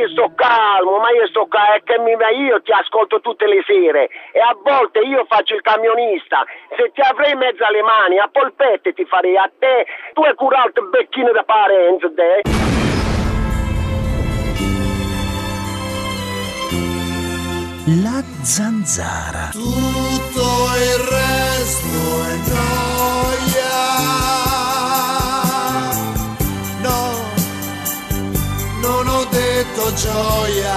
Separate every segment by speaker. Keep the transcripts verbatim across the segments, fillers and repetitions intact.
Speaker 1: io sto calmo, ma io sto calmo, è che mi, io ti ascolto tutte le sere e a volte io faccio il camionista. Se ti avrei in mezzo alle mani, a polpette ti farei a te, tu hai curato il becchino da parenza, te.
Speaker 2: La zanzara.
Speaker 3: Tutto il resto è noia. No, non ho detto gioia.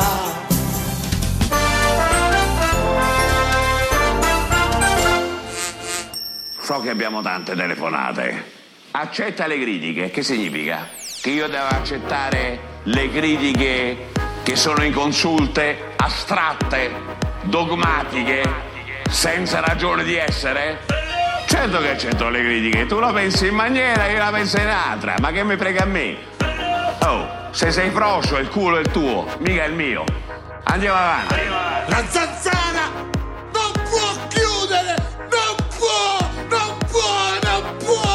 Speaker 4: So che abbiamo tante telefonate. Accetta le critiche, che significa? Che io devo accettare le critiche che sono inconsulte, astratte, dogmatiche, senza ragione di essere? Certo che accetto le critiche, tu la pensi in maniera, io la penso in altra, ma che mi frega a me? Oh, se sei froscio il culo è il tuo, mica il mio. Andiamo avanti.
Speaker 3: La zanzara non può chiudere, non può, non può, non può.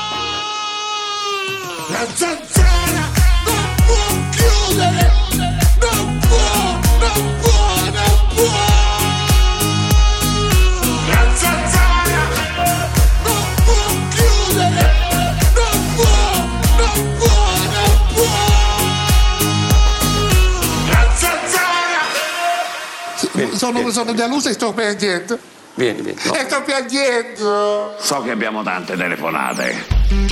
Speaker 3: La zanzara non può chiudere. Non può, non può, non può. La zanzara non può chiudere. Non può, non può, non può. La zanzara.
Speaker 4: Vieni,
Speaker 3: Sono,
Speaker 4: vieni.
Speaker 3: sono deluso e sto piangendo.
Speaker 4: Vieni, vieni. No.
Speaker 3: E sto piangendo.
Speaker 4: So che abbiamo tante telefonate.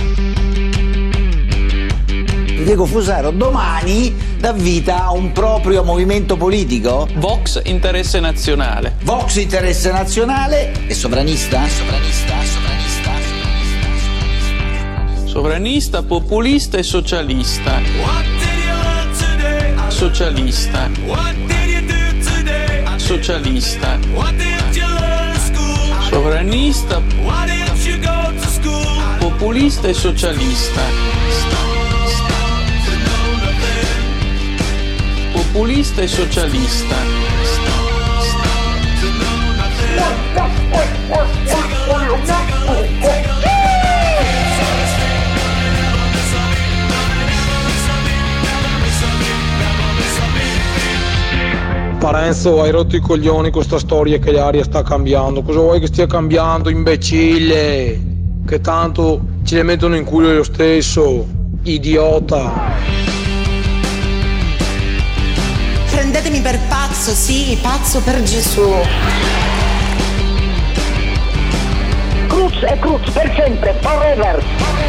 Speaker 2: Diego Fusaro domani dà vita a un proprio movimento politico.
Speaker 5: Vox Interesse Nazionale.
Speaker 2: Vox Interesse Nazionale e sovranista? Sovranista, sovranista, sovranista.
Speaker 5: Sovranista, populista e socialista. Socialista. Socialista. Sovranista, populista e socialista. Populista e socialista.
Speaker 6: Parenzo, hai rotto i coglioni con sta storia che l'aria sta cambiando. Cosa vuoi che stia cambiando, imbecille? Che tanto ci le mettono in culo lo stesso, idiota.
Speaker 7: Prendetemi per pazzo, sì, pazzo per Gesù.
Speaker 1: Cruz è Cruz per sempre, forever.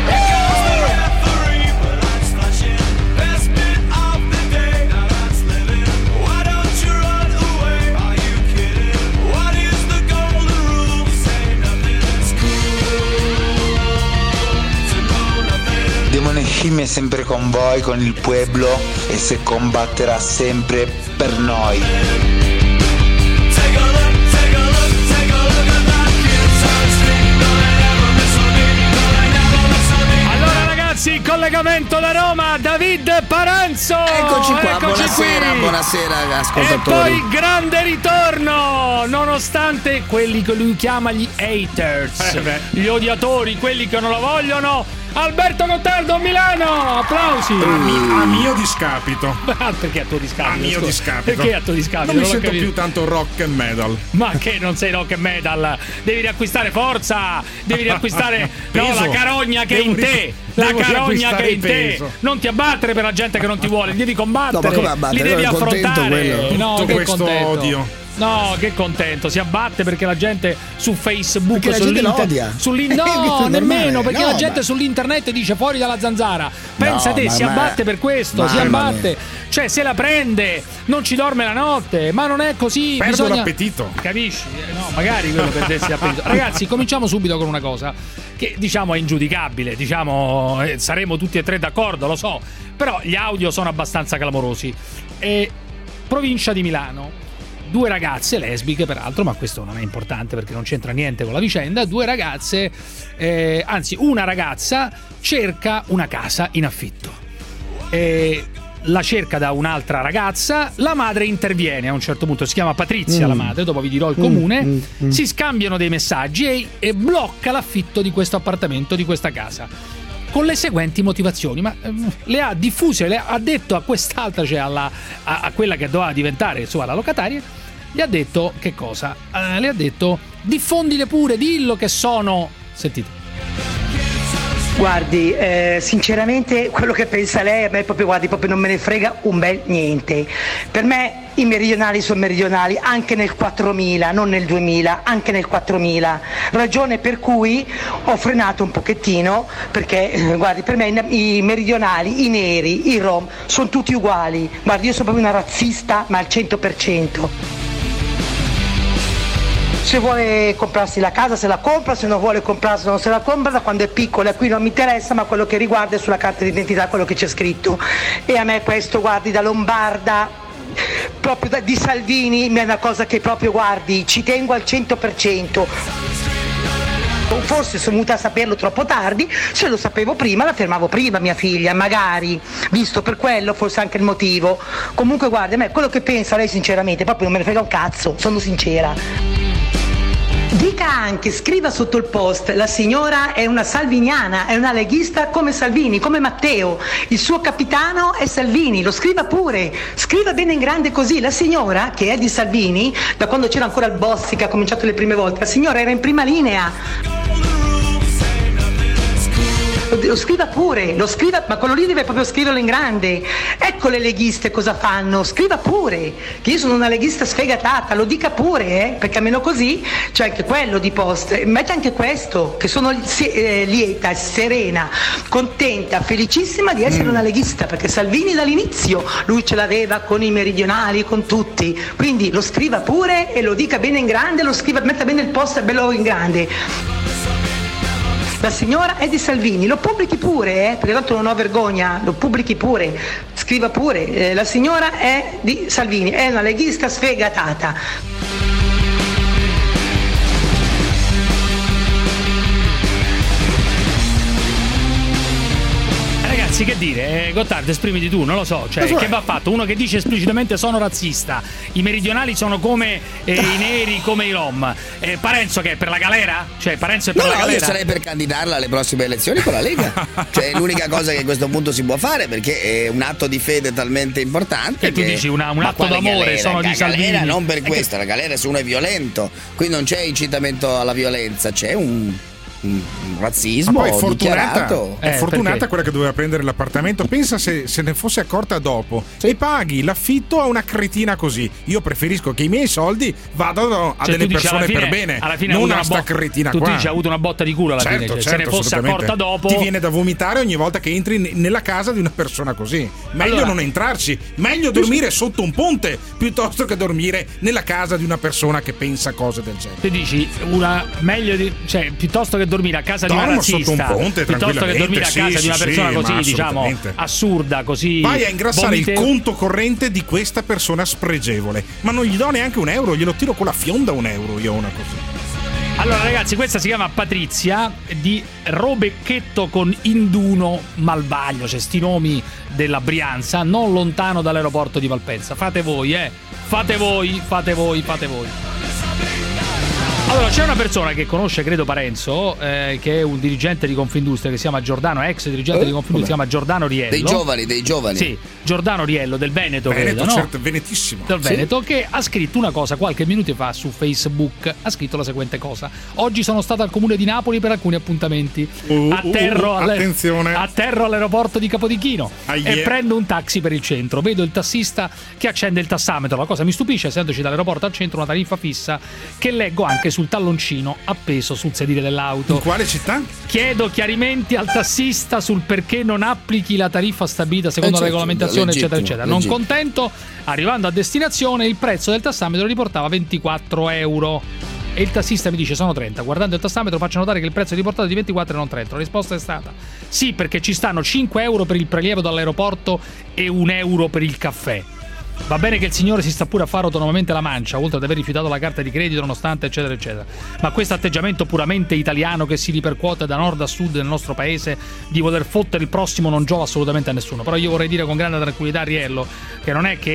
Speaker 8: Demone Scimmia è sempre con voi, con il pueblo, e se combatterà sempre per noi.
Speaker 9: Allora ragazzi, collegamento da Roma, David Paranzo.
Speaker 10: Eccoci qua,
Speaker 9: Eccoci
Speaker 10: buonasera,
Speaker 9: qui.
Speaker 10: buonasera ascoltatori.
Speaker 9: E poi grande ritorno, nonostante quelli che lui chiama gli haters,
Speaker 11: eh
Speaker 9: gli odiatori, quelli che non lo vogliono. Alberto Gottardo, Milano, applausi.
Speaker 11: A, mi, a mio discapito.
Speaker 9: Perché a tuo discapito?
Speaker 11: A mio
Speaker 9: scusa.
Speaker 11: discapito.
Speaker 9: Perché a tuo discapito?
Speaker 11: Non mi
Speaker 9: Non l'ho
Speaker 11: sento
Speaker 9: capito.
Speaker 11: più tanto rock and metal.
Speaker 9: Ma che non sei rock and metal? Devi riacquistare forza, devi riacquistare no,
Speaker 11: Peso.
Speaker 9: la carogna che è
Speaker 11: Devo
Speaker 9: in te.
Speaker 11: ri-
Speaker 9: La
Speaker 11: devo
Speaker 9: carogna che è in te.
Speaker 11: riacquistare
Speaker 9: Non ti abbattere per la gente che non ti vuole, li devi combattere.
Speaker 10: No, ma come abbattere?
Speaker 9: Li devi
Speaker 10: È contento
Speaker 9: affrontare.
Speaker 10: quello.
Speaker 9: No,
Speaker 11: Tutto
Speaker 9: che
Speaker 11: questo
Speaker 9: contento.
Speaker 11: odio.
Speaker 9: No, che contento, si abbatte perché la gente su Facebook,
Speaker 10: Perché la gente lo
Speaker 9: sull'inter-
Speaker 10: odia.
Speaker 9: sull'in-
Speaker 10: Questo
Speaker 9: no,
Speaker 10: è normale.
Speaker 9: nemmeno perché
Speaker 10: No,
Speaker 9: la gente
Speaker 10: ma-
Speaker 9: sull'internet dice fuori dalla zanzara. Pensa
Speaker 10: No,
Speaker 9: te,
Speaker 10: ma-
Speaker 9: si
Speaker 10: ma-
Speaker 9: abbatte per questo,
Speaker 10: ma-
Speaker 9: si
Speaker 10: ma-
Speaker 9: abbatte. Cioè, se la prende, non ci dorme la notte, ma non è così.
Speaker 11: Perdo
Speaker 9: bisogna...
Speaker 11: l'appetito.
Speaker 9: Capisci? Eh, No, magari quello perdessi l'appetito. Ragazzi, cominciamo subito con una cosa che diciamo è ingiudicabile, diciamo eh, saremo tutti e tre d'accordo, lo so, però gli audio sono abbastanza clamorosi. E provincia di Milano. Due ragazze lesbiche, peraltro, ma questo non è importante perché non c'entra niente con la vicenda. Due ragazze, eh, anzi, una ragazza cerca una casa in affitto. E la cerca da un'altra ragazza, la madre interviene a un certo punto, si chiama Patrizia, mm. la madre, dopo vi dirò il comune, mm, mm, mm. si scambiano dei messaggi e, e blocca l'affitto di questo appartamento, di questa casa. con le seguenti motivazioni, ma ehm, le ha diffuse, le ha detto a quest'altra, cioè alla, a, a quella che doveva diventare insomma la locataria, gli ha detto che cosa? Uh, le ha detto diffondile pure, dillo che sono, sentite.
Speaker 10: Guardi, eh, sinceramente quello che pensa lei a me proprio, guardi, proprio non me ne frega un bel niente. Per me i meridionali sono meridionali anche nel quattromila, non nel duemila, anche nel quattromila. Ragione per cui ho frenato un pochettino, perché eh, guardi, per me i meridionali, i neri, i rom sono tutti uguali. Guardi, io sono proprio una razzista, ma al cento per cento. Se vuole comprarsi la casa se la compra, se non vuole comprarsi non se la compra, da quando è piccola qui non mi interessa, ma quello che riguarda è sulla carta d'identità quello che c'è scritto. E a me questo, guardi, da lombarda, proprio da, di Salvini, è una cosa che proprio, guardi, ci tengo al cento per cento. Forse sono venuta a saperlo troppo tardi, se lo sapevo prima la fermavo prima mia figlia, magari, visto per quello forse anche il motivo. Comunque guardi, a me quello che pensa lei sinceramente proprio non me ne frega un cazzo, sono sincera. Dica anche, scriva sotto il post, la signora è una salviniana, è una leghista come Salvini, come Matteo, il suo capitano è Salvini, lo scriva pure, scriva bene in grande così, la signora che è di Salvini, da quando c'era ancora il Bossi che ha cominciato le prime volte, la signora era in prima linea. Lo scriva pure, lo scriva, ma quello lì deve proprio scriverlo in grande. Ecco le leghiste cosa fanno, scriva pure, che io sono una leghista sfegatata, lo dica pure, eh, perché almeno così c'è anche quello di post, mette anche questo, che sono eh, lieta, serena, contenta, felicissima di essere mm. una leghista, perché Salvini dall'inizio lui ce l'aveva con i meridionali, con tutti, quindi lo scriva pure e lo dica bene in grande, lo scriva, metta bene il post bello in grande. La signora è di Salvini, lo pubblichi pure, eh, perché tanto non ho vergogna, lo pubblichi pure, scriva pure, eh, la signora è di Salvini, è una leghista sfegatata.
Speaker 9: Ragazzi, che dire, eh, Gottardo, esprimiti tu, non lo so, cioè che va fatto? Uno che dice esplicitamente sono razzista, i meridionali sono come eh, i neri, come i rom. Eh, Parenzo che è per la galera? Cioè Parenzo è per
Speaker 12: no,
Speaker 9: la
Speaker 12: no,
Speaker 9: galera?
Speaker 12: Io sarei per candidarla alle prossime elezioni con la Lega. Cioè è l'unica cosa che a questo punto si può fare, perché è un atto di fede talmente importante.
Speaker 9: E tu
Speaker 12: che...
Speaker 9: dici una, un
Speaker 12: Ma
Speaker 9: atto d'amore,
Speaker 12: galera?
Speaker 9: sono
Speaker 12: la
Speaker 9: di Salvini.
Speaker 12: Galera non per
Speaker 9: è
Speaker 12: questo,
Speaker 9: che...
Speaker 12: la galera se uno è violento, qui non c'è incitamento alla violenza, c'è un... un razzismo.
Speaker 11: Ma poi è fortunata,
Speaker 12: dichiarato.
Speaker 11: è
Speaker 9: Eh,
Speaker 11: fortunata
Speaker 9: perché?
Speaker 11: quella che doveva prendere l'appartamento. Pensa se se ne fosse accorta dopo, sì. E paghi l'affitto a una cretina così. Io preferisco che i miei soldi vadano a
Speaker 9: Cioè,
Speaker 11: delle
Speaker 9: tu dici,
Speaker 11: persone
Speaker 9: alla fine,
Speaker 11: per bene,
Speaker 9: alla fine
Speaker 11: non
Speaker 9: ha
Speaker 11: a
Speaker 9: avuto
Speaker 11: sta
Speaker 9: una bo-
Speaker 11: cretina
Speaker 9: tu
Speaker 11: qua.
Speaker 9: dici ha avuto una botta di culo alla
Speaker 11: certo,
Speaker 9: fine, cioè,
Speaker 11: certo,
Speaker 9: se ne fosse
Speaker 11: assolutamente.
Speaker 9: accorta dopo
Speaker 11: ti viene da vomitare ogni volta che entri n- nella casa di una persona così. Meglio
Speaker 9: Allora,
Speaker 11: non entrarci, meglio dormire sotto un ponte piuttosto che dormire nella casa di una persona che pensa cose del genere.
Speaker 9: tu dici una meglio di, cioè piuttosto che dormire a casa di una
Speaker 11: Dormo
Speaker 9: razzista,
Speaker 11: sotto un ponte,
Speaker 9: piuttosto che dormire a
Speaker 11: sì,
Speaker 9: casa
Speaker 11: sì,
Speaker 9: di una persona
Speaker 11: sì,
Speaker 9: così,
Speaker 11: ma
Speaker 9: diciamo,
Speaker 11: assolutamente.
Speaker 9: assurda, così
Speaker 11: vai a ingrassare
Speaker 9: vomite...
Speaker 11: il conto corrente di questa persona spregevole, ma non gli do neanche un euro, glielo tiro con la fionda un euro io una così.
Speaker 9: Allora ragazzi, questa si chiama Patrizia di Robecchetto con Induno Malvaglio, cioè sti nomi della Brianza, non lontano dall'aeroporto di Malpensa. Fate voi, eh fate voi, fate voi, fate voi. Allora, c'è una persona che conosce, credo, Parenzo, eh, che è un dirigente di Confindustria che si chiama Giordano, ex dirigente
Speaker 12: eh,
Speaker 9: di Confindustria, si chiama Giordano Riello.
Speaker 12: Dei giovani, dei giovani.
Speaker 9: Sì, Giordano Riello del Veneto,
Speaker 11: Veneto,
Speaker 9: credo, no?
Speaker 11: certo, venetissimo.
Speaker 9: Del
Speaker 11: Sì.
Speaker 9: Veneto, che ha scritto una cosa qualche minuto fa su Facebook. Ha scritto la seguente cosa: oggi sono stato al comune di Napoli per alcuni appuntamenti.
Speaker 11: Uh,
Speaker 9: atterro,
Speaker 11: uh,
Speaker 9: alle-
Speaker 11: attenzione.
Speaker 9: atterro all'aeroporto di Capodichino
Speaker 11: Ah,
Speaker 9: e
Speaker 11: yeah.
Speaker 9: prendo un taxi per il centro. Vedo il tassista che accende il tassametro. La cosa mi stupisce, essendoci dall'aeroporto al centro una tariffa fissa che leggo anche sul talloncino appeso sul sedile dell'auto.
Speaker 11: In quale città?
Speaker 9: Chiedo chiarimenti al tassista sul perché non applichi la tariffa stabilita secondo
Speaker 12: Eh,
Speaker 9: la
Speaker 12: certo,
Speaker 9: regolamentazione,
Speaker 12: legittimo,
Speaker 9: eccetera, eccetera. Non
Speaker 12: legittimo.
Speaker 9: contento, arrivando a destinazione, il prezzo del tassametro riportava ventiquattro euro. E il tassista mi dice sono trenta. Guardando il tassametro faccio notare che il prezzo è riportato di ventiquattro e non trenta. La risposta è stata sì, perché ci stanno cinque euro per il prelievo dall'aeroporto e un euro per il caffè. Va bene che il signore si sta pure a fare autonomamente la mancia, oltre ad aver rifiutato la carta di credito nonostante eccetera eccetera, ma questo atteggiamento puramente italiano che si ripercuote da nord a sud nel nostro paese di voler fottere il prossimo non giova assolutamente a nessuno. Però io vorrei dire con grande tranquillità a Riello che non è che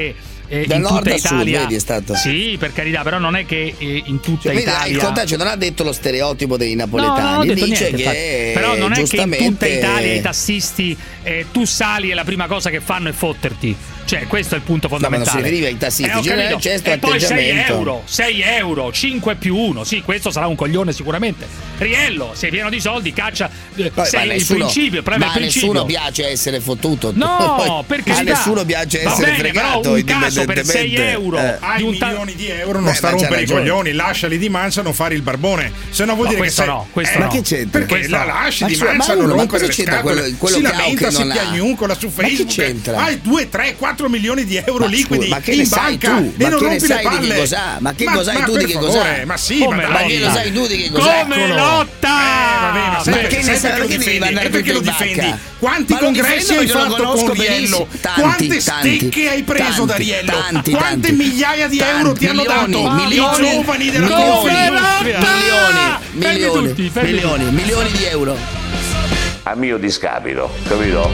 Speaker 9: eh,
Speaker 12: da
Speaker 9: in
Speaker 12: nord
Speaker 9: tutta
Speaker 12: a sud,
Speaker 9: Italia.
Speaker 12: vedi, è stato.
Speaker 9: Sì, per carità, però non è che eh, in tutta
Speaker 12: Cioè,
Speaker 9: Italia.
Speaker 12: Il contagio non ha detto lo stereotipo dei napoletani,
Speaker 9: No, non ho detto
Speaker 12: dice
Speaker 9: niente,
Speaker 12: che
Speaker 9: però non è che in
Speaker 12: giustamente
Speaker 9: tutta Italia i tassisti eh, tu sali e la prima cosa che fanno è fotterti. Cioè, questo è il punto fondamentale.
Speaker 12: No, ma non si riferiva ai tassisti,
Speaker 9: Eh, ho
Speaker 12: c'era
Speaker 9: capito.
Speaker 12: il gesto
Speaker 9: E poi sei
Speaker 12: atteggiamento.
Speaker 9: euro, sei euro, cinque più uno. Sì, questo sarà un coglione sicuramente. Riello, sei pieno di soldi, caccia. eh,
Speaker 12: Poi,
Speaker 9: sei
Speaker 12: ma
Speaker 9: il
Speaker 12: nessuno-
Speaker 9: principio, il problema
Speaker 12: ma
Speaker 9: è il principio.
Speaker 12: nessuno piace essere fottuto.
Speaker 9: No, perché
Speaker 12: a nessuno piace
Speaker 9: Va
Speaker 12: essere
Speaker 9: bene,
Speaker 12: fregato,
Speaker 9: però un caso per sei
Speaker 12: indipendentemente.
Speaker 9: euro
Speaker 12: Eh.
Speaker 11: Hai
Speaker 9: di un ta-
Speaker 11: milioni di euro, non
Speaker 12: Eh,
Speaker 11: sta a
Speaker 12: ma c'ha
Speaker 11: rompere i
Speaker 12: ragione.
Speaker 11: coglioni, lasciali di mancia, non fare il barbone. Se no vuol
Speaker 9: No,
Speaker 11: dire che
Speaker 9: questo
Speaker 11: sei.
Speaker 9: no, questo
Speaker 11: Eh,
Speaker 9: no.
Speaker 12: Ma che c'entra?
Speaker 11: Perché
Speaker 9: Questo
Speaker 11: la
Speaker 9: no.
Speaker 11: lasci
Speaker 12: Ma
Speaker 11: di
Speaker 12: scusa,
Speaker 11: mancia,
Speaker 12: ma
Speaker 11: non
Speaker 12: uno, ma
Speaker 11: rompere
Speaker 12: cosa
Speaker 11: le
Speaker 12: c'entra
Speaker 11: scatole.
Speaker 12: quello- quello
Speaker 11: si
Speaker 12: che ha o
Speaker 11: lamenta,
Speaker 12: che
Speaker 11: si
Speaker 12: non ha?
Speaker 11: piagnucola su
Speaker 12: Ma che
Speaker 11: Facebook.
Speaker 12: c'entra?
Speaker 11: Hai due, tre, quattro milioni di euro
Speaker 12: Ma scusa,
Speaker 11: liquidi
Speaker 12: ma che
Speaker 11: in
Speaker 12: ne sai
Speaker 11: banca
Speaker 12: tu?
Speaker 11: e
Speaker 12: Ma
Speaker 11: non
Speaker 12: che ne
Speaker 11: rompi le
Speaker 12: sai di
Speaker 11: palle.
Speaker 12: che cos'ha? Ma che
Speaker 11: Ma-
Speaker 12: cos'hai
Speaker 11: ma
Speaker 12: tu
Speaker 11: per
Speaker 12: di che
Speaker 11: favore,
Speaker 12: cos'ha?
Speaker 11: Ma sì,
Speaker 9: Come
Speaker 11: ma
Speaker 12: Ma
Speaker 11: dai.
Speaker 12: che lo sai tu di che cos'è?
Speaker 9: Come
Speaker 11: Eccolo.
Speaker 9: lotta?
Speaker 11: Eh, vabbè, ma sai
Speaker 12: Ma
Speaker 11: perché-
Speaker 12: che
Speaker 11: sai
Speaker 12: ne sai
Speaker 11: perché lo
Speaker 12: perché devi
Speaker 11: difendi?
Speaker 12: mandare
Speaker 11: E perché
Speaker 12: tutto
Speaker 11: lo
Speaker 12: in
Speaker 11: difendi?
Speaker 12: banca?
Speaker 11: Quanti
Speaker 12: Ma lo
Speaker 11: congressi
Speaker 12: difendo
Speaker 11: hai
Speaker 12: perché lo
Speaker 11: fatto
Speaker 12: conosco
Speaker 11: con Riello?
Speaker 12: benissimo. Tanti,
Speaker 11: Quante
Speaker 12: tanti,
Speaker 11: stecche hai preso da
Speaker 12: tanti,
Speaker 11: Riello?
Speaker 12: tanti,
Speaker 11: Quante
Speaker 12: tanti.
Speaker 11: migliaia di euro ti hanno
Speaker 12: Milioni,
Speaker 11: dato
Speaker 12: milioni,
Speaker 11: i giovani della
Speaker 12: milioni,
Speaker 11: Confindustria?
Speaker 12: milioni,
Speaker 9: Fermi
Speaker 12: milioni,
Speaker 9: tutti, fermi
Speaker 12: milioni, milioni di euro.
Speaker 4: A mio discapito, capito?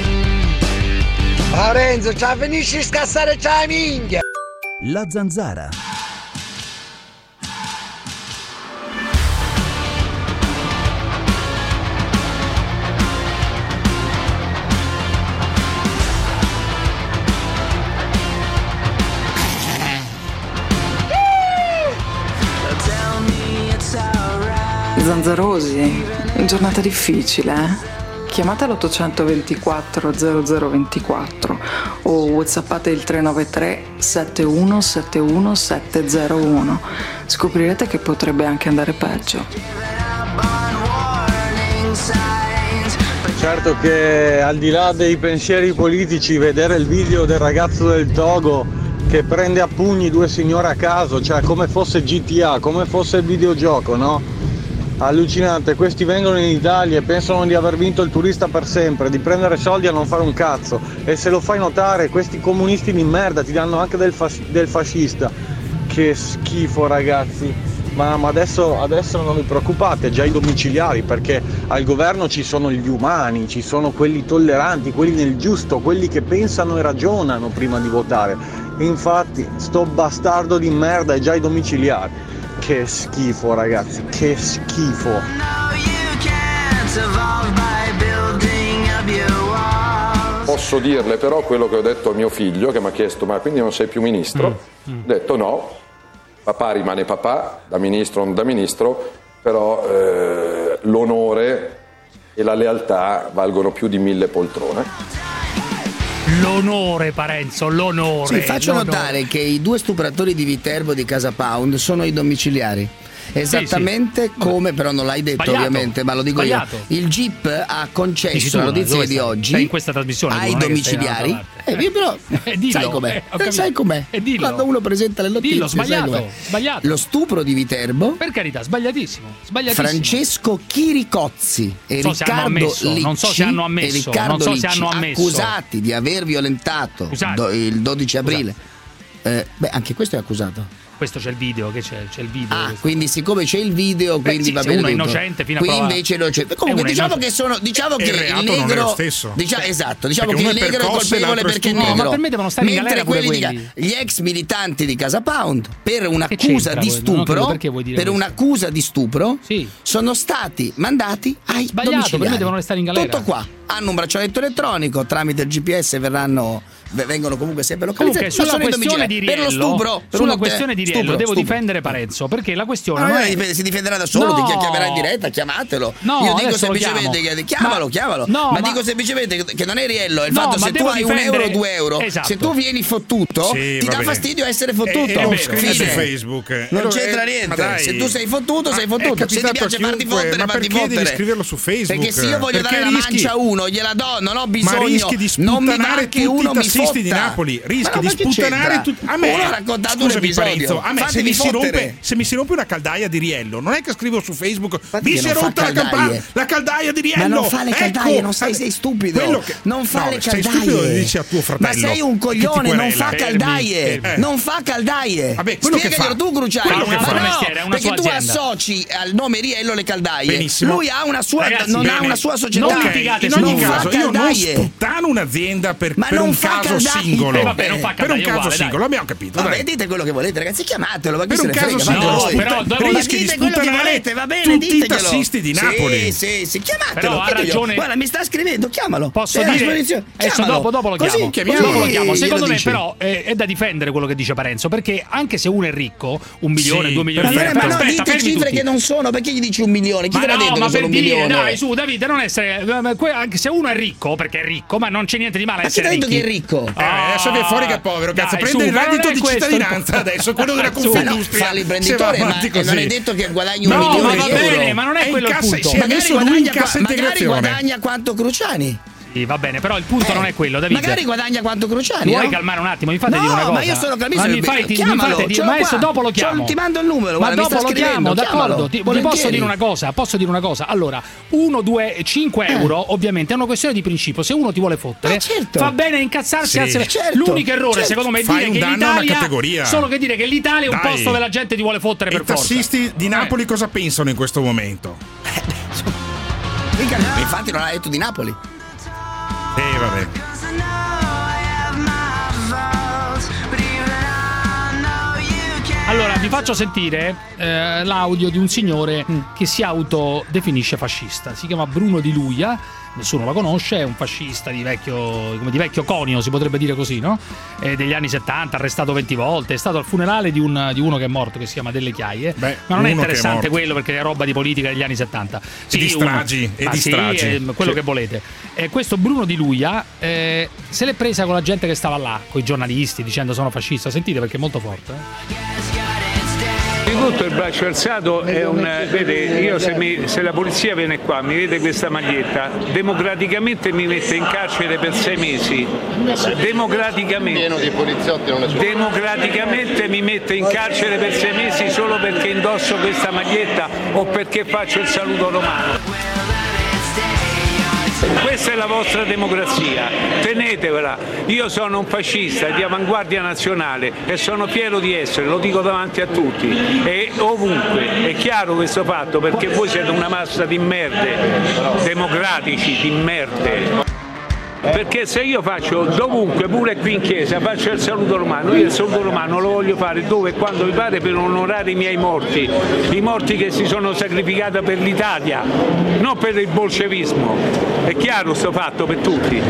Speaker 3: Lorenzo, già finisci di scassare c'è minchia.
Speaker 13: La Zanzara.
Speaker 14: Zanzarosi, giornata difficile, eh? Chiamate all'ottocento ventiquattro zero zero ventiquattro o whatsappate il tre nove tre sette uno sette uno sette zero uno. Scoprirete che potrebbe anche andare peggio.
Speaker 6: Certo che al di là dei pensieri politici, vedere il video del ragazzo del Togo che prende a pugni due signore a caso, cioè come fosse G T A, come fosse il videogioco, no? Allucinante, questi vengono in Italia e pensano di aver vinto il turista per sempre, di prendere soldi a non fare un cazzo, e se lo fai notare questi comunisti di merda ti danno anche del, fas- del fascista. Che schifo, ragazzi. Ma, ma adesso, adesso non vi preoccupate, già i domiciliari, perché al governo ci sono gli umani, ci sono quelli tolleranti, quelli nel giusto, quelli che pensano e ragionano prima di votare. Infatti sto bastardo di merda è già i domiciliari. Che schifo, ragazzi, che schifo.
Speaker 15: Posso dirle però quello che ho detto a mio figlio, che mi ha chiesto: ma quindi non sei più ministro?
Speaker 9: Mm, mm.
Speaker 15: Ho detto no, papà rimane papà, da ministro non da ministro, però eh, l'onore e la lealtà valgono più di mille poltrone.
Speaker 9: L'onore, Parenzo, l'onore.
Speaker 12: Sì, faccio
Speaker 9: l'onore.
Speaker 12: notare che i due stupratori di Viterbo di Casa Pound sono i domiciliari. Esattamente
Speaker 9: sì.
Speaker 12: come, però non l'hai detto
Speaker 9: Sbagliato.
Speaker 12: ovviamente, ma lo dico
Speaker 9: Sbagliato.
Speaker 12: io. Il G I P ha
Speaker 9: Dici
Speaker 12: concesso
Speaker 9: tu,
Speaker 12: la
Speaker 9: no?
Speaker 12: notizia
Speaker 9: Dove
Speaker 12: di
Speaker 9: stai?
Speaker 12: oggi
Speaker 9: Stai in questa trasmissione, tu,
Speaker 12: ai
Speaker 9: non è che stai
Speaker 12: domiciliari.
Speaker 9: da un'altra
Speaker 12: Eh, io però
Speaker 9: Eh, dillo,
Speaker 12: sai com'è?
Speaker 9: eh, ho capito.
Speaker 12: sai com'è?
Speaker 9: Eh, dillo.
Speaker 12: Quando uno presenta le notizie,
Speaker 9: Dillo,
Speaker 12: sai
Speaker 9: sbagliato,
Speaker 12: com'è.
Speaker 9: sbagliato.
Speaker 12: Lo stupro di Viterbo.
Speaker 9: Per carità, sbagliatissimo, sbagliatissimo.
Speaker 12: Francesco Chiricozzi e
Speaker 9: Non so se hanno
Speaker 12: Riccardo
Speaker 9: ammesso,
Speaker 12: Licci,
Speaker 9: non so se hanno ammesso,
Speaker 12: e Riccardo
Speaker 9: non so se
Speaker 12: Licci,
Speaker 9: hanno ammesso.
Speaker 12: accusati di aver violentato
Speaker 9: Accusati.
Speaker 12: do- il dodici aprile. Eh, beh, anche questo è accusato.
Speaker 9: Questo c'è il video, che c'è? C'è il video.
Speaker 12: Ah, quindi siccome c'è il video,
Speaker 9: Beh,
Speaker 12: quindi
Speaker 9: sì,
Speaker 12: va
Speaker 9: se
Speaker 12: bene
Speaker 9: uno è
Speaker 12: tutto.
Speaker 9: innocente fino a
Speaker 12: Qui
Speaker 9: prova-
Speaker 12: invece non c'è.
Speaker 9: È
Speaker 12: Comunque
Speaker 9: uno
Speaker 12: diciamo
Speaker 9: innocente.
Speaker 12: che sono diciamo
Speaker 11: E
Speaker 12: che
Speaker 11: il
Speaker 12: il
Speaker 11: reato non è
Speaker 12: negro
Speaker 11: lo stesso.
Speaker 12: dicia- esatto, diciamo
Speaker 11: Perché
Speaker 12: che
Speaker 11: uno
Speaker 12: il
Speaker 11: è
Speaker 12: negro è
Speaker 11: percosse e
Speaker 12: colpevole
Speaker 11: l'altro è
Speaker 12: perché è
Speaker 11: stupido.
Speaker 12: negro.
Speaker 9: No, ma per me devono stare in
Speaker 12: Mentre
Speaker 9: galera pure
Speaker 12: quelli di
Speaker 9: quelli.
Speaker 12: Ca- gli ex militanti di Casa Pound per un'accusa
Speaker 9: c'entra
Speaker 12: di
Speaker 9: quello? Non ho capito
Speaker 12: stupro,
Speaker 9: perché vuoi dire
Speaker 12: per
Speaker 9: questo.
Speaker 12: un'accusa di stupro
Speaker 9: Sì.
Speaker 12: sono stati mandati ai
Speaker 9: Sbagliato, per me
Speaker 12: domiciliari.
Speaker 9: devono restare in galera.
Speaker 12: Tutto qua. Hanno un braccialetto elettronico, tramite il G P S verranno v- vengono comunque sempre localizzati.
Speaker 9: Comunque,
Speaker 12: ma
Speaker 9: sulla
Speaker 12: sono i
Speaker 9: questione di
Speaker 12: domiciliari.
Speaker 9: Riello,
Speaker 12: per lo stupro, per
Speaker 9: sulla
Speaker 12: un-
Speaker 9: questione di Riello
Speaker 12: stupro,
Speaker 9: devo
Speaker 12: stupro.
Speaker 9: difendere Parenzo, perché la questione
Speaker 12: Ma
Speaker 9: non
Speaker 12: non
Speaker 9: è...
Speaker 12: è- si difenderà da solo,
Speaker 9: No.
Speaker 12: ti chiamerà in diretta, chiamatelo.
Speaker 9: No,
Speaker 12: Io dico
Speaker 9: adesso lo
Speaker 12: semplicemente
Speaker 9: chiamo.
Speaker 12: che chiamalo,
Speaker 9: Ma-
Speaker 12: chiamalo.
Speaker 9: no,
Speaker 12: ma,
Speaker 9: ma-
Speaker 12: dico semplicemente che, che non è Riello, è il
Speaker 9: No,
Speaker 12: fatto
Speaker 9: ma
Speaker 12: se tu
Speaker 9: devo
Speaker 12: hai un
Speaker 9: difendere-
Speaker 12: euro o due euro,
Speaker 9: Esatto.
Speaker 12: se tu vieni fottuto,
Speaker 11: Sì,
Speaker 12: ti
Speaker 11: va
Speaker 12: dà
Speaker 11: bene.
Speaker 12: fastidio essere
Speaker 11: E-
Speaker 12: fottuto.
Speaker 11: e lo
Speaker 12: Fine.
Speaker 11: scrivi su Facebook.
Speaker 12: Non
Speaker 11: Eh,
Speaker 12: c'entra
Speaker 11: eh,
Speaker 12: niente.
Speaker 11: ma dai.
Speaker 12: Se tu sei fottuto,
Speaker 11: Ma
Speaker 12: sei
Speaker 11: è
Speaker 12: fottuto. Se ti
Speaker 11: capitato
Speaker 12: piace
Speaker 11: a
Speaker 12: farti
Speaker 11: chiunque,
Speaker 12: fottere,
Speaker 11: ma
Speaker 12: farti
Speaker 11: perché devi
Speaker 12: fottere.
Speaker 11: scriverlo su Facebook?
Speaker 12: Perché se io voglio
Speaker 11: Perché
Speaker 12: dare la
Speaker 11: rischi-
Speaker 12: mancia a uno, gliela do, non ho
Speaker 11: Ma
Speaker 12: bisogno.
Speaker 11: rischi di
Speaker 12: non mi va
Speaker 11: sputtanare
Speaker 12: che
Speaker 11: tutti
Speaker 12: uno
Speaker 11: i
Speaker 12: mi
Speaker 11: tassisti di
Speaker 12: fotta.
Speaker 11: Napoli. Rischi
Speaker 12: Ma no,
Speaker 11: di
Speaker 12: ma che
Speaker 11: sputtanare
Speaker 12: c'entra?
Speaker 11: tutti. A me,
Speaker 12: Uno ha raccontato un
Speaker 11: scusami,
Speaker 12: episodio.
Speaker 11: Parenzo, a me se
Speaker 12: Fatevi
Speaker 11: mi, si
Speaker 12: fottere.
Speaker 11: rompe, se mi si rompe una caldaia di Riello, non è che scrivo su Facebook
Speaker 12: Infatti
Speaker 11: mi
Speaker 12: che
Speaker 11: si è
Speaker 12: non fa
Speaker 11: rotta la,
Speaker 12: caldaie.
Speaker 11: campa- la caldaia di Riello.
Speaker 12: Ma non fa le caldaie,
Speaker 11: Ecco,
Speaker 12: non sai, sei stupido.
Speaker 11: quello che-
Speaker 12: Non fa
Speaker 11: no,
Speaker 12: le
Speaker 11: sei
Speaker 12: caldaie.
Speaker 11: stupido, lo dici a tuo fratello.
Speaker 12: Ma sei un
Speaker 11: che ti
Speaker 12: coglione, non
Speaker 11: querela.
Speaker 12: fa
Speaker 11: Fermi,
Speaker 12: caldaie.
Speaker 11: fermi.
Speaker 12: Non fa caldaie.
Speaker 11: Vabbè, quello che
Speaker 12: Spiegaglielo
Speaker 11: fa.
Speaker 12: tu, Cruciani.
Speaker 11: Quello che
Speaker 12: Ma
Speaker 11: fa.
Speaker 12: no,
Speaker 9: mestiere, è una
Speaker 12: perché
Speaker 9: sua
Speaker 12: tu
Speaker 9: azienda.
Speaker 12: associ al nome Riello le caldaie.
Speaker 11: Benissimo.
Speaker 12: Lui ha una sua,
Speaker 9: Ragazzi,
Speaker 12: non ha
Speaker 11: bene.
Speaker 12: una sua società.
Speaker 9: Non
Speaker 11: Ok,
Speaker 9: litigate
Speaker 11: in
Speaker 9: su
Speaker 11: ogni ogni caso io non
Speaker 12: dai.
Speaker 11: sputtano un'azienda per,
Speaker 12: Ma
Speaker 11: per
Speaker 12: non
Speaker 11: un
Speaker 12: fa
Speaker 11: caso
Speaker 12: caldaie.
Speaker 11: singolo.
Speaker 9: Eh, vabbè, non fa
Speaker 11: per un
Speaker 9: caldaie,
Speaker 11: caso
Speaker 9: uguale,
Speaker 11: singolo,
Speaker 9: dai.
Speaker 11: abbiamo capito.
Speaker 12: Vabbè,
Speaker 11: dai.
Speaker 12: dite quello che volete, ragazzi, chiamatelo. Ma chi
Speaker 11: Per
Speaker 12: se
Speaker 11: un
Speaker 12: ne
Speaker 11: caso
Speaker 12: frega?
Speaker 11: singolo,
Speaker 12: Ma
Speaker 11: no,
Speaker 12: voi?
Speaker 9: però
Speaker 12: Ma
Speaker 11: rischi di
Speaker 12: dite quello che
Speaker 11: sputtanare
Speaker 12: volete, va bene,
Speaker 11: tutti i
Speaker 12: diteglielo.
Speaker 11: tassisti di Napoli.
Speaker 12: Sì, sì, sì, chiamatelo.
Speaker 9: Però ha
Speaker 12: chiamaglielo.
Speaker 9: ragione.
Speaker 12: Guarda, mi sta scrivendo, chiamalo.
Speaker 9: Posso
Speaker 12: È a
Speaker 9: dire?
Speaker 12: disposizione.
Speaker 9: Adesso
Speaker 12: Chiamalo.
Speaker 9: dopo, dopo lo
Speaker 12: Così,
Speaker 9: chiamo.
Speaker 12: chiamiamolo.
Speaker 9: Dopo lo chiamo.
Speaker 12: Glielo
Speaker 9: Secondo me,
Speaker 12: dici.
Speaker 9: però, è, è da difendere quello che dice Parenzo. Perché anche se uno è ricco, un milione,
Speaker 11: Sì,
Speaker 9: due milioni di
Speaker 12: Ma,
Speaker 9: euro.
Speaker 12: ma no,
Speaker 9: Aspetta,
Speaker 12: dite
Speaker 9: fermi
Speaker 12: cifre
Speaker 9: tutti.
Speaker 12: che non sono, perché gli dici un milione? Chi
Speaker 9: Ma
Speaker 12: te l'ha
Speaker 9: no,
Speaker 12: detto
Speaker 9: ma
Speaker 12: che sono
Speaker 9: per
Speaker 12: un
Speaker 9: dire,
Speaker 12: milione?
Speaker 9: dai, su, Davide, non essere. Anche se uno è ricco, perché è ricco, ma non c'è niente di male a
Speaker 12: Ma chi
Speaker 9: essere
Speaker 12: ti ha detto
Speaker 9: ricchi.
Speaker 12: che è ricco?
Speaker 11: Eh, adesso viene fuori che è povero, cazzo,
Speaker 9: Dai,
Speaker 11: prende
Speaker 9: su,
Speaker 11: il
Speaker 9: ma
Speaker 11: reddito
Speaker 9: non è
Speaker 11: di
Speaker 9: questo il
Speaker 11: cittadinanza
Speaker 9: punto.
Speaker 11: adesso, quello della
Speaker 9: Su.
Speaker 11: Confindustria.
Speaker 12: Fa l'imprenditore,
Speaker 11: Se va
Speaker 12: ma
Speaker 11: avanti
Speaker 12: non
Speaker 11: così.
Speaker 12: è detto che guadagni un
Speaker 9: No,
Speaker 12: milione
Speaker 9: ma
Speaker 12: di
Speaker 9: va
Speaker 12: euro.
Speaker 9: bene, ma non è
Speaker 11: È in
Speaker 9: quello il
Speaker 11: cassa-
Speaker 9: punto.
Speaker 11: sì,
Speaker 12: Magari
Speaker 11: adesso lui in
Speaker 12: guadagna,
Speaker 11: cassa
Speaker 12: qua- magari
Speaker 11: integrazione.
Speaker 12: guadagna quanto Cruciani.
Speaker 9: Sì, va bene, però il punto
Speaker 12: Eh,
Speaker 9: non è quello, Davide.
Speaker 12: Magari guadagna quanto Cruciani.
Speaker 9: Mi vuoi
Speaker 12: no?
Speaker 9: calmare un attimo? Mi fate
Speaker 12: No,
Speaker 9: dire una cosa?
Speaker 12: ma io sono calmissimo.
Speaker 9: Ma mi fai, ti, mi
Speaker 12: Chiamalo,
Speaker 9: fate dire,
Speaker 12: ce l'ho
Speaker 9: ma adesso
Speaker 12: qua.
Speaker 9: dopo lo
Speaker 12: Ce l'ho-
Speaker 9: chiamo.
Speaker 12: ti mando il numero,
Speaker 9: Ma
Speaker 12: guarda, mi
Speaker 9: dopo
Speaker 12: sta
Speaker 9: lo chiamo,
Speaker 12: scrivendo,
Speaker 9: d'accordo.
Speaker 12: chiamalo,
Speaker 9: Ti, ti
Speaker 12: volentieri.
Speaker 9: posso dire una cosa? Posso dire una cosa? Allora, uno, due, cinque euro, ovviamente è una questione di principio. Se uno ti vuole fottere,
Speaker 12: Eh, certo.
Speaker 9: fa bene a incazzarsi.
Speaker 11: Sì.
Speaker 9: alzare-
Speaker 12: Certo,
Speaker 9: L'unico errore,
Speaker 12: certo.
Speaker 9: secondo me, è
Speaker 11: Fai
Speaker 9: dire
Speaker 11: un
Speaker 9: che
Speaker 11: danno a una
Speaker 9: l'Italia.
Speaker 11: categoria.
Speaker 9: Solo che dire che l'Italia è un
Speaker 11: Dai.
Speaker 9: posto dove la gente ti vuole fottere
Speaker 11: E
Speaker 9: per
Speaker 11: i
Speaker 9: forza.
Speaker 11: tassisti di Napoli cosa pensano in questo momento?
Speaker 12: Mica- Infatti non ha detto di Napoli.
Speaker 11: Eh, vabbè.
Speaker 9: Allora, vi faccio sentire eh, l'audio di un signore che si autodefinisce fascista. Si chiama Bruno Di Luia, nessuno lo conosce, è un fascista di vecchio, come di vecchio conio, si potrebbe dire così, no? È degli anni settanta, arrestato venti volte, è stato al funerale di, un, di uno che è morto, che si chiama Delle Chiaie.
Speaker 11: Beh,
Speaker 9: ma non è
Speaker 11: uno che è
Speaker 9: interessante
Speaker 11: morto.
Speaker 9: quello perché è roba di politica degli anni settanta. Sì,
Speaker 11: di stragi,
Speaker 9: uno-
Speaker 11: e
Speaker 9: ma
Speaker 11: di
Speaker 9: sì,
Speaker 11: stragi.
Speaker 9: eh, quello
Speaker 11: Sì.
Speaker 9: che volete. E questo Bruno Di Luia eh, se l'è presa con la gente che stava là, con i giornalisti, dicendo sono fascista. Sentite perché è molto forte. Eh?
Speaker 13: Innanzitutto il braccio alzato è un... Vede, io se, mi, se la polizia viene qua, mi vede questa maglietta, democraticamente mi mette in carcere per sei mesi. Democraticamente. Democraticamente mi mette in carcere per sei mesi solo perché indosso questa maglietta o perché faccio il saluto romano. Questa è la vostra democrazia, tenetevela. Io sono un fascista di avanguardia nazionale e sono fiero di essere, lo dico davanti a tutti e ovunque. È chiaro questo fatto perché voi siete una massa di merde, democratici di merde. Perché se io faccio dovunque, pure qui in chiesa, faccio il saluto romano, io il saluto romano lo voglio fare dove e quando mi pare per onorare i miei morti, i morti che si sono sacrificati per l'Italia, non per il bolscevismo. È chiaro sto fatto per tutti?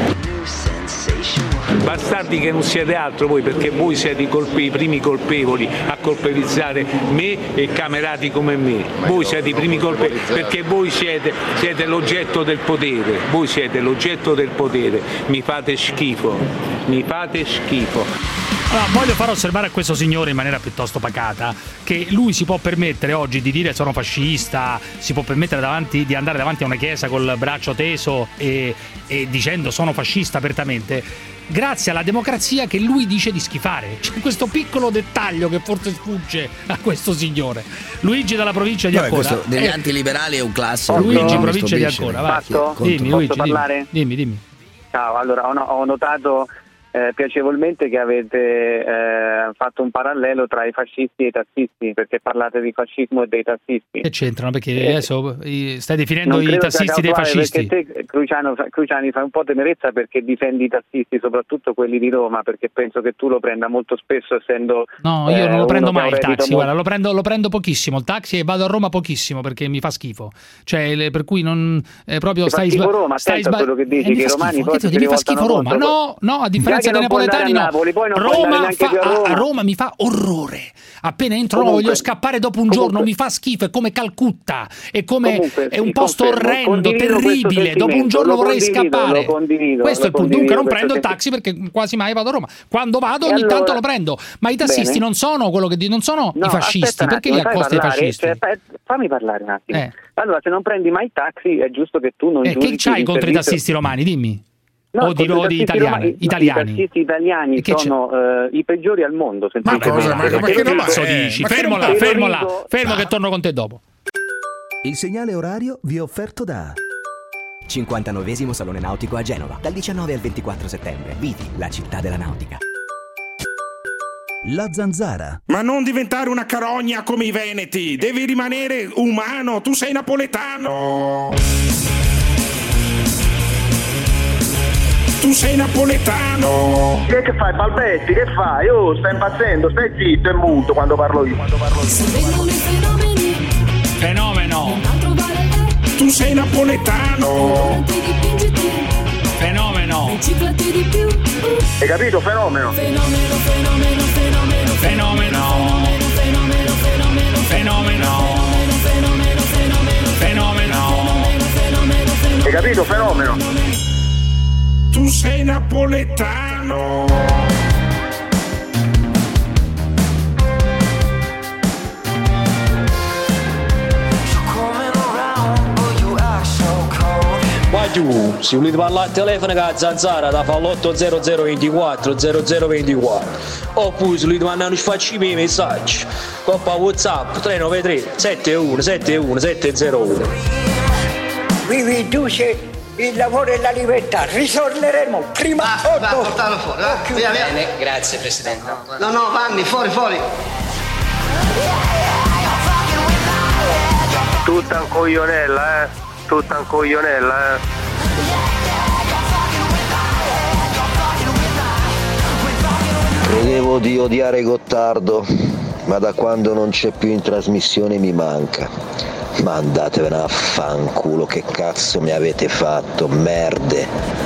Speaker 13: Bastardi che non siete altro voi, perché voi siete i, colpe- i primi colpevoli a colpevolizzare me e camerati come me. Voi siete i primi colpevoli perché voi siete, siete l'oggetto del potere, voi siete l'oggetto del potere, mi fate schifo, mi fate schifo.
Speaker 9: Allora, voglio far osservare a questo signore in maniera piuttosto pacata che lui si può permettere oggi di dire sono fascista, si può permettere davanti, di andare davanti a una chiesa col braccio teso e, e dicendo sono fascista apertamente, grazie alla democrazia che lui dice di schifare. C'è questo piccolo dettaglio che forse sfugge a questo signore. Luigi dalla provincia di
Speaker 12: Vabbè,
Speaker 9: Ancona.
Speaker 12: questo degli
Speaker 9: Eh,
Speaker 12: antiliberali è un classico.
Speaker 9: Luigi,
Speaker 12: mi
Speaker 9: provincia di
Speaker 12: stupisce.
Speaker 9: Ancona, vai.
Speaker 16: Fatto?
Speaker 9: Dimmi,
Speaker 16: Posso
Speaker 9: Luigi,
Speaker 16: parlare?
Speaker 9: dimmi, dimmi.
Speaker 16: Ciao, allora ho, no- ho notato eh, piacevolmente che avete eh, fatto un parallelo tra i fascisti e i tassisti, perché parlate di fascismo e dei tassisti.
Speaker 9: Che c'entrano? Perché
Speaker 16: Eh,
Speaker 9: adesso i- stai definendo
Speaker 16: Non
Speaker 9: i
Speaker 16: credo sia
Speaker 9: tassisti dei
Speaker 16: casuale,
Speaker 9: fascisti.
Speaker 16: perché te, Cruciano, Cruciani, fai un po' tenerezza perché difendi i tassisti, soprattutto quelli di Roma, perché penso che tu lo prenda molto spesso essendo
Speaker 9: No, io
Speaker 16: eh,
Speaker 9: non lo prendo
Speaker 16: uno che ha
Speaker 9: mai
Speaker 16: un
Speaker 9: il
Speaker 16: reddito
Speaker 9: taxi,
Speaker 16: molto-
Speaker 9: guarda, lo prendo, lo prendo pochissimo il taxi e vado a Roma pochissimo perché mi fa schifo. Cioè, le- per cui non eh, proprio
Speaker 16: Ti fa
Speaker 9: stai
Speaker 16: schifo
Speaker 9: sba-
Speaker 16: Roma,
Speaker 9: stai
Speaker 16: attento a quello che dici,
Speaker 9: eh, mi
Speaker 16: che i
Speaker 9: fa
Speaker 16: romani
Speaker 9: schifo,
Speaker 16: poi
Speaker 9: che
Speaker 16: si
Speaker 9: mi fa
Speaker 16: rivoltano
Speaker 9: schifo Roma.
Speaker 16: contro.
Speaker 9: No, no, a
Speaker 16: Già
Speaker 9: differenza
Speaker 16: che
Speaker 9: dei
Speaker 16: non puoi andare
Speaker 9: napoletani
Speaker 16: a
Speaker 9: no.
Speaker 16: Napoli, poi non puoi andare
Speaker 9: Roma,
Speaker 16: neanche
Speaker 9: fa-
Speaker 16: più a
Speaker 9: a,
Speaker 16: Roma.
Speaker 9: a Roma mi fa orrore. Appena entro Roma
Speaker 16: Comunque-
Speaker 9: voglio scappare dopo un giorno, mi fa schifo, è come Calcutta, è come
Speaker 16: Comunque,
Speaker 9: è un
Speaker 16: sì,
Speaker 9: posto
Speaker 16: confermo,
Speaker 9: orrendo,
Speaker 16: condivido questo
Speaker 9: terribile. Dopo un
Speaker 16: sentimento,
Speaker 9: giorno
Speaker 16: lo
Speaker 9: vorrei
Speaker 16: condivido,
Speaker 9: scappare.
Speaker 16: lo condivido,
Speaker 9: Questo è il
Speaker 16: lo
Speaker 9: punto. Dunque non
Speaker 16: condivido
Speaker 9: prendo il
Speaker 16: questo
Speaker 9: taxi perché quasi mai vado a Roma. Quando vado
Speaker 16: E
Speaker 9: ogni
Speaker 16: allora-
Speaker 9: tanto lo prendo, ma i tassisti
Speaker 16: Bene.
Speaker 9: non sono quello che di- non sono
Speaker 16: No,
Speaker 9: i fascisti,
Speaker 16: aspetta un
Speaker 9: perché
Speaker 16: attimo,
Speaker 9: li
Speaker 16: fai
Speaker 9: accosta ai
Speaker 16: parlare,
Speaker 9: fascisti?
Speaker 16: cioè, fai- fammi parlare un attimo.
Speaker 9: Eh.
Speaker 16: Allora, se non prendi mai il taxi, è giusto che tu non
Speaker 9: Eh, che
Speaker 16: giudichi
Speaker 9: c'hai
Speaker 16: il
Speaker 9: contro i
Speaker 16: servizio-
Speaker 9: tassisti romani? Dimmi.
Speaker 16: No,
Speaker 9: o di,
Speaker 16: contro i
Speaker 9: o di
Speaker 16: tassisti
Speaker 9: italiani?
Speaker 16: romani- no,
Speaker 9: italiani.
Speaker 16: I tassisti italiani
Speaker 9: E che
Speaker 16: sono eh, i peggiori al mondo.
Speaker 9: Ma cosa? Ma, ma che
Speaker 16: cazzo
Speaker 9: cazzo dici? Fermo là, fermo là, fermo che torno con te dopo.
Speaker 17: Il segnale orario vi è offerto da cinquantanovesimo Salone Nautico a Genova, dal diciannove al ventiquattro settembre. Vivi la città della nautica. La Zanzara.
Speaker 11: Ma non diventare una carogna come i veneti, devi rimanere umano, tu sei napoletano. Tu sei napoletano.
Speaker 1: Che, che fai, balbetti? Che fai? Oh, stai impazzendo, stai zitto e muto quando parlo io. Quando parlo io.
Speaker 9: Fenomeno.
Speaker 11: Tu sei napoletano.
Speaker 9: Fenomeno.
Speaker 1: Hai capito? Fenomeno.
Speaker 9: Fenomeno, fenomeno, fenomeno. Fenomeno. Fenomeno, fenomeno, fenomeno.
Speaker 1: Hai capito? Fenomeno.
Speaker 11: Tu sei napoletano.
Speaker 18: Ma giù, se volete parlare al telefono con la zanzara da fa l'otto zero zero ventiquattro zero zero ventiquattro oppure se volete mandare un sfaccimi messaggi coppa WhatsApp tre nove tre sette uno sette uno sette zero uno.
Speaker 19: Vi riduce il lavoro e la libertà, ritorneremo prima
Speaker 20: ah,
Speaker 19: o
Speaker 20: va,
Speaker 19: dopo.
Speaker 20: portalo fuori, va,
Speaker 19: Okay.
Speaker 20: via, via.
Speaker 21: Bene, grazie Presidente.
Speaker 20: No, no, Vanni, fuori, fuori.
Speaker 1: Tutta un coglionella, eh. Tutta un coglionella, eh.
Speaker 22: Credevo di odiare Gottardo, ma da quando non c'è più in trasmissione mi manca. Ma andatevene a fanculo, che cazzo mi avete fatto, merde.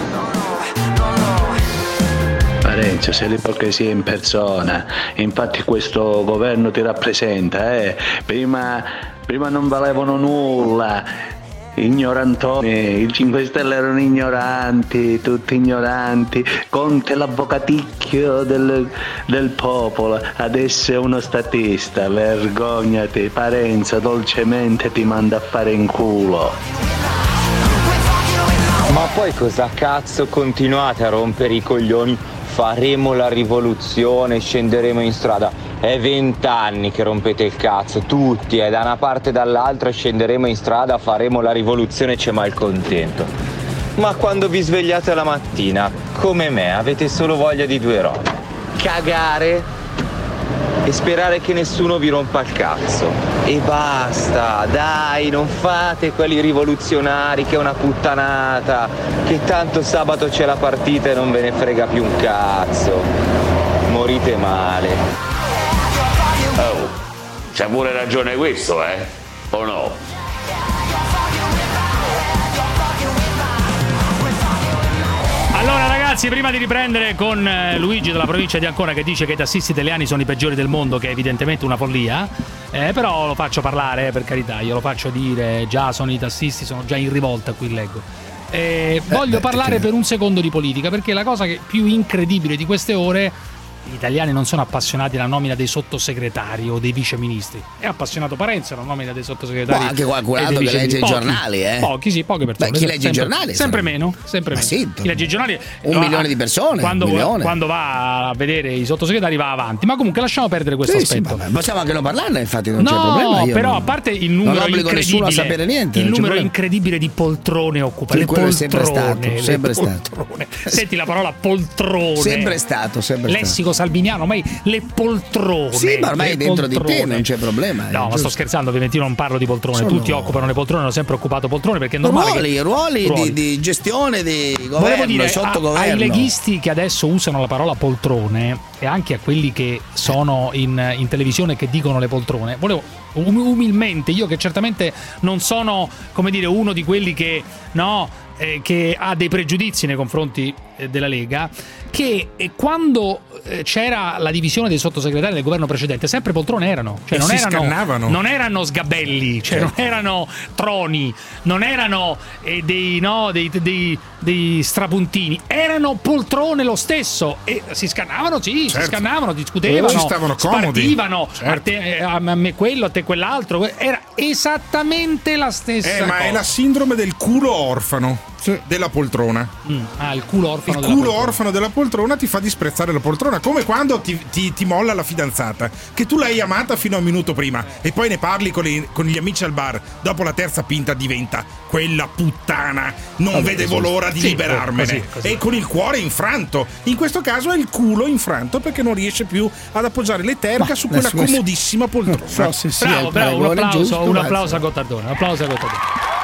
Speaker 23: Parenzo, sei l'ipocrisia in persona, infatti questo governo ti rappresenta, eh? Prima, prima non valevano nulla, ignorantoni, i cinque Stelle erano ignoranti, tutti ignoranti, Conte l'avvocaticchio del, del popolo, adesso è uno statista, vergognati, Parenzo dolcemente ti manda a fare in culo.
Speaker 24: Ma poi cosa cazzo continuate a rompere i coglioni? Faremo la rivoluzione, scenderemo in strada. È vent'anni che rompete il cazzo, tutti, e da una parte e dall'altra scenderemo in strada, faremo la rivoluzione, c'è malcontento. Ma quando vi svegliate la mattina, come me, avete solo voglia di due robe: cagare e sperare che nessuno vi rompa il cazzo. E basta, dai, non fate quelli rivoluzionari che è una puttanata, che tanto sabato c'è la partita e non ve ne frega più un cazzo. Morite male.
Speaker 4: Oh, c'ha pure ragione questo, eh? O no?
Speaker 9: Allora ragazzi, prima di riprendere con eh, Luigi della provincia di Ancona, che dice che i tassisti italiani sono i peggiori del mondo, che è evidentemente una follia, eh, però lo faccio parlare, eh, per carità, io lo faccio dire, già sono i tassisti, sono già in rivolta, qui leggo. Eh, voglio eh, parlare per un secondo di politica, perché la cosa che più incredibile di queste ore: gli italiani non sono appassionati alla nomina dei sottosegretari o dei viceministri. È appassionato Parenzo alla nomina dei sottosegretari.
Speaker 12: Ma anche qualcun altro che legge i giornali, eh?
Speaker 9: Pochi, sì, poche persone.
Speaker 12: Beh, chi legge
Speaker 9: sempre,
Speaker 12: i giornali?
Speaker 9: Sempre meno, sempre
Speaker 12: Ma
Speaker 9: meno.
Speaker 12: sì,
Speaker 9: chi legge i giornali?
Speaker 12: Un milione di persone.
Speaker 9: Quando,
Speaker 12: un milione.
Speaker 9: quando va a vedere i sottosegretari va avanti. Ma comunque lasciamo perdere questo
Speaker 12: sì,
Speaker 9: aspetto.
Speaker 12: Sì, possiamo anche non parlarne, infatti, non
Speaker 9: no,
Speaker 12: c'è problema. Io
Speaker 9: però
Speaker 12: non,
Speaker 9: a parte il numero
Speaker 12: non obbligo nessuno a sapere niente.
Speaker 9: Il numero incredibile di poltrone occupa. Le poltrone.
Speaker 12: È sempre stato. Sempre stato.
Speaker 9: Senti la parola poltrone.
Speaker 12: Sempre stato, sempre
Speaker 9: Lessico
Speaker 12: stato.
Speaker 9: salviniano, ma le poltrone.
Speaker 12: Sì, ma ormai è dentro poltrone. Di te, non c'è problema.
Speaker 9: No, ma sto scherzando, ovviamente io non parlo di poltrone. Sono... Tutti occupano le poltrone, hanno sempre occupato poltrone, perché è normale.
Speaker 12: Ruoli,
Speaker 9: che...
Speaker 12: ruoli, ruoli. Di, di gestione, di governo,
Speaker 9: Volevo dire,
Speaker 12: sottogoverno.
Speaker 9: Ai leghisti che adesso usano la parola poltrone e anche a quelli che sono in, in televisione che dicono le poltrone, volevo um, umilmente, io che certamente non sono, come dire, uno di quelli che no, eh, che ha dei pregiudizi nei confronti eh, della Lega, che eh, quando eh, c'era la divisione dei sottosegretari del governo precedente, sempre poltrone erano, cioè
Speaker 11: e
Speaker 9: non
Speaker 11: si
Speaker 9: erano
Speaker 11: scannavano.
Speaker 9: non erano sgabelli, cioè certo. non erano troni, non erano eh, dei no dei, dei, dei strapuntini, erano poltrone lo stesso, e si scannavano, sì, certo. si scannavano, discutevano,
Speaker 11: ci stavano comodi,
Speaker 9: spartivano,
Speaker 11: certo.
Speaker 9: a, te, a me quello, a te quell'altro, era esattamente la stessa
Speaker 11: eh,
Speaker 9: cosa.
Speaker 11: Ma è la sindrome del culo orfano. Della poltrona.
Speaker 9: Mm. Ah, il culo orfano
Speaker 11: il
Speaker 9: della
Speaker 11: culo
Speaker 9: poltrona.
Speaker 11: orfano della poltrona ti fa disprezzare la poltrona, come quando ti, ti, ti molla la fidanzata, che tu l'hai amata fino a un minuto prima e poi ne parli con, le, con gli amici al bar, dopo la terza pinta diventa quella puttana, non Vabbè, vedevo così. l'ora di sì, liberarmene così, così. E con il cuore infranto. In questo caso è il culo infranto, perché non riesce più ad appoggiare le terga Ma su quella comodissima poltrona.
Speaker 9: So, sì, sì, bravo, bravo, un applauso, giusto, un applauso a Gottardone, un applauso a Gottardone.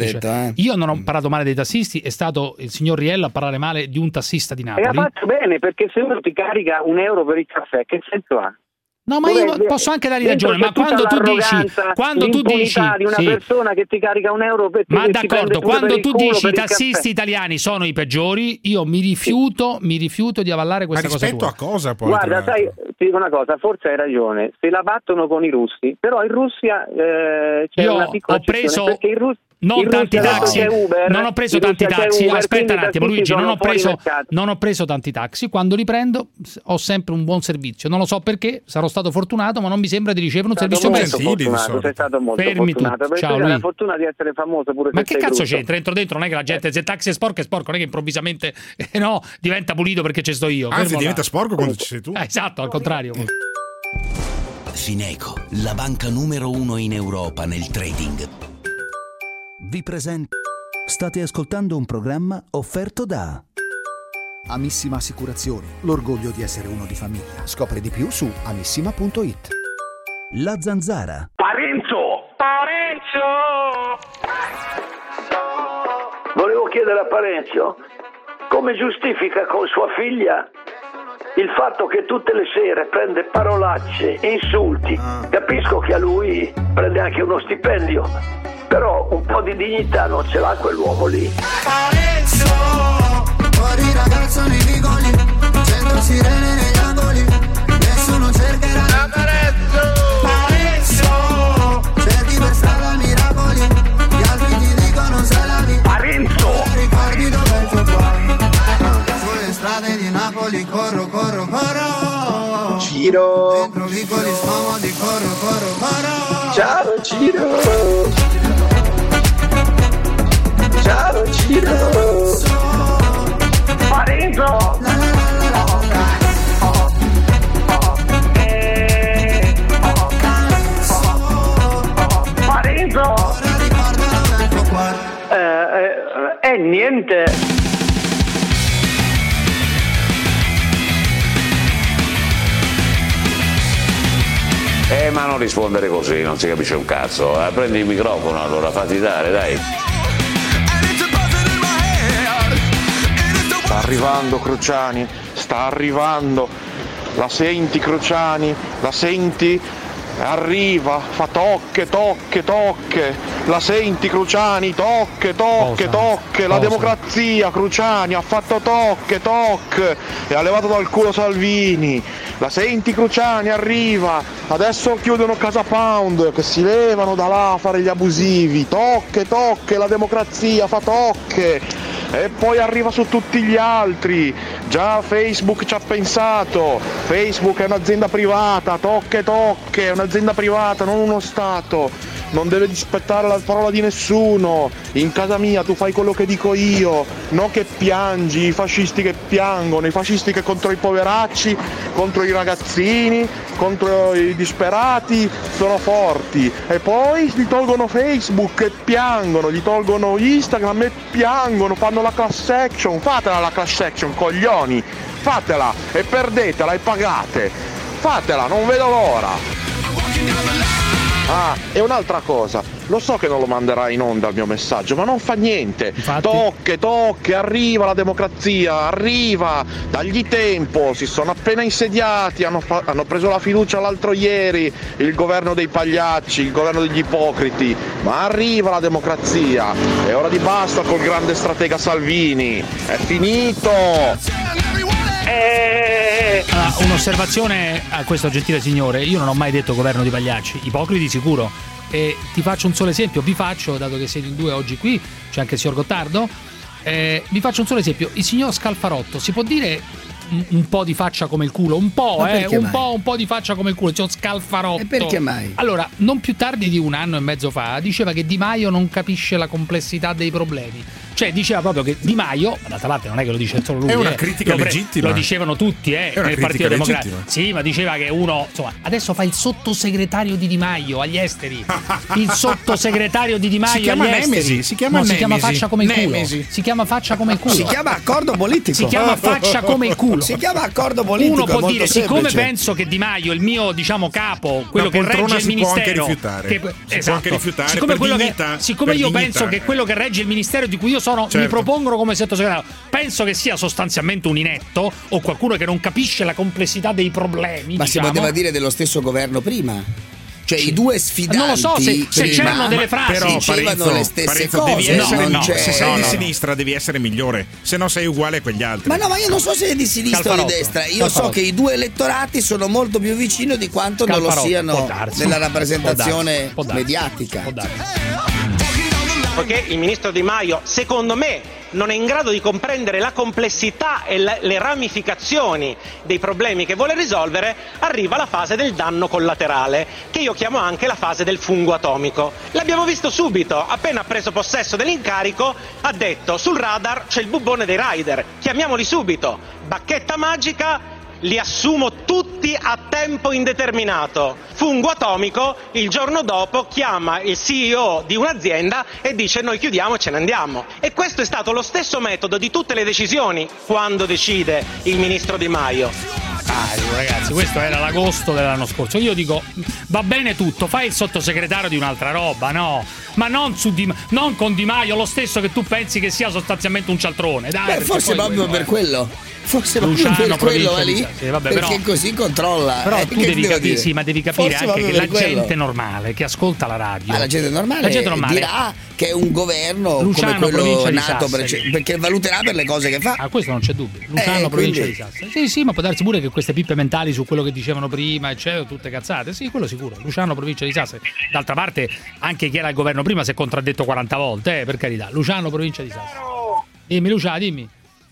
Speaker 9: semplice.
Speaker 12: detto, eh?
Speaker 9: Io non ho parlato male dei tassisti, è stato il signor Riello a parlare male di un tassista di
Speaker 16: E
Speaker 9: Napoli.
Speaker 16: ha fatto bene, perché se uno ti carica un euro per il caffè, che senso ha?
Speaker 9: No, ma io posso anche dargli ragione, ma quando tu dici, quando tu dici
Speaker 16: di una
Speaker 9: sì.
Speaker 16: persona che ti carica un euro perché
Speaker 9: Ma
Speaker 16: ti prende
Speaker 9: d'accordo,
Speaker 16: pure
Speaker 9: quando
Speaker 16: per il
Speaker 9: tu
Speaker 16: culo
Speaker 9: dici
Speaker 16: per
Speaker 9: i
Speaker 16: il
Speaker 9: tassisti
Speaker 16: caffè.
Speaker 9: italiani sono i peggiori, io mi rifiuto, mi rifiuto di avallare questa
Speaker 11: Ma
Speaker 9: cosa
Speaker 11: rispetto
Speaker 9: tua.
Speaker 11: a cosa poi?
Speaker 16: Guarda, sai, ti dico una cosa, forse hai ragione, se la battono con i russi, però in Russia eh, c'è
Speaker 9: Io
Speaker 16: una piccola
Speaker 9: ho preso-
Speaker 16: eccezione, perché i russi
Speaker 9: non
Speaker 7: In
Speaker 9: tanti
Speaker 7: Russia
Speaker 9: taxi,
Speaker 7: c'è Uber,
Speaker 9: non ho preso
Speaker 7: in
Speaker 9: tanti
Speaker 7: Russia c'è
Speaker 9: taxi.
Speaker 7: Uber,
Speaker 9: Aspetta
Speaker 7: quindi
Speaker 9: un
Speaker 7: i
Speaker 9: attimo,
Speaker 7: tassisti
Speaker 9: Luigi, non
Speaker 7: sono
Speaker 9: ho
Speaker 7: fuori
Speaker 9: preso
Speaker 7: mercato.
Speaker 9: non ho preso tanti taxi. Quando li prendo ho sempre un buon servizio. Non lo so perché, sarò stato fortunato, ma non mi sembra di ricevere un
Speaker 7: Sei
Speaker 9: servizio
Speaker 7: stato molto
Speaker 9: pessimo.
Speaker 7: fortunato, sei stato molto
Speaker 9: Fermi
Speaker 7: fortunato,
Speaker 9: tutti.
Speaker 7: perché
Speaker 9: Ciao,
Speaker 7: c'è la
Speaker 9: Luigi.
Speaker 7: fortuna di essere famoso pure
Speaker 9: Ma
Speaker 7: se
Speaker 9: che
Speaker 7: sei
Speaker 9: cazzo
Speaker 7: brutto.
Speaker 9: c'entra? Entro dentro, non è che la gente, se il taxi è sporco è sporco, non è che improvvisamente eh, no, diventa pulito perché ci sto io.
Speaker 11: Anzi,
Speaker 9: Fermo
Speaker 11: diventa
Speaker 9: là.
Speaker 11: sporco quando ci sei tu.
Speaker 9: Eh, esatto, al contrario.
Speaker 8: Fineco, la banca numero uno in Europa nel trading.
Speaker 17: Vi presento. State ascoltando un programma offerto da
Speaker 10: Amissima Assicurazioni, l'orgoglio di essere uno di famiglia. Scopri di più su amissima punto it.
Speaker 17: La Zanzara.
Speaker 1: Parenzo! Parenzo! Volevo chiedere a Parenzo come giustifica con sua figlia il fatto che tutte le sere prende parolacce e insulti. Capisco che a lui prende anche uno stipendio, però un po' di dignità non ce l'ha quell'uomo lì.
Speaker 3: Parenzo, fuori ragazzo nei vicoli, cento sirene negli angoli, nessuno cercherà Parenzo, Parenzo, cerchi per strada miracoli, gli altri ti dicono se la vi
Speaker 1: Parenzo,
Speaker 3: ricordi dove il tuo cuore, sulle strade di Napoli corro, corro, corro,
Speaker 1: Ciro,
Speaker 3: dentro vicoli scomodi corro, corro, corro,
Speaker 1: ciao Ciro. Ciao Ciro. Parenzo. Parenzo. Eh, eh, eh, niente.
Speaker 4: Eh, ma non rispondere così, non si capisce un cazzo. Eh, prendi il microfono allora, fatti dare, dai.
Speaker 21: Sta arrivando Cruciani, sta arrivando. La senti Cruciani? La senti? Arriva, fa tocche, tocche, tocche. La senti Cruciani? Tocche, tocche,
Speaker 9: Cosa?
Speaker 21: tocche. La
Speaker 9: Cosa?
Speaker 21: democrazia Cruciani ha fatto tocche, tocche. E ha levato dal culo Salvini. La senti Cruciani? Arriva. Adesso chiudono Casa Pound, che si levano da là a fare gli abusivi. Tocche, tocche, la democrazia fa tocche. E poi arriva su tutti gli altri. Già Facebook ci ha pensato. Facebook è un'azienda privata, tocche tocche, è un'azienda privata, non uno Stato. Non deve rispettare la parola di nessuno. In casa mia tu fai quello che dico io, no che piangi, i fascisti che piangono, i fascisti che contro i poveracci, contro i ragazzini, contro i disperati sono forti. E poi gli tolgono Facebook e piangono, gli tolgono Instagram e piangono, fanno la class action. Fatela la class action, coglioni, fatela e perdetela e pagate. Fatela, non vedo l'ora. Ah, e un'altra cosa, lo so che non lo manderai in onda il mio messaggio, ma non fa niente. Infatti. Tocche, tocche, arriva la democrazia, arriva, dagli tempo, si sono appena insediati, hanno, fa- hanno preso la fiducia l'altro ieri, il governo dei pagliacci, il governo degli ipocriti, ma arriva la democrazia, è ora di basta col grande stratega Salvini, è finito!
Speaker 9: Allora, un'osservazione a questo gentile signore: io non ho mai detto governo di pagliacci, ipocriti sicuro. E ti faccio un solo esempio, vi faccio, dato che siete in due oggi qui, c'è anche il signor Gottardo, eh, vi faccio un solo esempio. Il signor Scalfarotto si può dire un, un po' di faccia come il culo, un po',
Speaker 12: Ma
Speaker 9: eh,
Speaker 12: perché
Speaker 9: un
Speaker 12: mai?
Speaker 9: po', un po' di faccia come il culo, il signor Scalfarotto.
Speaker 12: E perché mai?
Speaker 9: Allora, non più tardi di un anno e mezzo fa diceva che Di Maio non capisce la complessità dei problemi. Cioè diceva proprio che Di Maio, ma d'altra parte non è che lo dice solo lui,
Speaker 11: È una
Speaker 9: eh,
Speaker 11: critica
Speaker 9: lo pre-
Speaker 11: legittima.
Speaker 9: Lo dicevano tutti, eh,
Speaker 11: È una
Speaker 9: nel
Speaker 11: critica
Speaker 9: Partito Democratico.
Speaker 11: legittima.
Speaker 9: Sì, ma diceva che uno, insomma, adesso fa il sottosegretario di Di Maio agli esteri. Il sottosegretario di Di Maio
Speaker 11: Si chiama
Speaker 9: agli esteri.
Speaker 11: Nemesi, si chiama
Speaker 9: no, si chiama
Speaker 11: Nemesi.
Speaker 9: faccia come il
Speaker 11: Nemesi.
Speaker 9: culo. Si chiama faccia come il culo.
Speaker 12: Si chiama accordo politico.
Speaker 9: Si chiama faccia come il culo.
Speaker 12: Si chiama accordo politico.
Speaker 9: Uno può
Speaker 12: molto
Speaker 9: dire,
Speaker 12: semplice.
Speaker 9: siccome penso che Di Maio, il mio diciamo capo, quello
Speaker 11: La
Speaker 9: che
Speaker 11: poltrona
Speaker 9: regge il
Speaker 11: si può anche
Speaker 9: ministero,
Speaker 11: rifiutare.
Speaker 9: che-
Speaker 11: Si può
Speaker 9: esatto.
Speaker 11: anche rifiutare
Speaker 9: siccome
Speaker 11: per
Speaker 9: quello che-
Speaker 11: dignità,
Speaker 9: siccome
Speaker 11: per
Speaker 9: io
Speaker 11: dignità.
Speaker 9: penso che quello che regge il ministero di cui io sono mi
Speaker 11: Certo.
Speaker 9: propongono come sottosegretario, penso che sia sostanzialmente un inetto o qualcuno che non capisce la complessità dei problemi.
Speaker 12: Ma
Speaker 9: diciamo.
Speaker 12: si poteva dire dello stesso governo prima? Cioè i due sfidanti
Speaker 9: Non lo so, se- se
Speaker 12: prima
Speaker 9: c'erano delle frasi.
Speaker 11: Però,
Speaker 12: dicevano
Speaker 11: Parenzo,
Speaker 12: le stesse
Speaker 11: Parenzo,
Speaker 12: cose.
Speaker 11: devi essere,
Speaker 12: non
Speaker 11: no,
Speaker 12: c'è-
Speaker 11: se sei
Speaker 12: no,
Speaker 11: di
Speaker 12: no.
Speaker 11: sinistra devi essere migliore, se no sei uguale a quegli altri.
Speaker 12: Ma no, ma io non so se è di sinistra o di
Speaker 11: Scalfarotto.
Speaker 12: destra. Io so
Speaker 11: Scalfarotto.
Speaker 12: che i due elettorati sono molto più vicini di quanto non lo
Speaker 9: Scalfarotto,
Speaker 12: siano
Speaker 9: può darsi.
Speaker 12: nella
Speaker 9: Può
Speaker 12: rappresentazione
Speaker 9: darsi, può darsi,
Speaker 12: mediatica.
Speaker 9: può darsi.
Speaker 6: poiché il ministro Di Maio, secondo me, non è in grado di comprendere la complessità e le, le ramificazioni dei problemi che vuole risolvere, arriva la fase del danno collaterale, che io chiamo anche la fase del fungo atomico. L'abbiamo visto subito, appena ha preso possesso dell'incarico, ha detto: sul radar c'è il bubbone dei rider, chiamiamoli subito, bacchetta magica, li assumo tutti a tempo indeterminato. Fungo atomico, il giorno dopo chiama il C E O di un'azienda e dice: noi chiudiamo e ce ne andiamo. E questo è stato lo stesso metodo di tutte le decisioni quando decide il ministro Di Maio.
Speaker 9: Ah, ragazzi, questo era l'agosto dell'anno scorso. Io dico, va bene tutto, fai il sottosegretario di un'altra roba, no? Ma non, su Di, non con Di Maio, lo stesso che tu pensi che sia sostanzialmente un cialtrone. Dai,
Speaker 12: Beh, forse proprio per quello. Forse
Speaker 9: Luciano,
Speaker 12: proprio per quello va lì,
Speaker 9: sì, vabbè,
Speaker 12: perché
Speaker 9: però,
Speaker 12: così controlla.
Speaker 9: Però
Speaker 12: eh,
Speaker 9: tu devi capire, sì, ma devi capire
Speaker 12: Forse
Speaker 9: anche che la
Speaker 12: quello.
Speaker 9: gente normale che ascolta la radio,
Speaker 12: Ma la gente normale,
Speaker 9: la gente normale
Speaker 12: dirà che è un governo
Speaker 9: Luciano,
Speaker 12: come quello
Speaker 9: provincia di
Speaker 12: nato per,
Speaker 9: Sassari.
Speaker 12: perché valuterà per le cose che fa.
Speaker 9: Ah, questo non c'è dubbio. Luciano,
Speaker 12: Eh,
Speaker 9: provincia
Speaker 12: quindi-
Speaker 9: di Sassari. Sì, sì, ma può darsi pure che queste pippe mentali su quello che dicevano prima, eccetera, tutte cazzate. Sì, quello sicuro. Luciano, provincia di Sassari. D'altra parte, anche chi era al governo prima si è contraddetto quaranta volte, eh, per carità. Luciano, provincia di Sassari. Dimmi, Luciano, dimmi.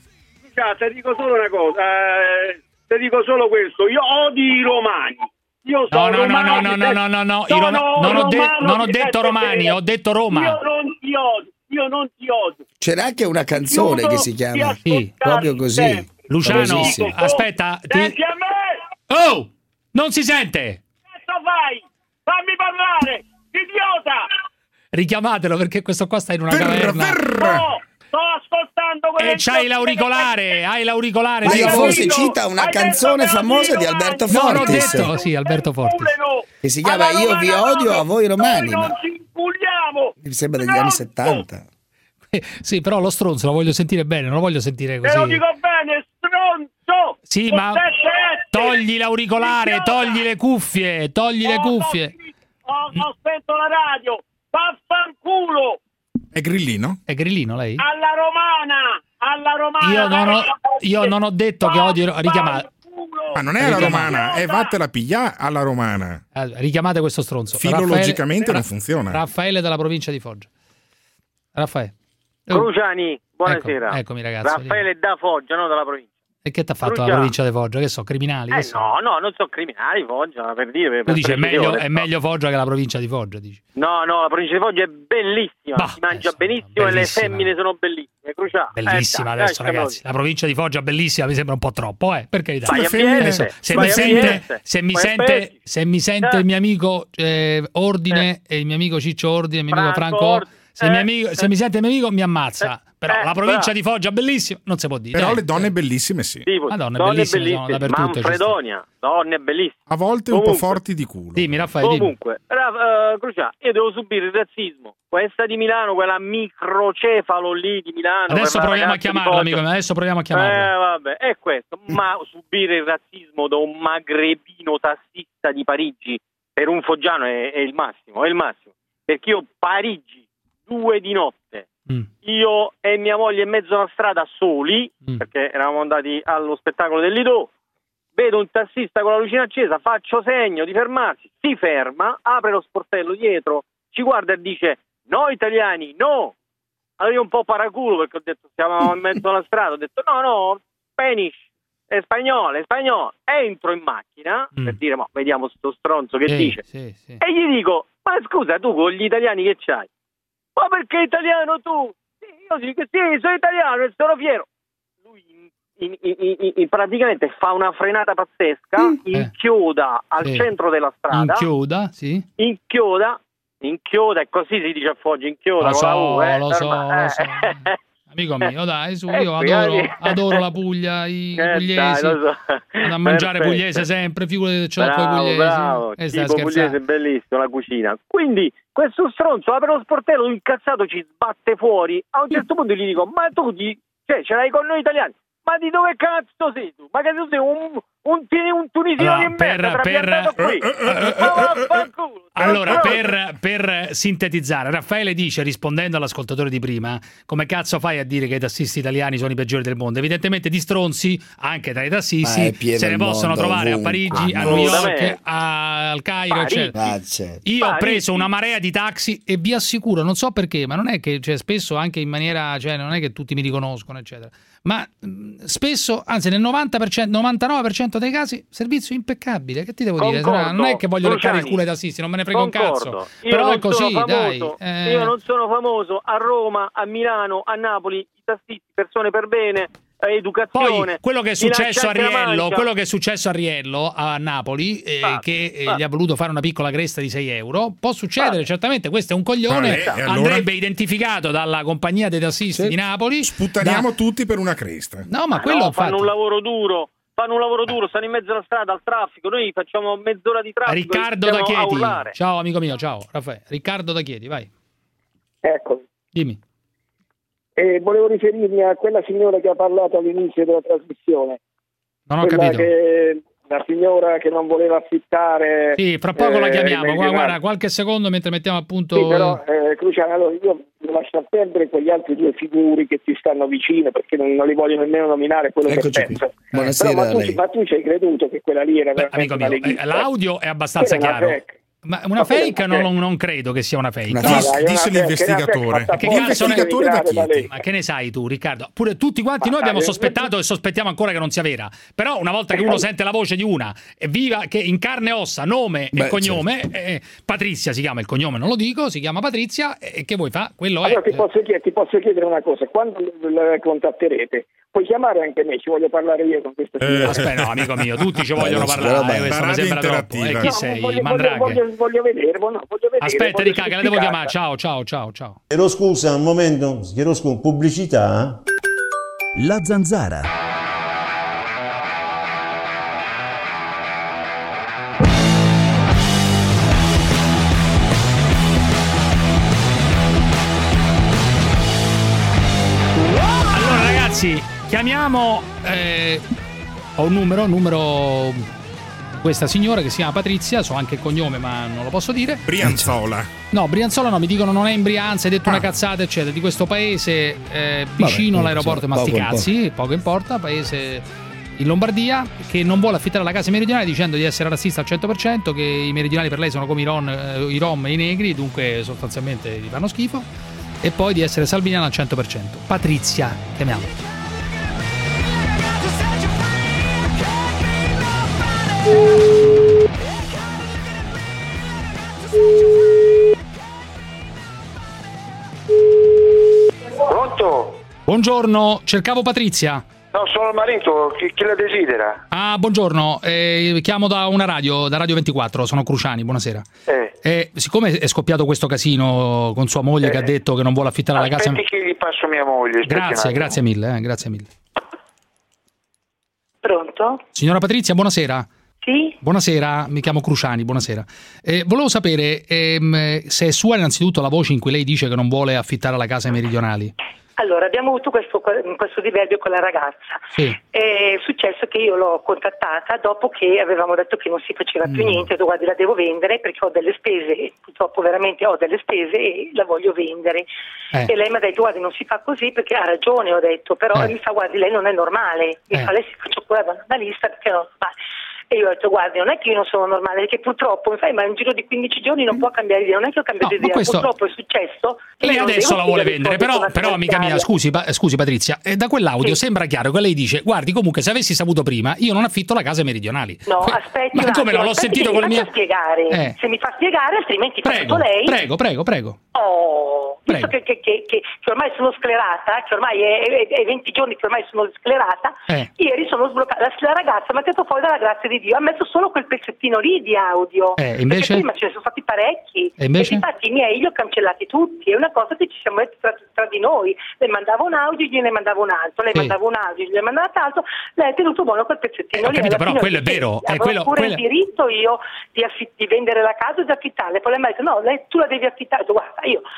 Speaker 13: Ti dico solo una cosa, eh, ti dico solo questo, io odio i romani. Io
Speaker 9: No,
Speaker 13: sono
Speaker 9: no, no, no,
Speaker 13: romano,
Speaker 9: no, no, no, no, no, i
Speaker 13: sono
Speaker 9: Roma- non ho, de-
Speaker 13: romano
Speaker 9: non ho
Speaker 13: di
Speaker 9: detto
Speaker 13: sette
Speaker 9: romani,
Speaker 13: pere.
Speaker 9: ho detto Roma.
Speaker 13: Io non ti odio, io non ti odio.
Speaker 12: C'era anche una canzone che si chiama
Speaker 9: Sì.
Speaker 12: proprio così.
Speaker 9: Luciano,
Speaker 12: famosissima.
Speaker 9: aspetta. Ti...
Speaker 13: Senti a me!
Speaker 9: Oh! Non si sente!
Speaker 13: Che fai? Fammi parlare, idiota!
Speaker 9: Richiamatelo perché questo qua sta in una caverna.
Speaker 13: No, sto ascoltando quello
Speaker 9: E c'hai l'auricolare, hai l'auricolare.
Speaker 12: Lei
Speaker 9: sì.
Speaker 12: forse cita una canzone famosa di Alberto
Speaker 9: No, l'ho
Speaker 12: Fortis.
Speaker 9: detto, sì, Alberto Fortis.
Speaker 12: Che si chiama Io vi odio a voi romani, ma
Speaker 13: Puliamo!
Speaker 12: mi sembra degli anni settanta.
Speaker 9: Eh, Sì, però lo stronzo lo voglio sentire bene, non lo voglio sentire
Speaker 13: Te lo
Speaker 9: così.
Speaker 13: dico bene, stronzo!
Speaker 9: Sì,
Speaker 13: Con
Speaker 9: ma
Speaker 13: sette ette.
Speaker 9: togli l'auricolare,
Speaker 13: Idiota!
Speaker 9: togli le cuffie, togli le
Speaker 13: Ho-
Speaker 9: cuffie.
Speaker 13: Ho, ho spento la radio! Vaffanculo!
Speaker 11: È grillino?
Speaker 9: È grillino lei?
Speaker 13: Alla romana! Alla romana!
Speaker 9: Io non ho, io non ho detto che odio. Richiamate,
Speaker 11: Ma non è alla romana, è vattela piglia alla romana.
Speaker 9: eh, richiamate questo stronzo.
Speaker 11: Filologicamente
Speaker 9: Raffaele-
Speaker 11: non funziona.
Speaker 9: Raffaele dalla provincia di Foggia. Raffaele. Eh,
Speaker 14: Cruciani, buonasera.
Speaker 9: Ecco- eccomi, ragazzi,
Speaker 14: Raffaele da Foggia, no dalla provincia.
Speaker 9: E che ti ha fatto
Speaker 14: Crucia.
Speaker 9: la provincia di Foggia? Che so, criminali?
Speaker 14: Eh
Speaker 9: Che so?
Speaker 14: no, no, non so criminali, Foggia, per dire. Per
Speaker 9: Tu dici è meglio,
Speaker 14: precisione,
Speaker 9: è
Speaker 14: no.
Speaker 9: meglio Foggia che la provincia di Foggia, dici.
Speaker 14: No, no, la provincia di Foggia è bellissima, si mangia benissimo e le
Speaker 9: bellissima.
Speaker 14: femmine sono bellissime. Cruciani.
Speaker 9: Bellissima
Speaker 14: Eh, dai,
Speaker 9: adesso,
Speaker 14: lasciamelo
Speaker 9: ragazzi. La provincia di Foggia bellissima mi sembra un po' troppo, eh, per carità.
Speaker 14: Vai a Firenze,
Speaker 9: Adesso, se
Speaker 14: vai
Speaker 9: mi
Speaker 14: a
Speaker 9: sente,
Speaker 14: Firenze,
Speaker 9: se mi
Speaker 14: vai a
Speaker 9: sente,
Speaker 14: Pesci.
Speaker 9: se mi sente
Speaker 14: Eh.
Speaker 9: il mio amico eh, Ordine e il mio amico Ciccio Ordine, il mio amico
Speaker 14: Franco
Speaker 9: Franco,
Speaker 14: Ordine,
Speaker 9: se, il mio
Speaker 14: eh,
Speaker 9: amico, se
Speaker 14: eh.
Speaker 9: mi sente il mio amico mi ammazza. Però
Speaker 14: eh,
Speaker 9: la provincia
Speaker 14: bravo.
Speaker 9: di Foggia bellissima, non si può dire.
Speaker 11: Però
Speaker 9: eh.
Speaker 11: le donne bellissime sì.
Speaker 14: Sì,
Speaker 9: Madonna,
Speaker 14: donne
Speaker 9: bellissime sono
Speaker 14: bellissime,
Speaker 9: dappertutto, ci
Speaker 14: Manfredonia, donne bellissime.
Speaker 11: A volte un po'
Speaker 14: Comunque.
Speaker 11: forti di culo.
Speaker 9: Dimmi, Raffaele, dimmi.
Speaker 14: Comunque, Ra- uh, Cruciani, io devo subire il razzismo. Questa di Milano, quella microcefalo lì di Milano.
Speaker 9: Adesso
Speaker 14: per la
Speaker 9: proviamo a
Speaker 14: ragazza di
Speaker 9: chiamarlo,
Speaker 14: Foggia.
Speaker 9: amico mio, adesso proviamo a chiamarlo.
Speaker 14: Eh, vabbè, è questo. Ma subire il razzismo da un magrebino tassista di Parigi per un foggiano è, è il massimo, è il massimo. Perché io Parigi, due di notte,
Speaker 9: Mm.
Speaker 14: io e mia moglie in mezzo alla strada soli,
Speaker 9: Mm.
Speaker 14: perché eravamo andati allo spettacolo del Lido, vedo un tassista con la lucina accesa, faccio segno di fermarsi, si ferma, apre lo sportello dietro, ci guarda e dice no italiani, no. Allora io un po' paraculo perché ho detto siamo in mezzo alla strada, ho detto no no, Spanish, è spagnolo, è spagnolo. Entro in macchina
Speaker 9: Mm.
Speaker 14: per dire ma vediamo sto stronzo che
Speaker 9: Sì,
Speaker 14: dice
Speaker 9: sì, sì.
Speaker 14: e gli dico ma scusa tu con gli italiani che c'hai? Ma perché italiano tu? Sì, io dico sì, sono italiano e sono fiero. Lui in, in, in, in, praticamente fa una frenata pazzesca, inchioda al
Speaker 9: Sì.
Speaker 14: centro della strada,
Speaker 9: Inchioda, sì.
Speaker 14: inchioda, inchioda, e così si dice a Foggia, inchioda
Speaker 9: Lo
Speaker 14: con la
Speaker 9: so,
Speaker 14: U, eh,
Speaker 9: lo so,
Speaker 14: ormai,
Speaker 9: lo
Speaker 14: eh.
Speaker 9: so. Amico mio, dai, su,
Speaker 14: Eh,
Speaker 9: io
Speaker 14: qui,
Speaker 9: adoro,
Speaker 14: eh,
Speaker 9: adoro la Puglia, i
Speaker 14: Eh,
Speaker 9: pugliesi.
Speaker 14: dai, lo so.
Speaker 9: Vado a mangiare
Speaker 14: Perfetto.
Speaker 9: pugliese sempre, figurati se ce l'ho con i
Speaker 14: Bravo,
Speaker 9: pugliesi.
Speaker 14: bravo,
Speaker 9: E stai
Speaker 14: tipo pugliese
Speaker 9: scherzando.
Speaker 14: è bellissimo, la cucina. Quindi questo stronzo apre lo sportello, incazzato ci sbatte fuori. A un certo punto gli dico, ma tu di, cioè, ce l'hai con noi italiani? Ma di dove cazzo sei tu? Ma che tu sei un, un, un tunisino
Speaker 9: allora,
Speaker 14: di
Speaker 9: per,
Speaker 14: merda,
Speaker 9: per,
Speaker 14: qui.
Speaker 9: uh, uh, uh, uh, uh, allora per, per sintetizzare, Raffaele dice, rispondendo all'ascoltatore di prima, come cazzo fai a dire che i tassisti italiani sono i peggiori del mondo? Evidentemente di stronzi anche tra i tassisti se ne possono trovare ovunque. A Parigi, ah, a New York, a, al Cairo, eccetera. Io ho preso una marea di taxi e vi assicuro, non so perché, ma non è che, cioè, spesso anche in maniera, cioè non è che tutti mi riconoscono, eccetera, ma mh, spesso, anzi nel novanta per cento, novantanove per cento dei casi, servizio impeccabile. Che ti devo
Speaker 14: Concordo.
Speaker 9: dire? Non è che voglio
Speaker 14: Luciani,
Speaker 9: leccare il culo ai tassisti, non me ne frega
Speaker 14: Concordo.
Speaker 9: un cazzo.
Speaker 14: Io
Speaker 9: però è così,
Speaker 14: famoso,
Speaker 9: dai. Eh...
Speaker 14: Io non sono famoso a Roma, a Milano, a Napoli, i tassisti, persone per bene, educazione.
Speaker 9: Poi quello che è successo a Riello, quello che è successo a Riello a Napoli, eh, ah, che eh, ah. gli ha voluto fare una piccola cresta di sei euro, può succedere, ah. certamente. Questo è un coglione,
Speaker 11: Vabbè,
Speaker 9: andrebbe
Speaker 11: allora...
Speaker 9: identificato dalla compagnia dei tassisti sì. di Napoli.
Speaker 11: Sputtaniamo
Speaker 9: da...
Speaker 11: tutti per una cresta.
Speaker 9: No, ma quello
Speaker 14: no, fanno
Speaker 9: fatto...
Speaker 14: un lavoro duro. Fanno un lavoro duro, stanno in mezzo alla strada, al traffico, noi facciamo mezz'ora di traffico.
Speaker 9: Riccardo da Chieti. Ciao amico mio, ciao Raffaele. Riccardo da Chieti, vai.
Speaker 15: Ecco.
Speaker 9: Dimmi.
Speaker 15: Eh, volevo riferirmi a quella signora che ha parlato all'inizio della trasmissione.
Speaker 9: Non ho
Speaker 15: quella
Speaker 9: capito.
Speaker 15: Che, la signora che non voleva affittare.
Speaker 9: Sì, fra poco
Speaker 15: eh,
Speaker 9: la chiamiamo. Guarda, guarda, qualche secondo mentre mettiamo a punto.
Speaker 15: Sì, però, eh, Cruciano, allora io lascio perdere quegli altri due figuri che ti stanno vicino, perché non, non li voglio nemmeno nominare quello Eccoci che penso.
Speaker 12: Buonasera.
Speaker 15: Però, ma, tu,
Speaker 12: lei.
Speaker 15: ma tu ci hai creduto che quella lì era
Speaker 9: Beh, amico mio, eh, l'audio è abbastanza
Speaker 15: era
Speaker 9: chiaro.
Speaker 15: Una
Speaker 9: ma una fake non, non credo che sia una fake.
Speaker 11: Una no, dai, dice una l'investigatore.
Speaker 9: Che cazzo ne... da Chieti? Ma che ne sai tu, Riccardo? Pure tutti quanti ma noi abbiamo sospettato e sospettiamo ancora che non sia vera. Però una volta che uno sente la voce di una e viva che in carne e ossa, nome Beh, e cognome, certo. eh, Patrizia si chiama il cognome, non lo dico, si chiama Patrizia, e che vuoi fa? Quello
Speaker 15: allora,
Speaker 9: è.
Speaker 15: Ti posso, chiedere, ti posso chiedere una cosa, quando la contatterete? Puoi chiamare anche me, ci voglio parlare io con questa signora.
Speaker 9: Eh, aspetta, no, amico mio, tutti ci vogliono parlare. Eh, questo mi sembra troppo. Eh, chi
Speaker 15: no,
Speaker 9: sei?
Speaker 15: Voglio,
Speaker 9: Mandraghe.
Speaker 15: Voglio, voglio vedere, voglio vedere.
Speaker 9: Aspetta, Ricca, che la devo chiamare. Ciao, ciao, ciao, ciao.
Speaker 18: Chiedo scusa, un momento, chiedo scusa, pubblicità?
Speaker 8: La Zanzara.
Speaker 9: Ragazzi, chiamiamo eh, ho un numero, numero questa signora che si chiama Patrizia, so anche il cognome ma non lo posso dire.
Speaker 11: Brianzola.
Speaker 9: No, Brianzola no, mi dicono non è in Brianza, hai detto ah. una cazzata eccetera, di questo paese eh, vicino Vabbè, all'aeroporto so, Masticazzi, poco importa, paese in Lombardia, che non vuole affittare la casa meridionale dicendo di essere razzista al cento per cento, che i meridionali per lei sono come i, ron, eh, i rom e i negri, dunque sostanzialmente gli fanno schifo, e poi di essere salviniana al cento per cento. Patrizia, chiamiamo.
Speaker 15: Pronto?
Speaker 9: Buongiorno, cercavo Patrizia.
Speaker 15: No, sono il marito, chi, chi la desidera?
Speaker 9: Ah, buongiorno, eh, chiamo da una radio, da Radio ventiquattro, sono Cruciani, buonasera. Eh. Eh, siccome è scoppiato questo casino con sua moglie eh. che ha detto che non vuole affittare
Speaker 15: Aspetti
Speaker 9: la casa...
Speaker 15: che gli passo mia moglie.
Speaker 9: Grazie, grazie mille, eh, grazie mille.
Speaker 19: Pronto?
Speaker 9: Signora Patrizia, buonasera.
Speaker 19: Sì?
Speaker 9: Buonasera, mi chiamo Cruciani, buonasera. Eh, volevo sapere ehm, se è sua innanzitutto la voce in cui lei dice che non vuole affittare la casa ai meridionali.
Speaker 19: Allora, abbiamo avuto questo, questo diverbio con la ragazza.
Speaker 9: Sì.
Speaker 19: È successo che io l'ho contattata dopo che avevamo detto che non si faceva più mm. niente. Ho detto, guardi, la devo vendere perché ho delle spese, purtroppo veramente ho delle spese e la voglio vendere. Eh. E lei mi ha detto, guardi, non si fa così perché ha ragione, ho detto, però eh. mi fa, guardi, lei non è normale. Mi eh. fa, lei si faccio cura da analista perché non fa. E io ho detto, guardi, non è che io non sono normale, perché purtroppo, mi fai, ma in giro di quindici giorni non può cambiare idea, non è che ho cambiato no, idea, questo... purtroppo è successo.
Speaker 9: Lei adesso la vuole vendere, però, però amica mia, scusi, pa- scusi Patrizia, eh, da quell'audio sì. sembra chiaro che lei dice, guardi, comunque se avessi saputo prima, io non affitto la casa ai meridionali.
Speaker 19: No, que- aspetti
Speaker 9: ma come non l'ho sentito con le mie...
Speaker 19: spiegare,
Speaker 9: eh.
Speaker 19: se mi fa spiegare, altrimenti
Speaker 9: prego,
Speaker 19: faccio lei.
Speaker 9: Prego, prego, prego.
Speaker 19: Oh, visto che, che, che, che, che ormai sono sclerata, che ormai è, è, è venti giorni che ormai sono sclerata, eh. ieri sono sbloccata, la, la ragazza mi ha tirato fuori dalla grazia di Dio, ha messo solo quel pezzettino lì di audio,
Speaker 9: eh, invece?
Speaker 19: Perché prima ce ne sono stati parecchi,
Speaker 9: e, invece?
Speaker 19: e infatti i miei li ho cancellati tutti, è una cosa che ci siamo detti tra, tra di noi, le mandavo un audio, gliene mandavo un altro, lei sì. mandava un audio, gliene mandava l'altro, lei ha tenuto buono quel pezzettino
Speaker 9: eh,
Speaker 19: lì.
Speaker 9: Capito, però quello è vero, è quello,
Speaker 19: pure
Speaker 9: quella...
Speaker 19: il diritto io di, affitt- di vendere la casa e di affittarla, poi lei mi ha detto no, lei, tu la devi affittare, guarda io, a parte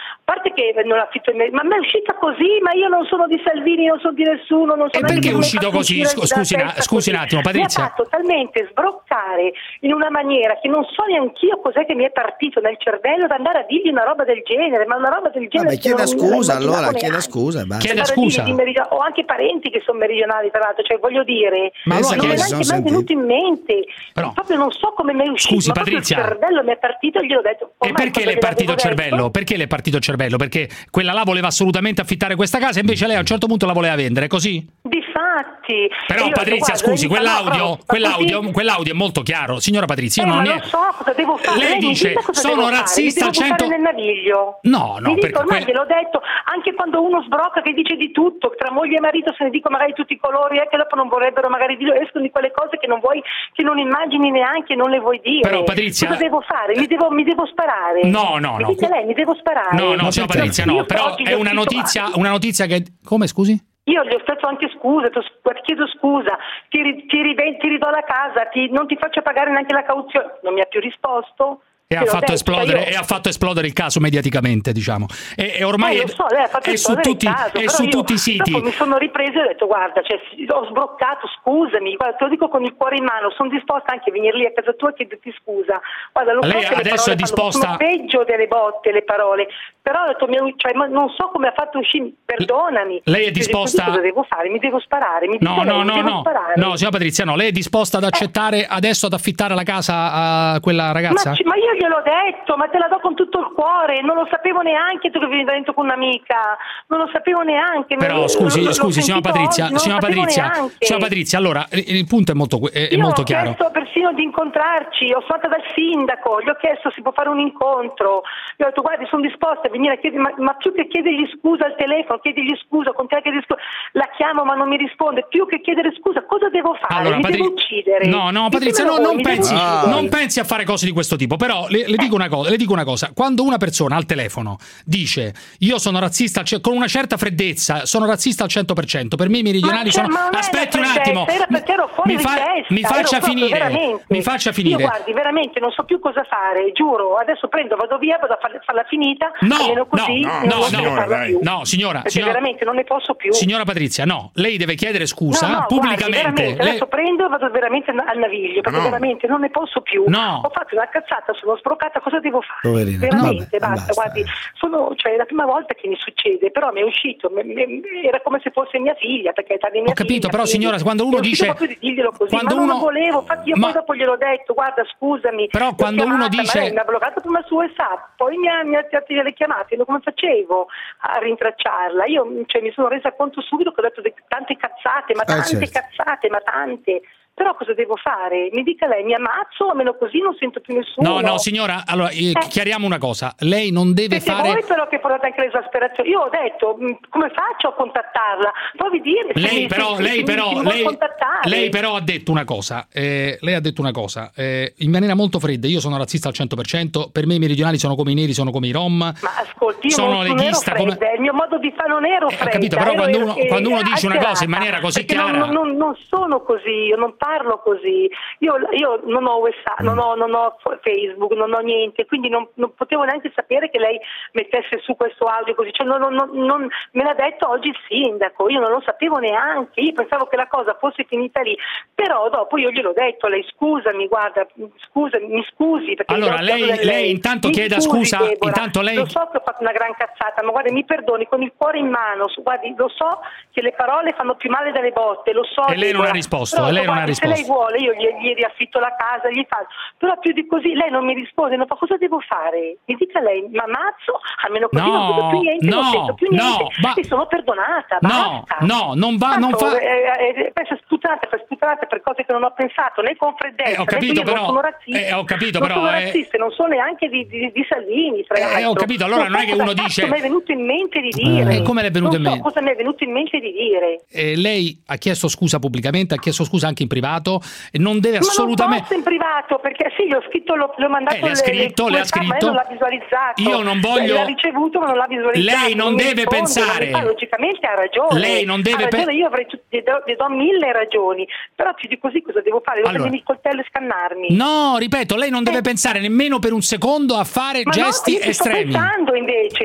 Speaker 19: parte che non affitto in me- ma a me è uscita così, ma io non sono di Salvini, non sono di nessuno, non sono.
Speaker 9: E perché è uscito così? Scusi, na- scusi un attimo, Patrizia.
Speaker 19: Mi ha fatto talmente sbroccare in una maniera che non so neanch'io cos'è che mi è partito nel cervello da andare a dirgli una roba del genere, ma una roba del genere.
Speaker 12: Vabbè, chieda scusa, allora, chieda scusa, basta.
Speaker 9: Chieda scusa.
Speaker 19: Di meridionali, ho anche parenti che sono meridionali, tra l'altro, cioè voglio dire,
Speaker 9: ma allora
Speaker 19: non mi è
Speaker 9: chiede,
Speaker 19: neanche mai venuto in mente.
Speaker 9: Però,
Speaker 19: proprio non so come mi è uscito.
Speaker 9: Scusi,
Speaker 19: ma
Speaker 9: Patrizia.
Speaker 19: Il cervello mi è partito e gliel'ho detto.
Speaker 9: E perché le è partito il cervello? Detto? Perché le è partito il cervello? Perché quella là voleva assolutamente affittare questa casa, invece lei a un certo punto la voleva vendere, così?
Speaker 19: Difatti.
Speaker 9: Però Patrizia,
Speaker 19: guarda,
Speaker 9: scusi, quell'audio, no, quell'audio, così... quell'audio è molto chiaro. Signora Patrizia,
Speaker 19: eh,
Speaker 9: io non
Speaker 19: ma
Speaker 9: è...
Speaker 19: non so cosa devo fare.
Speaker 9: Lei, lei dice, sono razzista al cento...
Speaker 19: nel naviglio.
Speaker 9: No, no,
Speaker 19: mi dico,
Speaker 9: perché
Speaker 19: ormai
Speaker 9: que...
Speaker 19: gliel'ho detto, anche quando uno sbrocca che dice di tutto, tra moglie e marito se ne dico magari tutti i colori, eh, che dopo non vorrebbero magari dire, escono di quelle cose che non vuoi, che non immagini neanche, non le vuoi dire.
Speaker 9: Però Patrizia...
Speaker 19: Cosa devo fare? Mi devo, mi devo sparare?
Speaker 9: No, no,
Speaker 19: mi
Speaker 9: no.
Speaker 19: Dite lei, mi devo sparare?
Speaker 9: No, no, signora Patrizia, no, però è una notizia, una notizia che... Come, scusi?
Speaker 19: Io gli ho fatto anche scuse, ti chiedo scusa, ti, ti, riven- ti ridò la casa, ti, non ti faccio pagare neanche la cauzione. Non mi ha più risposto.
Speaker 9: E ha, fatto
Speaker 19: detto,
Speaker 9: esplodere,
Speaker 19: io...
Speaker 9: e ha fatto esplodere il caso mediaticamente, diciamo. E, e ormai
Speaker 19: eh, lo so, lei ha fatto
Speaker 9: è su tutti,
Speaker 19: il caso,
Speaker 9: è su tutti i siti.
Speaker 19: Dopo mi sono ripresa e ho detto, guarda, cioè, ho sbroccato, scusami, guarda, te lo dico con il cuore in mano, sono disposta anche a venire lì a casa tua e chiederti scusa. Guarda, lo
Speaker 9: lei
Speaker 19: so che
Speaker 9: adesso
Speaker 19: le
Speaker 9: è disposta...
Speaker 19: sono peggio delle botte le parole, però ho detto, cioè, ma non so come ha fatto uscire, perdonami.
Speaker 9: Lei è disposta...
Speaker 19: Cosa devo fare? Mi devo sparare, mi
Speaker 9: no, no,
Speaker 19: lei,
Speaker 9: no,
Speaker 19: mi devo
Speaker 9: no,
Speaker 19: sparare.
Speaker 9: no, signora Patrizia, no, lei è disposta ad accettare eh. adesso ad affittare la casa a quella ragazza?
Speaker 19: Ma, ma io gliel'ho detto, ma te la do con tutto il cuore, non lo sapevo neanche tu che vieni dentro con un'amica, non lo sapevo neanche.
Speaker 9: Però scusi,
Speaker 19: l'ho,
Speaker 9: scusi,
Speaker 19: l'ho
Speaker 9: signora Patrizia,
Speaker 19: oggi,
Speaker 9: signora Patrizia, signora Patrizia, allora il punto è molto, è, è
Speaker 19: io
Speaker 9: molto
Speaker 19: ho
Speaker 9: chiaro.
Speaker 19: Ho chiesto persino di incontrarci, ho fatto dal sindaco, gli ho chiesto se si può fare un incontro, gli ho detto guardi sono disposta a venire a chiedere, ma, ma più che chiedergli scusa al telefono, chiedergli scusa, con te che scusa, la chiamo ma non mi risponde, più che chiedere scusa, cosa devo fare?
Speaker 9: Allora,
Speaker 19: mi
Speaker 9: Patri...
Speaker 19: devo uccidere?
Speaker 9: No, no, Patrizia, no, non, pensi, non pensi a fare cose di questo tipo, però le, le, dico una cosa, le dico una cosa, quando una persona al telefono dice io sono razzista con una certa freddezza, sono razzista al cento per cento, per me i meridionali
Speaker 19: ma
Speaker 9: sono... Aspetti un attimo,
Speaker 19: era perché ero fuori
Speaker 9: mi, fa...
Speaker 19: di testa,
Speaker 9: mi faccia
Speaker 19: ero
Speaker 9: finire,
Speaker 19: veramente.
Speaker 9: mi faccia finire.
Speaker 19: Io guardi, veramente non so più cosa fare, giuro, adesso prendo, vado via, vado a far, farla finita,
Speaker 9: no,
Speaker 19: almeno così
Speaker 9: no,
Speaker 19: non
Speaker 9: no,
Speaker 19: signora,
Speaker 9: no,
Speaker 19: più.
Speaker 9: no, signora,
Speaker 19: perché
Speaker 9: signora,
Speaker 19: veramente non ne posso più.
Speaker 9: Signora Patrizia, no, lei deve chiedere scusa
Speaker 19: no, no,
Speaker 9: pubblicamente.
Speaker 19: Guardi, veramente,
Speaker 9: lei...
Speaker 19: adesso prendo e vado veramente al naviglio, perché no. veramente non ne posso più.
Speaker 9: No.
Speaker 19: Ho fatto una cazzata, sono sbroccata, cosa devo fare?
Speaker 12: Poverina.
Speaker 19: Veramente,
Speaker 12: Vabbè,
Speaker 19: basta, guardi, sono, cioè, è la prima volta che mi succede, però mi è uscito, mi, mi, era come se fosse mia figlia, perché è di mia
Speaker 9: Ho capito,
Speaker 19: figlia,
Speaker 9: però signora, quando uno dice
Speaker 19: proprio di dirglielo così,
Speaker 9: quando
Speaker 19: ma
Speaker 9: uno...
Speaker 19: non lo volevo, infatti io
Speaker 9: ma...
Speaker 19: poi dopo gliel'ho detto, guarda, scusami.
Speaker 9: Però quando
Speaker 19: chiamata,
Speaker 9: uno dice
Speaker 19: mi ha bloccato prima su WhatsApp, poi mi ha, mi ha tirato le chiamate, come facevo a rintracciarla? Io cioè, mi sono resa conto subito che ho detto tante cazzate, ma tante
Speaker 12: eh, certo.
Speaker 19: cazzate, ma tante. Però cosa devo fare? Mi dica lei, mi ammazzo, almeno così non sento più nessuno.
Speaker 9: No, no, signora, allora eh, eh. chiariamo una cosa. Lei non deve
Speaker 19: Siete
Speaker 9: fare...
Speaker 19: voi però che portate anche l'esasperazione. Io ho detto, come faccio a contattarla? Provi a dire.
Speaker 9: Lei
Speaker 19: mi,
Speaker 9: però,
Speaker 19: se,
Speaker 9: lei,
Speaker 19: se
Speaker 9: però
Speaker 19: mi,
Speaker 9: lei,
Speaker 19: contattare.
Speaker 9: lei però ha detto una cosa. Eh, lei ha detto una cosa. Eh, in maniera molto fredda, io sono razzista al cento per cento, per me i meridionali sono come i neri, sono come i rom.
Speaker 19: Ma ascolti, io
Speaker 9: sono
Speaker 19: non,
Speaker 9: leghista,
Speaker 19: non ero fredda,
Speaker 9: come...
Speaker 19: il mio modo di fare non ero fredda.
Speaker 9: Eh, ho capito, però
Speaker 19: ero,
Speaker 9: quando
Speaker 19: ero,
Speaker 9: uno, ero, quando uno dice una cosa in maniera così chiara...
Speaker 19: Non, non, non sono così, io non parlo così. Io, io non ho WhatsApp, non ho, non ho Facebook, non ho niente, quindi non, non potevo neanche sapere che lei mettesse su questo audio così, cioè non, non, non, me l'ha detto oggi il sindaco, io non lo sapevo neanche, io pensavo che la cosa fosse finita lì, però dopo io gliel'ho detto, lei scusami, guarda, scusami, mi scusi. Perché
Speaker 9: allora lei, lei, lei intanto
Speaker 19: mi
Speaker 9: chieda
Speaker 19: scusi,
Speaker 9: scusa,
Speaker 19: Deborah,
Speaker 9: intanto lei...
Speaker 19: Lo so che ho fatto una gran cazzata, ma guarda, mi perdoni, con il cuore in mano, guardi, lo so che le parole fanno più male delle botte, lo so.
Speaker 9: E lei non ha risposto,
Speaker 19: però,
Speaker 9: e lei non
Speaker 19: guardi,
Speaker 9: ha risposto.
Speaker 19: Se lei vuole, io gli, gli riaffitto la casa, gli faccio, però più di così lei non mi risponde, non fa cosa devo fare? Mi dica lei, ma ammazzo, almeno così
Speaker 9: no,
Speaker 19: non vedo più niente,
Speaker 9: no,
Speaker 19: non sento più niente,
Speaker 9: no, ma...
Speaker 19: mi sono perdonata,
Speaker 9: no,
Speaker 19: basta.
Speaker 9: no, non va,
Speaker 19: Tanto,
Speaker 9: non fa...
Speaker 19: Eh, eh, pensa sputanate per sputanate per cose che non ho pensato, né con freddezza,
Speaker 9: eh, ho capito,
Speaker 19: io
Speaker 9: però,
Speaker 19: non sono razzista,
Speaker 9: eh, ho capito,
Speaker 19: non
Speaker 9: però,
Speaker 19: sono
Speaker 9: eh...
Speaker 19: razzista, non so neanche di, di, di Salvini, tra l'altro.
Speaker 9: Eh, ho capito, allora non, non è che uno dice...
Speaker 19: Cosa mi è venuto in mente di dire?
Speaker 9: Eh, come le è venuto
Speaker 19: non
Speaker 9: in mente?
Speaker 19: So cosa mi è venuto in mente di dire?
Speaker 9: Eh, lei ha chiesto scusa pubblicamente, ha chiesto scusa anche in privato, e non deve
Speaker 19: ma
Speaker 9: assolutamente...
Speaker 19: non posso in privato, perché sì, gli ho scritto, l'ho, l'ho mandato...
Speaker 9: Eh, le ha scritto, le, le ha scritto...
Speaker 19: Ma non l'ha visualizzato.
Speaker 9: Io non voglio...
Speaker 19: L'ha ricevuto, ma non l'ha visualizzato.
Speaker 9: Lei non,
Speaker 19: non
Speaker 9: deve
Speaker 19: risponde,
Speaker 9: pensare...
Speaker 19: Non logicamente ha ragione.
Speaker 9: Lei non deve...
Speaker 19: Ha ragione, io avrei tutti, le, do, le do mille ragioni, però più di così cosa devo fare? Devo
Speaker 9: allora,
Speaker 19: prendermi il coltello e scannarmi.
Speaker 9: No, ripeto, lei non deve eh. pensare nemmeno per un secondo a fare
Speaker 19: ma
Speaker 9: gesti
Speaker 19: no, io
Speaker 9: estremi.
Speaker 19: Sto pensando invece, io purtroppo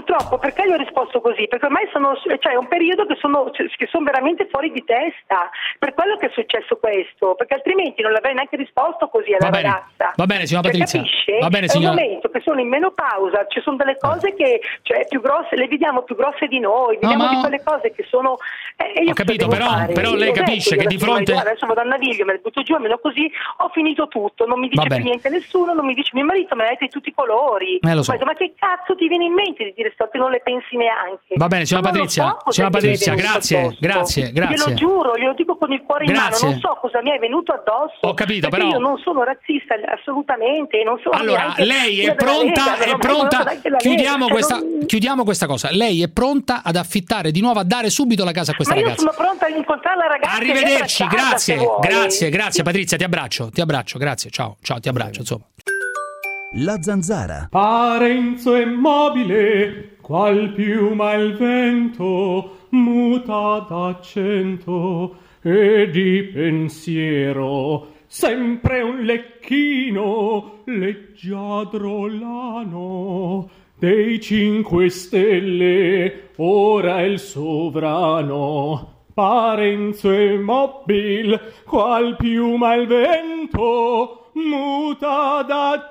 Speaker 19: purtroppo, perché gli ho risposto così? Perché ormai sono, cioè è un periodo che sono, che sono veramente fuori di testa, per quello che è successo questo, perché altrimenti non l'avrei neanche risposto così alla
Speaker 9: Va bene.
Speaker 19: ragazza.
Speaker 9: Va bene, signora
Speaker 19: Cioè,
Speaker 9: Patrizia.
Speaker 19: capisce?
Speaker 9: Va bene,
Speaker 19: è
Speaker 9: signora.
Speaker 19: un momento che sono in menopausa, ci sono delle cose che, cioè, più grosse, le vediamo più grosse di noi, vediamo
Speaker 9: ma-
Speaker 19: di quelle cose che sono... Eh, io
Speaker 9: Ho capito,
Speaker 19: cosa devo
Speaker 9: però-
Speaker 19: fare?
Speaker 9: però lei
Speaker 19: Ho detto
Speaker 9: capisce
Speaker 19: io
Speaker 9: che
Speaker 19: alla
Speaker 9: di
Speaker 19: signora,
Speaker 9: fronte-
Speaker 19: guarda, adesso vado a Naviglio, me le butto giù, almeno così ho finito tutto, non mi dice
Speaker 9: Va
Speaker 19: più
Speaker 9: bene.
Speaker 19: niente nessuno, non mi dice mio marito, me l'ha detto di tutti i colori.
Speaker 9: Eh, lo so.
Speaker 19: Ho detto, ma che cazzo ti viene in mente di dire sto che non le pensi neanche?
Speaker 9: Va bene, signora
Speaker 19: Ma non lo
Speaker 9: Patrizia,
Speaker 19: so cosa
Speaker 9: signora
Speaker 19: ti
Speaker 9: Patrizia,
Speaker 19: viene
Speaker 9: grazie,
Speaker 19: addosso.
Speaker 9: grazie, grazie.
Speaker 19: Glielo giuro, glielo dico con il cuore in
Speaker 9: Grazie.
Speaker 19: mano, non so cosa mi è venuto addosso.
Speaker 9: Ho capito,
Speaker 19: perché
Speaker 9: però-
Speaker 19: io non sono razzista assolutamente, non sono
Speaker 9: Allora,
Speaker 19: neanche
Speaker 9: lei
Speaker 19: quella
Speaker 9: è
Speaker 19: della
Speaker 9: pronta,
Speaker 19: Lega, non
Speaker 9: è
Speaker 19: ho mai
Speaker 9: pronta.
Speaker 19: votato neanche la
Speaker 9: Chiudiamo
Speaker 19: Lega,
Speaker 9: questa,
Speaker 19: cioè, non-
Speaker 9: chiudiamo questa cosa. Lei è pronta ad affittare di nuovo, a dare subito la casa a questa
Speaker 19: Ma io
Speaker 9: ragazza.
Speaker 19: sono pronta a incontrare la ragazza. e
Speaker 9: Arrivederci,
Speaker 19: abbracciarla,
Speaker 9: grazie,
Speaker 19: se vuoi.
Speaker 9: grazie, grazie Patrizia, ti abbraccio, ti abbraccio, grazie, ciao, ciao, ti abbraccio, insomma.
Speaker 17: La zanzara.
Speaker 20: Parenzo immobile, qual piuma il vento, muta d'accento e di pensiero, sempre un lecchino, leggiadro lano, dei cinque stelle, ora il sovrano. Parenzo immobil, qual piuma il vento, muta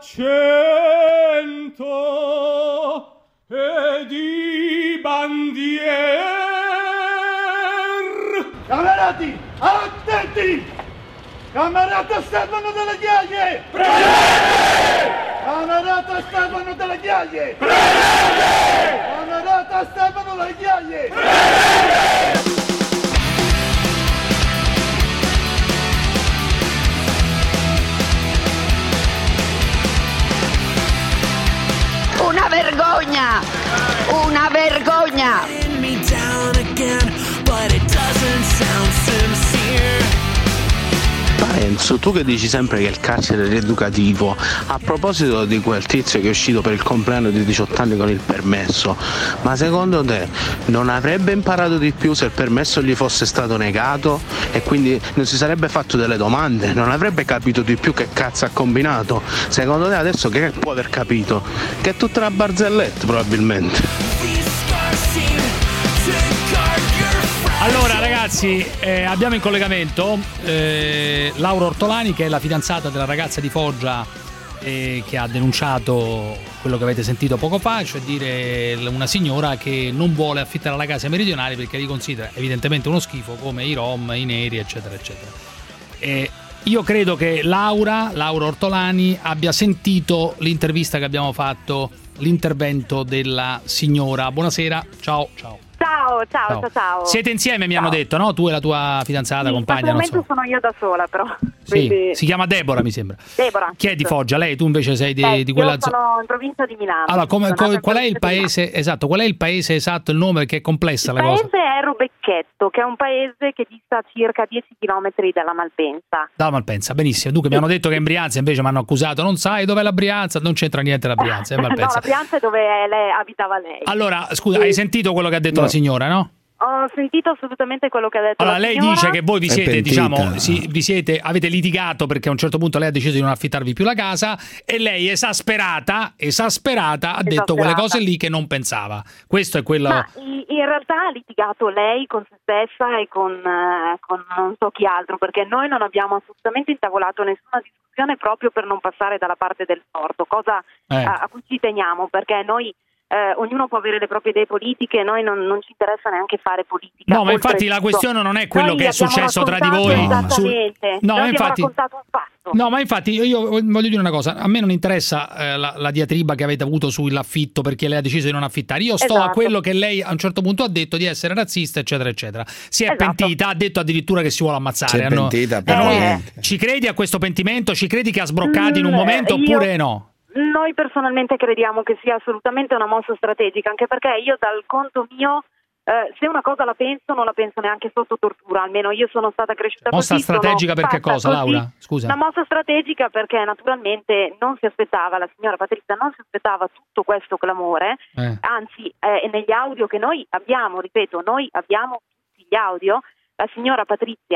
Speaker 20: d'accento e di bandier.
Speaker 3: Camerati, attenti! Camerata Stefano delle Ghiaglie! Camerata Stefano delle Ghiaglie! Camerata Stefano delle Ghiaglie!
Speaker 22: Una vergogna! Una vergogna!
Speaker 23: Parenzo, tu che dici sempre che il carcere è rieducativo, a proposito di quel tizio che è uscito per il compleanno di diciotto anni con il permesso, ma secondo te non avrebbe imparato di più se il permesso gli fosse stato negato e quindi non si sarebbe fatto delle domande, non avrebbe capito di più che cazzo ha combinato? Secondo te adesso che può aver capito? Che è tutta una barzelletta probabilmente.
Speaker 9: Allora ragazzi, eh, abbiamo in collegamento eh, Laura Ortolani, che è la fidanzata della ragazza di Foggia eh, che ha denunciato quello che avete sentito poco fa, cioè dire una signora che non vuole affittare la casa ai meridionali perché li considera evidentemente uno schifo, come i rom, i neri, eccetera eccetera. E io credo che Laura, Laura Ortolani abbia sentito l'intervista che abbiamo fatto, l'intervento della signora. Buonasera, ciao, ciao.
Speaker 24: Ciao, ciao, ciao, ciao.
Speaker 9: Siete insieme, mi hanno detto, no? Tu e la tua fidanzata,
Speaker 24: Sì,
Speaker 9: compagna,
Speaker 24: in
Speaker 9: non
Speaker 24: questo
Speaker 9: so.
Speaker 24: momento sono io da sola, però.
Speaker 9: Sì,
Speaker 24: Quindi...
Speaker 9: si chiama Deborah, mi sembra.
Speaker 24: Deborah.
Speaker 9: Chi è di Foggia? Lei? Tu invece sei di,
Speaker 24: Beh,
Speaker 9: di quella
Speaker 24: io
Speaker 9: zona.
Speaker 24: sono in provincia di Milano.
Speaker 9: Allora, come-
Speaker 24: Sono
Speaker 9: co-
Speaker 24: nata in
Speaker 9: qual è il
Speaker 24: provincia di
Speaker 9: paese esatto? Qual è il paese esatto, il nome, che è complessa
Speaker 24: Milano.
Speaker 9: la
Speaker 24: Il
Speaker 9: cosa?
Speaker 24: paese è Rubecchetto, che è un paese che dista circa dieci chilometri dalla Malpensa.
Speaker 9: Da Malpensa, benissimo. Dunque mi hanno detto che è in Brianza, invece mi hanno accusato, non sai dov'è la Brianza, non c'entra niente la Brianza, è
Speaker 24: No,
Speaker 9: Malpensa.
Speaker 24: la Brianza è dove lei, abitava lei.
Speaker 9: Allora, scusa, hai sentito quello che ha detto la signora, no?
Speaker 24: Ho sentito assolutamente quello che ha detto
Speaker 9: Allora,
Speaker 24: la
Speaker 9: lei
Speaker 24: signora.
Speaker 9: dice che voi vi
Speaker 23: È
Speaker 9: siete,
Speaker 23: pentita.
Speaker 9: diciamo, si- vi siete, avete litigato perché a un certo punto lei ha deciso di non affittarvi più la casa e lei, esasperata, esasperata, ha detto quelle cose lì che non pensava. Questo è quello.
Speaker 24: Ma in in realtà ha litigato lei con se stessa e con, eh, con non so chi altro, perché noi non abbiamo assolutamente intavolato nessuna discussione proprio per non passare dalla parte del torto, cosa
Speaker 9: Eh.
Speaker 24: a, a cui ci teniamo, perché noi eh, ognuno può avere le proprie idee politiche, noi non, non ci interessa neanche fare politica.
Speaker 9: No, ma
Speaker 24: Oltre
Speaker 9: infatti la
Speaker 24: tutto,
Speaker 9: questione non è quello
Speaker 24: noi
Speaker 9: che è
Speaker 24: abbiamo
Speaker 9: successo tra di
Speaker 24: raccontato
Speaker 9: voi.
Speaker 24: Esattamente.
Speaker 9: Su- No,
Speaker 24: Noi abbiamo
Speaker 9: infatti-
Speaker 24: raccontato un fatto.
Speaker 9: No, ma infatti io, io voglio dire una cosa, a me non interessa eh, la, la diatriba che avete avuto sull'affitto perché lei ha deciso di non affittare, io sto a
Speaker 24: Esatto.
Speaker 9: quello che lei a un certo punto ha detto di essere razzista, eccetera eccetera. Si è
Speaker 24: Esatto.
Speaker 9: pentita, ha detto addirittura che si vuole ammazzare.
Speaker 12: Si è
Speaker 9: Hanno-
Speaker 12: pentita,
Speaker 9: eh,
Speaker 12: però
Speaker 9: noi-
Speaker 12: niente.
Speaker 9: Ci credi a questo pentimento? Ci credi che ha sbroccato in un
Speaker 24: Mm,
Speaker 9: momento
Speaker 24: io-
Speaker 9: oppure no?
Speaker 24: Noi personalmente crediamo che sia assolutamente una mossa strategica, anche perché io dal conto mio, eh, se una cosa la penso, non la penso neanche sotto tortura, almeno io sono stata cresciuta
Speaker 9: Mossa
Speaker 24: così. sono
Speaker 9: strategica per che
Speaker 24: fatta
Speaker 9: cosa,
Speaker 24: così.
Speaker 9: Laura? Scusa.
Speaker 24: Una mossa strategica perché naturalmente non si aspettava, la signora Patrizia non si aspettava tutto questo clamore,
Speaker 9: Eh.
Speaker 24: anzi eh, negli audio che noi abbiamo, ripeto, noi abbiamo tutti gli audio, la signora Patrizia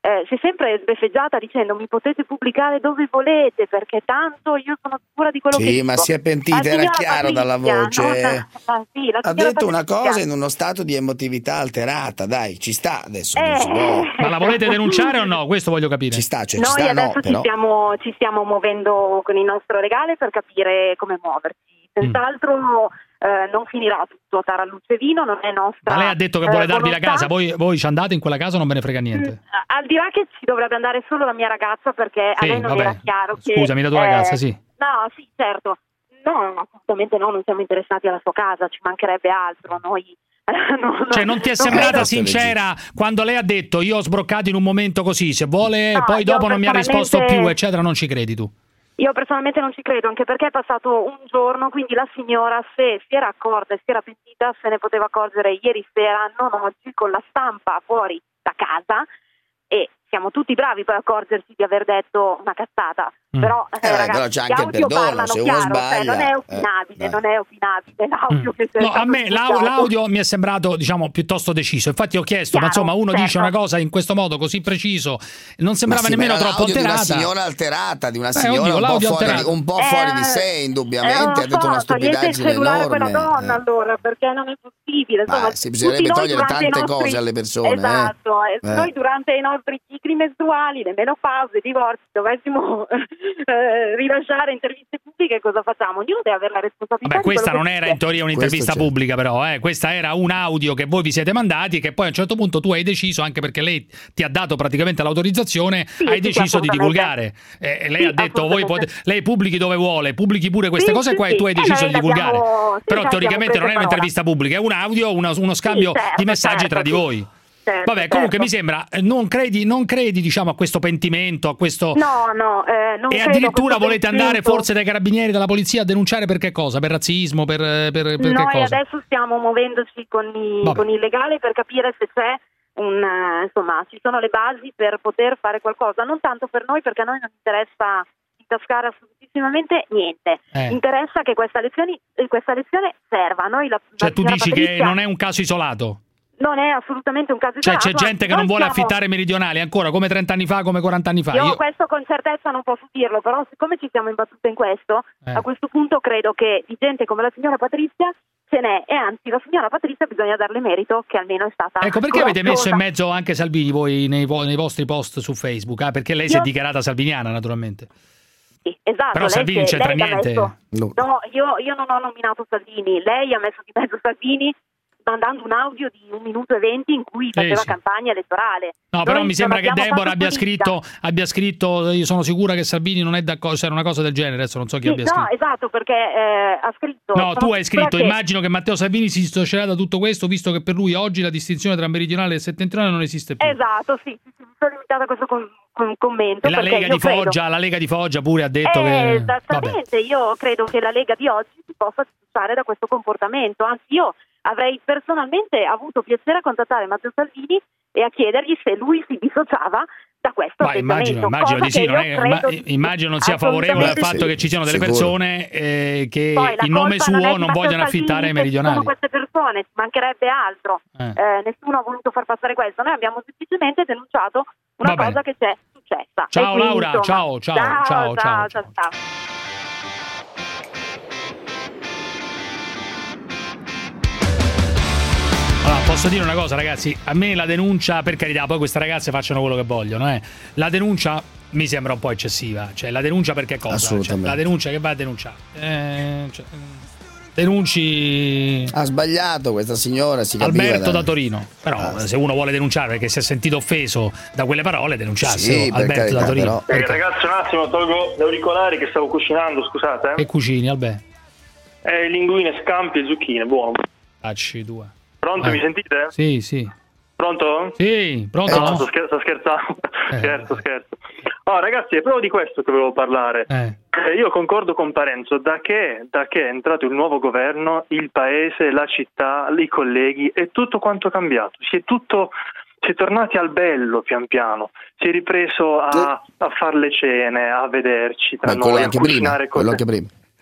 Speaker 24: eh, si è sempre sbeffeggiata dicendo mi potete pubblicare dove volete perché tanto io sono sicura di quello
Speaker 12: sì,
Speaker 24: che dico.
Speaker 12: Sì, ma si è pentita, era chiaro
Speaker 24: Patrizia,
Speaker 12: dalla voce.
Speaker 24: non, ma sì, la
Speaker 12: ha detto una
Speaker 24: Patrizia.
Speaker 12: cosa in uno stato di emotività alterata, dai, ci sta adesso.
Speaker 24: Eh,
Speaker 12: non si può.
Speaker 9: Ma la volete denunciare o no? Questo voglio capire.
Speaker 12: Ci sta, cioè,
Speaker 24: Noi
Speaker 12: ci sta,
Speaker 24: adesso
Speaker 12: no,
Speaker 24: ci,
Speaker 12: però.
Speaker 24: stiamo, ci stiamo muovendo con il nostro legale per capire come muoverci. Senz'altro eh, non finirà tutto a Tarallucce Vino, non è nostra.
Speaker 9: Ma lei ha detto che vuole
Speaker 24: eh,
Speaker 9: darvi la
Speaker 24: volontà.
Speaker 9: casa, voi, voi ci andate in quella casa o non me ne frega niente?
Speaker 24: Mm, al di là che ci dovrebbe andare solo la mia ragazza perché
Speaker 9: Sì,
Speaker 24: a lei non
Speaker 9: vabbè.
Speaker 24: era chiaro che...
Speaker 9: Scusami, la tua
Speaker 24: eh,
Speaker 9: ragazza, sì.
Speaker 24: No, sì, certo. No, assolutamente no, non siamo interessati alla sua casa, ci mancherebbe altro. Noi... no,
Speaker 9: Cioè non ti è sembrata
Speaker 24: credo-
Speaker 9: sincera quando lei ha detto io ho sbroccato in un momento così, se vuole,
Speaker 24: No,
Speaker 9: poi
Speaker 24: io
Speaker 9: dopo non mi ha risposto
Speaker 24: personalmente-
Speaker 9: più, eccetera, non ci credi tu?
Speaker 24: Io personalmente non ci credo, anche perché è passato un giorno, quindi la signora, se si era accorta e si era pentita, se ne poteva accorgere ieri sera, non oggi, con la stampa fuori da casa, e siamo tutti bravi per accorgersi di aver detto una cazzata.
Speaker 12: Mm.
Speaker 24: Però, eh,
Speaker 12: Eh,
Speaker 24: ragazzi,
Speaker 12: però c'è
Speaker 24: gli
Speaker 12: anche il
Speaker 24: audio
Speaker 12: perdono,
Speaker 24: parlano
Speaker 12: se uno
Speaker 24: chiaro,
Speaker 12: sbaglia,
Speaker 24: cioè, non è
Speaker 12: eh,
Speaker 24: opinabile,
Speaker 12: dai.
Speaker 24: non è opinabile l'audio che si è
Speaker 9: No, a
Speaker 24: stato
Speaker 9: me l'au-
Speaker 24: pubblicato.
Speaker 9: l'audio mi è sembrato, diciamo, piuttosto deciso. Infatti ho chiesto, ma
Speaker 24: Chiaro,
Speaker 9: insomma, uno
Speaker 24: certo.
Speaker 9: dice una cosa in questo modo così preciso, non sembrava
Speaker 12: Ma sì,
Speaker 9: nemmeno
Speaker 12: ma era
Speaker 9: troppo
Speaker 12: l'audio di una
Speaker 9: alterata.
Speaker 12: signora alterata, di una
Speaker 9: Eh,
Speaker 12: signora
Speaker 9: oddio,
Speaker 12: un, po
Speaker 9: l'audio
Speaker 12: fuori,
Speaker 9: alterato.
Speaker 12: un po' fuori
Speaker 24: Eh,
Speaker 12: di sé,
Speaker 24: eh,
Speaker 12: indubbiamente,
Speaker 24: non
Speaker 12: ha detto
Speaker 24: so,
Speaker 12: una
Speaker 24: togliete il
Speaker 12: stupidaggine
Speaker 24: cellulare a quella
Speaker 12: enorme.
Speaker 24: donna
Speaker 12: eh.
Speaker 24: allora, perché non è possibile. Insomma,
Speaker 12: Ma sì, bisognerebbe
Speaker 24: tutti noi
Speaker 12: togliere
Speaker 24: durante
Speaker 12: tante
Speaker 24: i nostri-
Speaker 12: cose alle persone, eh.
Speaker 24: Esatto, eh.
Speaker 12: Eh.
Speaker 24: Noi durante i nostri cicli mestruali, le menopause, i divorzi, dovessimo eh, rilasciare interviste pubbliche, cosa facciamo? Ognuno deve avere la responsabilità.
Speaker 9: Beh,
Speaker 24: di
Speaker 9: questa
Speaker 24: quello
Speaker 9: non
Speaker 24: che
Speaker 9: era
Speaker 24: dice.
Speaker 9: in teoria un'intervista
Speaker 12: Questo c'è.
Speaker 9: pubblica, però, eh. Questa era un audio che voi vi siete mandati e che poi a un certo punto tu hai deciso, anche perché lei ti ha dato praticamente l'autorizzazione,
Speaker 24: Sì,
Speaker 9: hai
Speaker 24: sì,
Speaker 9: deciso di
Speaker 24: assolutamente.
Speaker 9: divulgare. Eh, lei
Speaker 24: Sì,
Speaker 9: ha detto, voi
Speaker 24: assolutamente.
Speaker 9: potete, lei pubblichi dove vuole, pubblichi pure queste
Speaker 24: Sì,
Speaker 9: cose
Speaker 24: sì,
Speaker 9: qua
Speaker 24: sì.
Speaker 9: e tu hai
Speaker 24: E
Speaker 9: deciso
Speaker 24: noi
Speaker 9: di divulgare.
Speaker 24: l'abbiamo- sì,
Speaker 9: Però
Speaker 24: noi
Speaker 9: teoricamente
Speaker 24: abbiamo
Speaker 9: non è
Speaker 24: preso
Speaker 9: un'intervista pubblica, è un audio, uno, uno scambio
Speaker 24: certo,
Speaker 9: di messaggi
Speaker 24: certo,
Speaker 9: tra di
Speaker 24: sì.
Speaker 9: voi.
Speaker 24: Certo,
Speaker 9: Vabbè, comunque
Speaker 24: certo.
Speaker 9: mi sembra, eh, non credi, non credi diciamo a questo pentimento, a questo...
Speaker 24: No, no, eh, non
Speaker 9: E
Speaker 24: credo
Speaker 9: addirittura
Speaker 24: questo
Speaker 9: volete andare
Speaker 24: pentimento.
Speaker 9: forse dai carabinieri, dalla polizia a denunciare per che cosa? Per razzismo, per, per, per che
Speaker 24: Noi
Speaker 9: cosa?
Speaker 24: adesso stiamo muovendoci con, i,
Speaker 9: Vabbè.
Speaker 24: con il legale per capire se c'è un, eh, insomma, ci sono le basi per poter fare qualcosa, non tanto per noi perché a noi non interessa intascare assolutissimamente niente,
Speaker 9: Eh.
Speaker 24: interessa che questa lezione, eh, questa lezione serva. Noi la,
Speaker 9: Cioè
Speaker 24: la
Speaker 9: tu
Speaker 24: signora
Speaker 9: dici che
Speaker 24: Patrizia
Speaker 9: non è un caso isolato?
Speaker 24: non è assolutamente un caso
Speaker 9: Cioè c'è
Speaker 24: isolato,
Speaker 9: gente
Speaker 24: anzi,
Speaker 9: che non
Speaker 24: noi
Speaker 9: vuole
Speaker 24: siamo-
Speaker 9: affittare meridionali ancora, come trenta anni fa, come quaranta anni fa.
Speaker 24: Io,
Speaker 9: Io-
Speaker 24: questo con certezza non posso dirlo, però siccome ci siamo imbattute in questo,
Speaker 9: Eh.
Speaker 24: a questo punto credo che di gente come la signora Patrizia ce n'è, e anzi la signora Patrizia bisogna darle merito che almeno è stata
Speaker 9: Ecco, perché avete messo in
Speaker 24: coraggiosa.
Speaker 9: mezzo anche Salvini voi nei, vo- nei vostri post su Facebook? Ah, perché lei si è
Speaker 24: Io-
Speaker 9: dichiarata salviniana, naturalmente.
Speaker 24: Sì, esatto,
Speaker 9: Però
Speaker 24: lei
Speaker 9: Salvini non
Speaker 24: che-
Speaker 9: c'entra
Speaker 24: lei ha
Speaker 9: niente.
Speaker 24: messo-
Speaker 9: No.
Speaker 24: no, io, io non ho nominato Salvini, lei ha messo di mezzo Salvini mandando un audio di un minuto e venti in cui faceva
Speaker 9: sì.
Speaker 24: campagna elettorale.
Speaker 9: No, però
Speaker 24: Noi
Speaker 9: mi sembra
Speaker 24: non
Speaker 9: che
Speaker 24: abbiamo
Speaker 9: Deborah
Speaker 24: fatto
Speaker 9: abbia
Speaker 24: politica.
Speaker 9: scritto, abbia scritto, io sono sicura che Salvini non è d'accordo, se era una cosa del genere, adesso non so chi
Speaker 24: Sì,
Speaker 9: abbia
Speaker 24: no,
Speaker 9: scritto.
Speaker 24: esatto, perché eh, ha scritto...
Speaker 9: No,
Speaker 24: sono
Speaker 9: tu hai
Speaker 24: sicura
Speaker 9: scritto,
Speaker 24: che-
Speaker 9: immagino che Matteo Salvini si dissocierà da tutto questo, visto che per lui oggi la distinzione tra meridionale e settentrionale non esiste più.
Speaker 24: Esatto, sì, sì, sì, mi sono limitata a questo com- com- commento.
Speaker 9: E la
Speaker 24: perché
Speaker 9: Lega
Speaker 24: io
Speaker 9: di
Speaker 24: credo-
Speaker 9: Foggia, la Lega di Foggia pure ha detto
Speaker 24: Eh,
Speaker 9: che...
Speaker 24: esattamente, io credo che la Lega di oggi si possa dissociare da questo comportamento, anzi io avrei personalmente avuto piacere a contattare Matteo Salvini e a chiedergli se lui si dissociava da questo
Speaker 9: Ma immagino,
Speaker 24: atteggiamento,
Speaker 9: immagino
Speaker 24: cosa
Speaker 9: di sì,
Speaker 24: che
Speaker 9: non
Speaker 24: io
Speaker 9: è-
Speaker 24: credo
Speaker 9: ma-
Speaker 24: di-
Speaker 9: immagino non sia favorevole al
Speaker 24: assolutamente
Speaker 9: fatto
Speaker 24: sì.
Speaker 9: che ci siano delle
Speaker 12: sicuro.
Speaker 9: persone eh, che
Speaker 24: Poi la
Speaker 9: in nome
Speaker 24: colpa non è
Speaker 9: suo
Speaker 24: di
Speaker 9: non
Speaker 24: Matteo
Speaker 9: vogliono
Speaker 24: Salvini,
Speaker 9: affittare i
Speaker 24: che
Speaker 9: meridionali.
Speaker 24: Sono queste persone, ci mancherebbe altro.
Speaker 9: Eh.
Speaker 24: Eh, nessuno ha voluto far passare questo, noi abbiamo semplicemente denunciato una
Speaker 9: Va bene.
Speaker 24: cosa che c'è successa.
Speaker 9: Ciao,
Speaker 24: E quindi,
Speaker 9: Laura,
Speaker 24: insomma,
Speaker 9: ciao, ciao, ciao,
Speaker 24: ciao,
Speaker 9: ciao,
Speaker 24: ciao, ciao.
Speaker 9: Allora, posso dire una cosa, ragazzi, a me la denuncia, per carità, poi queste ragazze facciano quello che vogliono, eh. La denuncia mi sembra un po' eccessiva, cioè la denuncia per che cosa? Cioè,
Speaker 12: Assolutamente.
Speaker 9: la denuncia che va a denunciare? Eh, cioè, denunci
Speaker 12: Ha sbagliato questa signora, si capiva.
Speaker 9: Alberto
Speaker 12: da-
Speaker 9: da Torino, però
Speaker 12: Ah.
Speaker 9: se uno vuole denunciare perché si è sentito offeso da quelle parole, denunciassero.
Speaker 12: Sì, per
Speaker 9: Alberto
Speaker 12: carità,
Speaker 9: da Torino.
Speaker 12: però-
Speaker 9: Perché?
Speaker 14: ragazzi, un attimo, tolgo gli auricolari che stavo cucinando, scusate.
Speaker 9: E cucini, Alberto?
Speaker 14: Eh, linguine, scampi e zucchine, buono.
Speaker 9: Facci due.
Speaker 14: Pronto,
Speaker 9: Eh.
Speaker 14: mi sentite?
Speaker 9: Sì, sì.
Speaker 14: Pronto?
Speaker 9: Sì, pronto?
Speaker 14: No, sto, scher- sto scherzando.
Speaker 9: Eh.
Speaker 14: Scherzo, scherzo. Oh, ragazzi, è proprio di questo che volevo parlare.
Speaker 9: Eh.
Speaker 14: Eh, io concordo con Parenzo, da che, da che è entrato il nuovo governo, il paese, la città, i colleghi, è tutto quanto cambiato. Si è tutto, si è tornati al bello pian piano. Si è ripreso a, a fare le cene, a vederci tra
Speaker 12: Ma quello
Speaker 14: noi, a
Speaker 12: anche prima,
Speaker 14: cucinare
Speaker 12: quello
Speaker 14: cose.
Speaker 12: anche prima.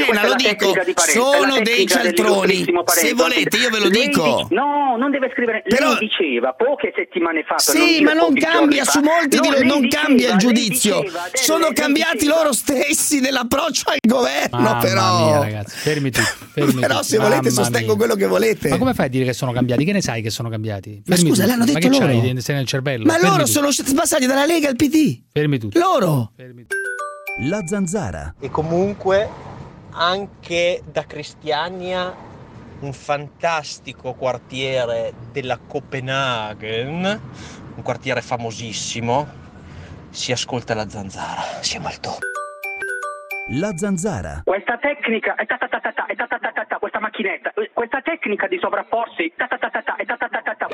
Speaker 12: D'Arena, lo dico, sono dei cialtroni. Se volete io ve lo
Speaker 2: Lei
Speaker 12: dico.
Speaker 2: di- no, non deve scrivere.
Speaker 12: Però-
Speaker 2: Lei diceva poche settimane fa. per
Speaker 12: Sì,
Speaker 2: dire
Speaker 12: ma non
Speaker 2: pochi
Speaker 12: cambia
Speaker 2: giorni
Speaker 12: su
Speaker 2: fa.
Speaker 12: molti
Speaker 2: No,
Speaker 12: di loro,
Speaker 2: lei
Speaker 12: non
Speaker 2: diceva,
Speaker 12: cambia il
Speaker 2: lei
Speaker 12: giudizio.
Speaker 2: diceva, lei-
Speaker 12: Sono
Speaker 2: lei
Speaker 12: cambiati
Speaker 2: diceva-
Speaker 12: loro stessi nell'approccio al governo,
Speaker 9: Mamma
Speaker 12: però.
Speaker 9: mia, ragazzi, fermi tutti. Fermi
Speaker 12: Però
Speaker 9: tutti.
Speaker 12: se volete
Speaker 9: Mamma
Speaker 12: sostengo
Speaker 9: mia.
Speaker 12: quello che volete.
Speaker 9: Ma come fai a dire che sono cambiati? Che ne sai che sono cambiati?
Speaker 12: Ma
Speaker 9: Fermi
Speaker 12: scusa,
Speaker 9: tutti.
Speaker 12: l'hanno detto
Speaker 9: Ma che
Speaker 12: loro.
Speaker 9: c'hai? Sei nel cervello?
Speaker 12: Ma
Speaker 9: Fermi
Speaker 12: loro
Speaker 9: tutti.
Speaker 12: sono passati dalla Lega al P D.
Speaker 9: Fermi tutti.
Speaker 12: Loro.
Speaker 17: La zanzara.
Speaker 5: E comunque anche da Cristiania un fantastico quartiere della Copenaghen, un quartiere famosissimo, si ascolta la zanzara, siamo al top.
Speaker 17: La zanzara.
Speaker 2: Questa tecnica è ta ta ta ta ta, è ta ta ta ta ta, questa macchinetta, questa tecnica di sovrapporsi ta ta ta ta ta, è ta ta ta ta ta.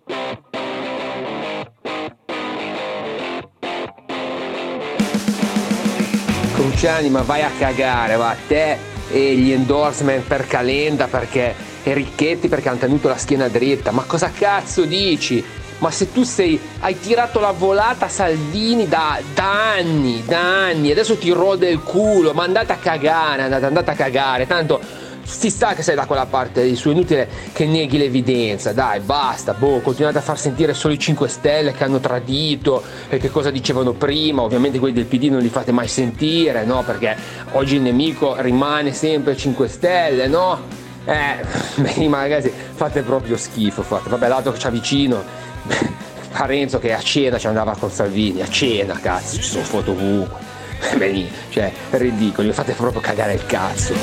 Speaker 7: Cruciani, ma vai a cagare, va, te e gli endorsement per Calenda perché e Ricchetti perché hanno tenuto la schiena dritta, ma cosa cazzo dici? Ma se tu sei, hai tirato la volata a Salvini da, da anni, da anni, adesso ti rode il culo, ma andate a cagare, andate, andate a cagare, tanto si sta che sei da quella parte di su, è inutile che neghi l'evidenza, dai, basta, boh, continuate a far sentire solo i cinque Stelle che hanno tradito e che cosa dicevano prima, ovviamente quelli del P D non li fate mai sentire, no, perché oggi il nemico rimane sempre cinque Stelle, no? Eh, beh, ma ragazzi, fate proprio schifo, fate, vabbè, l'altro che c'ha vicino, Parenzo che a cena ci andava con Salvini, a cena, cazzo, ci sono foto ovunque, beh, cioè, è ridicolo, mi fate proprio cagare il cazzo.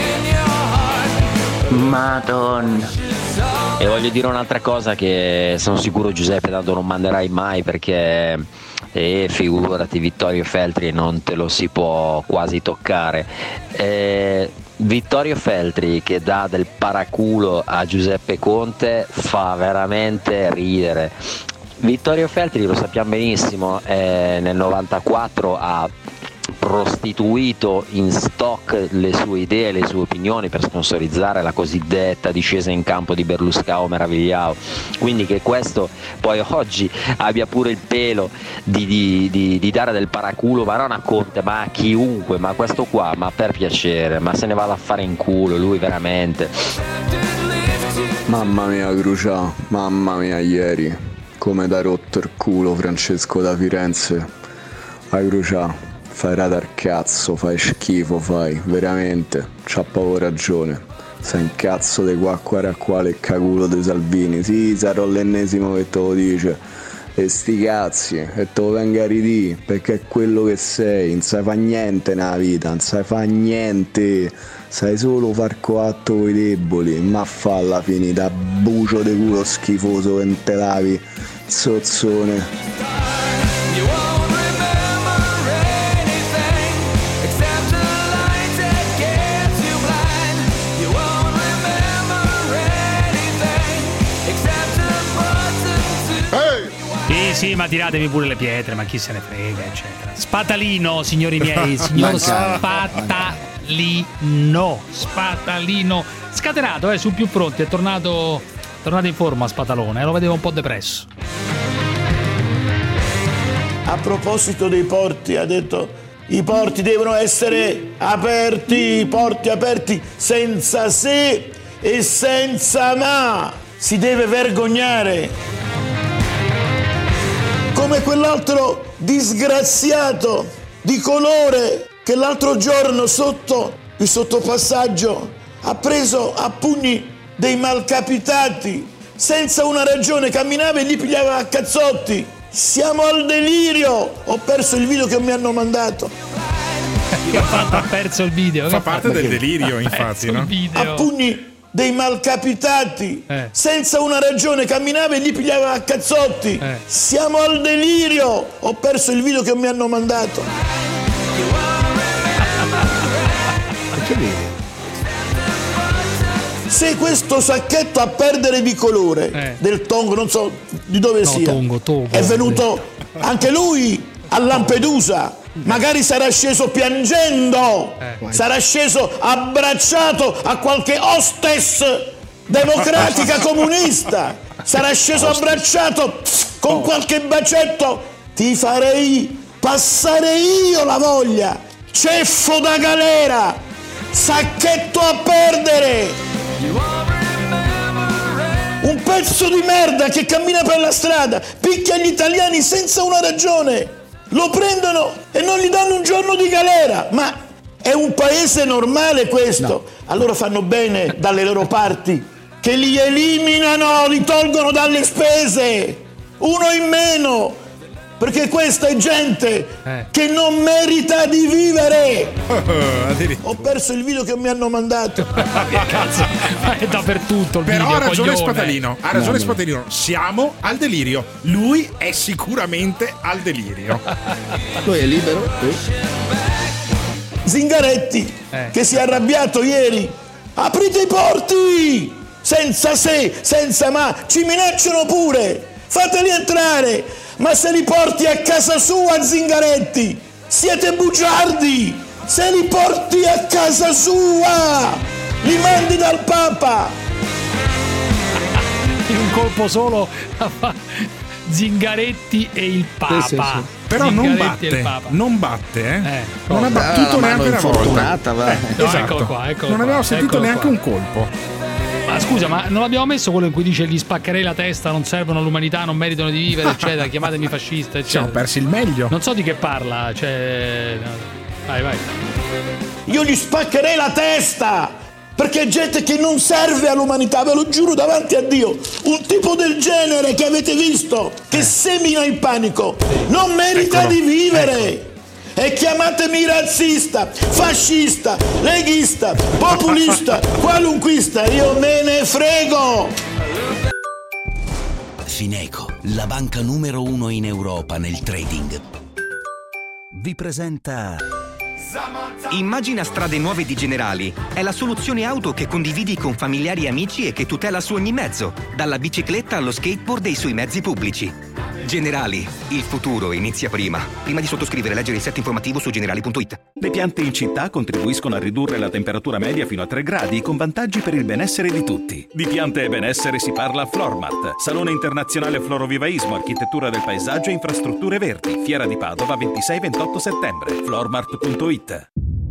Speaker 10: Madonna. E voglio dire un'altra cosa che sono sicuro Giuseppe tanto non manderai mai, perché e figurati Vittorio Feltri non te lo si può quasi toccare. eh, Vittorio Feltri che dà del paraculo a Giuseppe Conte fa veramente ridere. Vittorio Feltri, lo sappiamo benissimo, eh, nel novantaquattro ha prostituito in stock le sue idee, le sue opinioni per sponsorizzare la cosiddetta discesa in campo di Berlusconi meravigliao, quindi che questo poi oggi abbia pure il pelo di, di, di, di dare del paraculo, ma non a Conte ma a chiunque, ma questo qua, ma per piacere, ma se ne vada a fare in culo lui veramente.
Speaker 16: Mamma mia Crucià, mamma mia ieri come t'ha rotto il culo Francesco da Firenze. A Crucià, fai rata al cazzo, fai schifo, fai, veramente, c'ha poco ragione. Sei un cazzo di qua qua a quale caculo di Salvini, sì, sarò l'ennesimo che te lo dice. E sti cazzi, e te lo venga a ridì, perché è quello che sei, non sai fa niente nella vita, non sai fa niente, sai solo far coatto coi deboli, ma falla finita, bucio di culo schifoso che te lavi, zozzone.
Speaker 9: Sì, ma tiratevi pure le pietre, ma chi se ne frega, eccetera. Spatalino, signori miei, signor Spatalino, Spatalino, scatenato, eh, su più fronti, è tornato, tornato in forma Spatalone, eh, lo vedevo un po' depresso.
Speaker 25: A proposito dei porti, ha detto, i porti devono essere aperti, i porti aperti senza se e senza ma, si deve vergognare. Come quell'altro disgraziato di colore che l'altro giorno sotto il sottopassaggio ha preso a pugni dei malcapitati senza una ragione, camminava e li pigliava a cazzotti. Siamo al delirio. Ho perso il video che mi hanno mandato.
Speaker 9: Che ha fatto? Ha perso il video.
Speaker 11: Fa parte del delirio, infatti, no?
Speaker 25: A pugni dei malcapitati, eh. senza una ragione, camminava e li pigliava a cazzotti. Eh. Siamo al delirio. Ho perso il video che mi hanno mandato. Se questo sacchetto a perdere di colore eh. del Tongo, non so di dove no, sia, Tongo, Tongo, è venuto anche lui a Lampedusa, magari sarà sceso piangendo, eh. sarà sceso abbracciato a qualche hostess democratica comunista, sarà sceso abbracciato con qualche bacetto. Ti farei passare io la voglia, ceffo da galera, sacchetto a perdere. Un pezzo di merda che cammina per la strada, picchia gli italiani senza una ragione, lo prendono e non gli danno un giorno di galera. Ma è un paese normale questo? No. Allora fanno bene dalle loro parti che li eliminano, li tolgono dalle spese, uno in meno, perché questa è gente
Speaker 9: Eh.
Speaker 25: che non merita di vivere. Ho perso il video che mi hanno mandato.
Speaker 9: Che cazzo, ma è dappertutto il
Speaker 11: Però
Speaker 9: video,
Speaker 11: ha ragione
Speaker 9: coglione.
Speaker 11: Spatalino, ha ragione Spatalino. Siamo al delirio. Lui è sicuramente al delirio.
Speaker 12: Lui è libero?
Speaker 25: Zingaretti,
Speaker 11: Eh.
Speaker 25: che si è arrabbiato ieri. Aprite i porti! Senza se, senza ma, ci minacciano pure. Fateli entrare, ma se li porti a casa sua, Zingaretti, siete bugiardi. Se li porti a casa sua, li mandi dal Papa.
Speaker 9: In un colpo solo Zingaretti e il Papa.
Speaker 11: Sì, sì, sì. Però non
Speaker 9: Zingaretti e il
Speaker 11: batte,
Speaker 9: Papa.
Speaker 11: non batte, eh.
Speaker 9: Eh,
Speaker 11: non ha
Speaker 9: cosa?
Speaker 11: battuto
Speaker 12: Ah, la
Speaker 11: neanche
Speaker 12: mano
Speaker 11: una volta.
Speaker 12: infortunata, va.
Speaker 11: Eh,
Speaker 9: No,
Speaker 11: esatto.
Speaker 9: eccolo qua, eccolo
Speaker 11: non
Speaker 9: qua,
Speaker 11: abbiamo sentito
Speaker 9: eccolo
Speaker 11: neanche
Speaker 9: qua.
Speaker 11: un colpo.
Speaker 9: Ma scusa, ma non abbiamo messo quello in cui dice gli spaccherei la testa, non servono all'umanità, non meritano di vivere, eccetera, chiamatemi fascista, eccetera.
Speaker 11: Siamo persi il meglio.
Speaker 9: Non so di che parla, cioè... Vai, vai.
Speaker 25: Io gli spaccherei la testa, perché è gente che non serve all'umanità, ve lo giuro davanti a Dio. Un tipo del genere che avete visto, che semina il panico, non merita
Speaker 11: Eccolo.
Speaker 25: di vivere. E chiamatemi razzista, fascista, leghista, populista, qualunquista, io me ne frego.
Speaker 8: Fineco, la banca numero uno in Europa nel trading, vi presenta...
Speaker 1: Immagina Strade Nuove di Generali. È la soluzione auto che condividi con familiari e amici e che tutela su ogni mezzo, dalla bicicletta allo skateboard e i suoi mezzi pubblici. Generali, il futuro inizia prima. Prima di sottoscrivere, leggere il set informativo su generali punto it.
Speaker 4: Le piante in città contribuiscono a ridurre la temperatura media fino a tre gradi, con vantaggi per il benessere di tutti. Di piante e benessere si parla a Flormart, Salone Internazionale Florovivaismo, Architettura del Paesaggio e Infrastrutture Verdi, Fiera di Padova ventisei ventotto settembre, flormart punto it.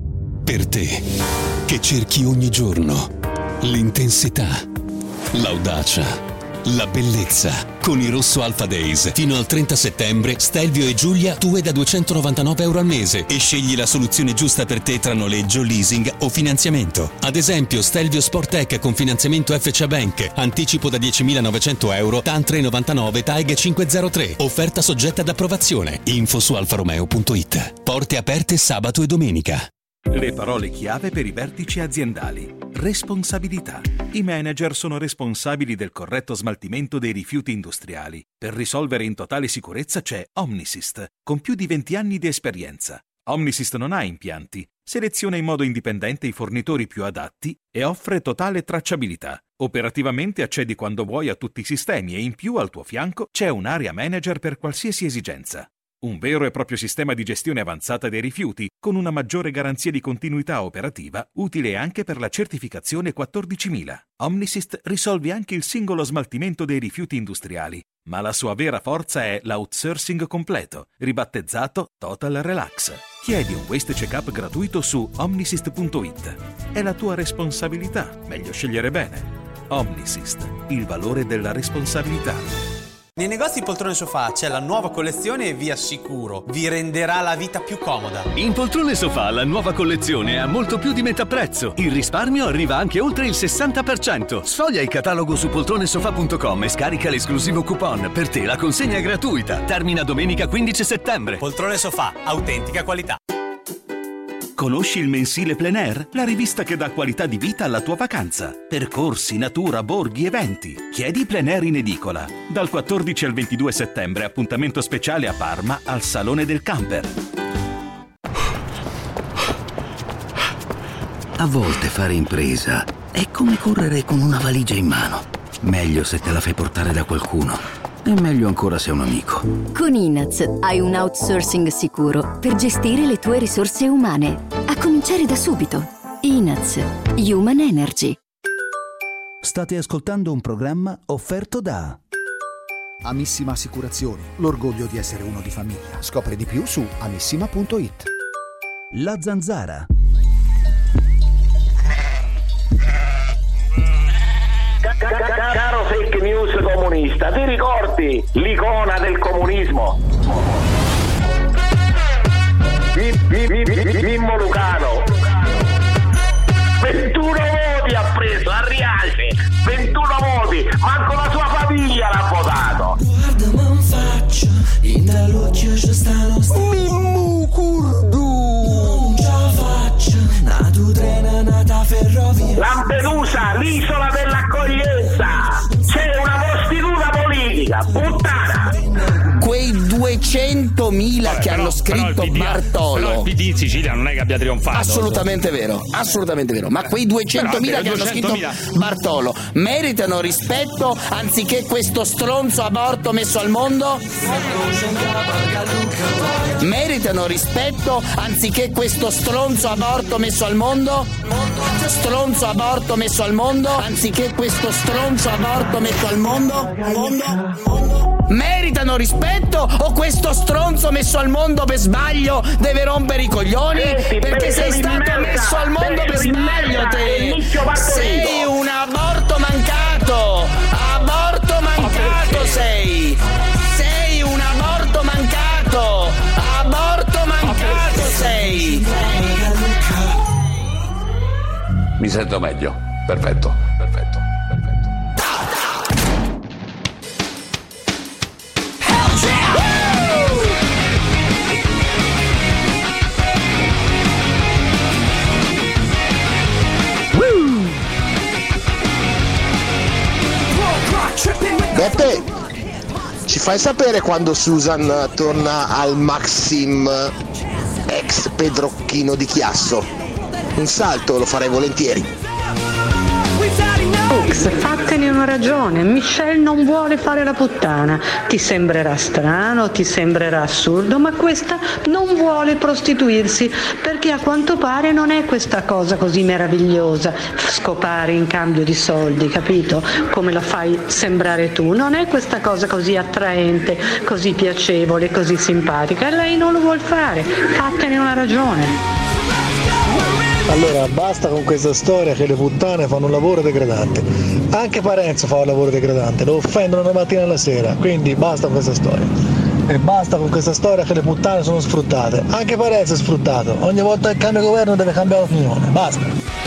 Speaker 8: Per te, che cerchi ogni giorno l'intensità, l'audacia, la bellezza. Con i Rosso Alpha Days, fino al trenta settembre, Stelvio e Giulia due da duecentonovantanove euro al mese e scegli la soluzione giusta per te tra noleggio, leasing o finanziamento. Ad esempio, Stelvio Sportec con finanziamento F C A Bank, anticipo da diecimilanovecento euro, T A N tre novantanove, T A E G cinquecentotre, offerta soggetta ad approvazione. Info su alfa romeo punto it. Porte aperte sabato e domenica.
Speaker 4: Le parole chiave per i vertici aziendali. Responsabilità. I manager sono responsabili del corretto smaltimento dei rifiuti industriali. Per risolvere in totale sicurezza c'è Omnisist, con più di venti anni di esperienza. Omnisist non ha impianti, seleziona in modo indipendente i fornitori più adatti e offre totale tracciabilità. Operativamente accedi quando vuoi a tutti i sistemi e in più al tuo fianco c'è un'area manager per qualsiasi esigenza. Un vero e proprio sistema di gestione avanzata dei rifiuti, con una maggiore garanzia di continuità operativa, utile anche per la certificazione quattordicimila. Omnisist risolve anche il singolo smaltimento dei rifiuti industriali, ma la sua vera forza è l'outsourcing completo, ribattezzato Total Relax. Chiedi un waste check-up gratuito su omnisist punto it. È la tua responsabilità, meglio scegliere bene. Omnisist, il valore della responsabilità.
Speaker 6: Nei negozi Poltrone Sofà c'è la nuova collezione Via Sicuro. Vi renderà la vita più comoda.
Speaker 13: In Poltrone Sofà la nuova collezione ha molto più di metà prezzo. Il risparmio arriva anche oltre il sessanta per cento. Sfoglia il catalogo su poltronesofà punto com e scarica l'esclusivo coupon. Per te la consegna è gratuita. Termina domenica quindici settembre.
Speaker 6: Poltrone Sofà, autentica qualità.
Speaker 4: Conosci il mensile Plein Air? La rivista che dà qualità di vita alla tua vacanza. Percorsi, natura, borghi, eventi. Chiedi Plein Air in edicola. Dal quattordici al ventidue settembre, appuntamento speciale a Parma al Salone del Camper.
Speaker 8: A volte fare impresa è come correre con una valigia in mano. Meglio se te la fai portare da qualcuno. E meglio ancora se è un amico.
Speaker 21: Con I N A Z hai un outsourcing sicuro per gestire le tue risorse umane. A cominciare da subito. I N A Z. Human Energy.
Speaker 17: State ascoltando un programma offerto da
Speaker 26: Amissima Assicurazioni, l'orgoglio di essere uno di famiglia. Scopri di più su amissima punto it.
Speaker 17: La Zanzara.
Speaker 27: Caro fake news comunista, ti ricordi l'icona del comunismo? Mimmo Lucano. ventuno voti ha preso a Rialfe, ventuno voti, manco la sua famiglia l'ha votato.
Speaker 3: Guarda, ma non faccio Mimmu curdu, non ce la faccio, nato treno, nata ferrovia.
Speaker 27: Lampedusa, l'isola dell'accoglienza. C'è una prostituta politica, puttana.
Speaker 12: Quei duecentomila
Speaker 9: Vabbè,
Speaker 12: che
Speaker 9: però-
Speaker 12: hanno scritto
Speaker 9: però il P D
Speaker 12: Bartolo.
Speaker 9: Però il P D in Sicilia non è che abbia trionfato.
Speaker 12: Assolutamente vero, assolutamente vero. Ma quei duecentomila che hanno scritto Bartolo meritano rispetto anziché questo stronzo aborto messo al mondo? Meritano rispetto anziché questo stronzo aborto messo al mondo? Stronzo aborto messo al mondo anziché questo stronzo aborto messo al mondo? Mondo? Meritano rispetto o questo stronzo messo al mondo per sbaglio deve rompere i coglioni?
Speaker 27: Senti,
Speaker 12: Perché sei
Speaker 27: pezzo di
Speaker 12: stato
Speaker 27: merda,
Speaker 12: messo al mondo per
Speaker 27: pezzo di
Speaker 12: sbaglio
Speaker 27: merda,
Speaker 12: te!
Speaker 27: Nicchio Bartolino.
Speaker 12: Sei un aborto mancato! Aborto mancato sei! Sei un aborto mancato! Aborto mancato sei!
Speaker 15: Mi sento meglio. Perfetto, perfetto.
Speaker 18: Beppe, ci fai sapere quando Susan torna al Maxim ex Pedrocchino di Chiasso? Un salto lo farei volentieri.
Speaker 19: Ux, fattene una ragione. Michelle non vuole fare la puttana. Ti sembrerà strano, ti sembrerà assurdo, ma questa non vuole prostituirsi perché a quanto pare non è questa cosa così meravigliosa, scopare in cambio di soldi, capito? Come la fai sembrare tu. Non è questa cosa così attraente, così piacevole, così simpatica. E lei non lo vuol fare. Fattene una ragione.
Speaker 20: Allora basta con questa storia che le puttane fanno un lavoro degradante. Anche Parenzo fa un lavoro degradante, lo offendono la mattina e la sera, quindi basta con questa storia. E basta con questa storia che le puttane sono sfruttate. Anche Parenzo è sfruttato, ogni volta che cambia governo deve cambiare opinione, basta.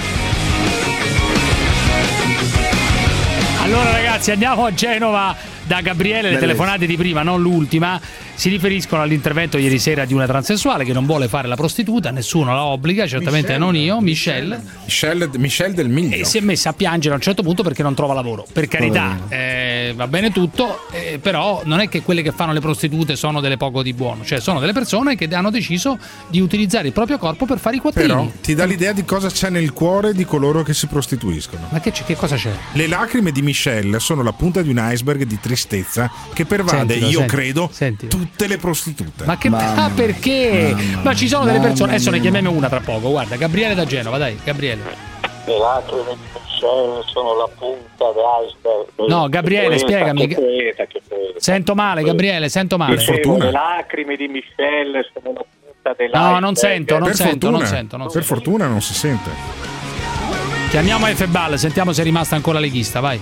Speaker 9: Allora ragazzi, andiamo a Genova da Gabriele. Le telefonate di prima, non l'ultima, si riferiscono all'intervento ieri sera di una transessuale che non vuole fare la prostituta, nessuno la obbliga, certamente
Speaker 11: Michelle,
Speaker 9: non io, Michelle.
Speaker 11: Michelle, Michelle del Miglio.
Speaker 9: E si è messa a piangere a un certo punto perché non trova lavoro. Per carità, eh, va bene tutto, eh, però non è che quelle che fanno le prostitute sono delle poco di buono, cioè sono delle persone che hanno deciso di utilizzare il proprio corpo per fare i quattrini.
Speaker 11: Però ti dà l'idea di cosa c'è nel cuore di coloro che si prostituiscono.
Speaker 9: Ma che, c'è, che cosa c'è?
Speaker 11: Le lacrime di Michelle sono la punta di un iceberg di tristezza che pervade,
Speaker 9: Sentilo,
Speaker 11: io
Speaker 9: senti,
Speaker 11: credo,
Speaker 9: sentilo.
Speaker 11: tutte le prostitute.
Speaker 9: Ma che ah, perché? Mamma, ma ci sono delle persone, adesso ne chiamiamo una tra poco. Guarda, Gabriele da Genova, dai, Gabriele.
Speaker 22: Le lacrime di Michelle sono la punta dell'iceberg.
Speaker 9: No, Gabriele,
Speaker 22: che poeta,
Speaker 9: spiegami.
Speaker 22: Che poeta, che poeta.
Speaker 9: Sento male, Gabriele, sento male.
Speaker 22: Dicevo, le lacrime di Michelle sono la punta dell'iceberg.
Speaker 9: No, non sento, non
Speaker 11: per
Speaker 9: sento,
Speaker 11: fortuna,
Speaker 9: non sento. Non
Speaker 11: per
Speaker 9: sento.
Speaker 11: fortuna non si sente.
Speaker 9: Chiamiamo F Ball, sentiamo se è rimasta ancora leghista, vai.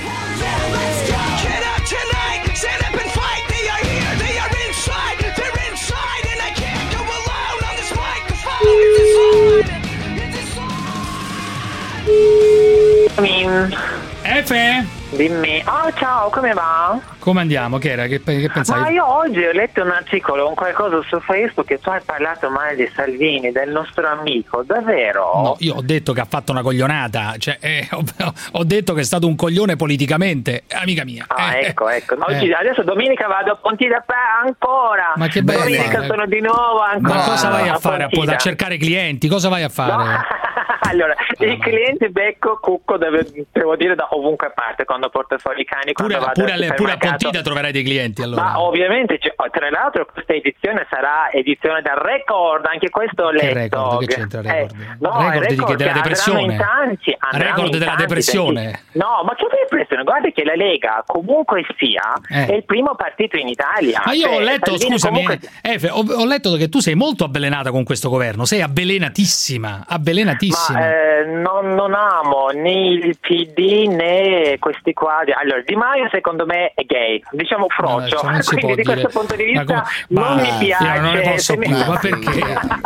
Speaker 9: F?
Speaker 23: Dimmi. Oh, ciao, come va?
Speaker 9: Come andiamo? Che era? Che, che pensavi?
Speaker 23: Ma io oggi ho letto un articolo, un qualcosa su Facebook che tu hai parlato male di Salvini, del nostro amico, davvero?
Speaker 9: No, io ho detto che ha fatto una coglionata, cioè eh, ho, ho detto che è stato un coglione politicamente, amica mia.
Speaker 23: Ah,
Speaker 9: eh,
Speaker 23: ecco, ecco. Oggi,
Speaker 9: eh.
Speaker 23: Adesso domenica vado a Pontida ancora.
Speaker 9: Ma che bello.
Speaker 23: Domenica sono di nuovo ancora.
Speaker 9: Ma cosa vai a,
Speaker 23: a
Speaker 9: fare?
Speaker 23: Pontida.
Speaker 9: A, a cercare clienti? Cosa vai a fare?
Speaker 23: No. Allora,
Speaker 9: Ah,
Speaker 23: i clienti becco, cucco, deve, devo dire, da ovunque parte, quando porto fuori i cani,
Speaker 9: Pure,
Speaker 23: quando vado
Speaker 9: pure,
Speaker 23: al
Speaker 9: alle, pure a
Speaker 23: supermercato.
Speaker 9: Pontida troverai dei clienti allora.
Speaker 23: Ma ovviamente, cioè, tra l'altro questa edizione sarà edizione da record, anche questo ho letto.
Speaker 9: Che record? Che c'entra record?
Speaker 23: Eh, no,
Speaker 9: Record di che? Della
Speaker 23: che
Speaker 9: depressione?
Speaker 23: andranno in tanti, andranno
Speaker 9: Record
Speaker 23: in
Speaker 9: della
Speaker 23: tanti,
Speaker 9: depressione?
Speaker 23: perché- No, ma che depressione? Guarda che la Lega, comunque sia,
Speaker 9: Eh.
Speaker 23: è il primo partito in Italia.
Speaker 9: Ma io
Speaker 23: Cioè,
Speaker 9: ho letto,
Speaker 23: Salvini
Speaker 9: scusami,
Speaker 23: comunque-
Speaker 9: Efe, ho, ho letto che tu sei molto avvelenata con questo governo, sei avvelenatissima, avvelenatissima.
Speaker 23: eh, non, non amo né il P D né questi qua. Allora, Di Maio secondo me è gay, diciamo frocio,
Speaker 9: no,
Speaker 23: quindi di
Speaker 9: dire.
Speaker 23: questo punto di vista
Speaker 9: ma
Speaker 23: non
Speaker 9: ma,
Speaker 23: mi piace.
Speaker 9: Io non ne posso più,
Speaker 23: mi...
Speaker 9: ma perché?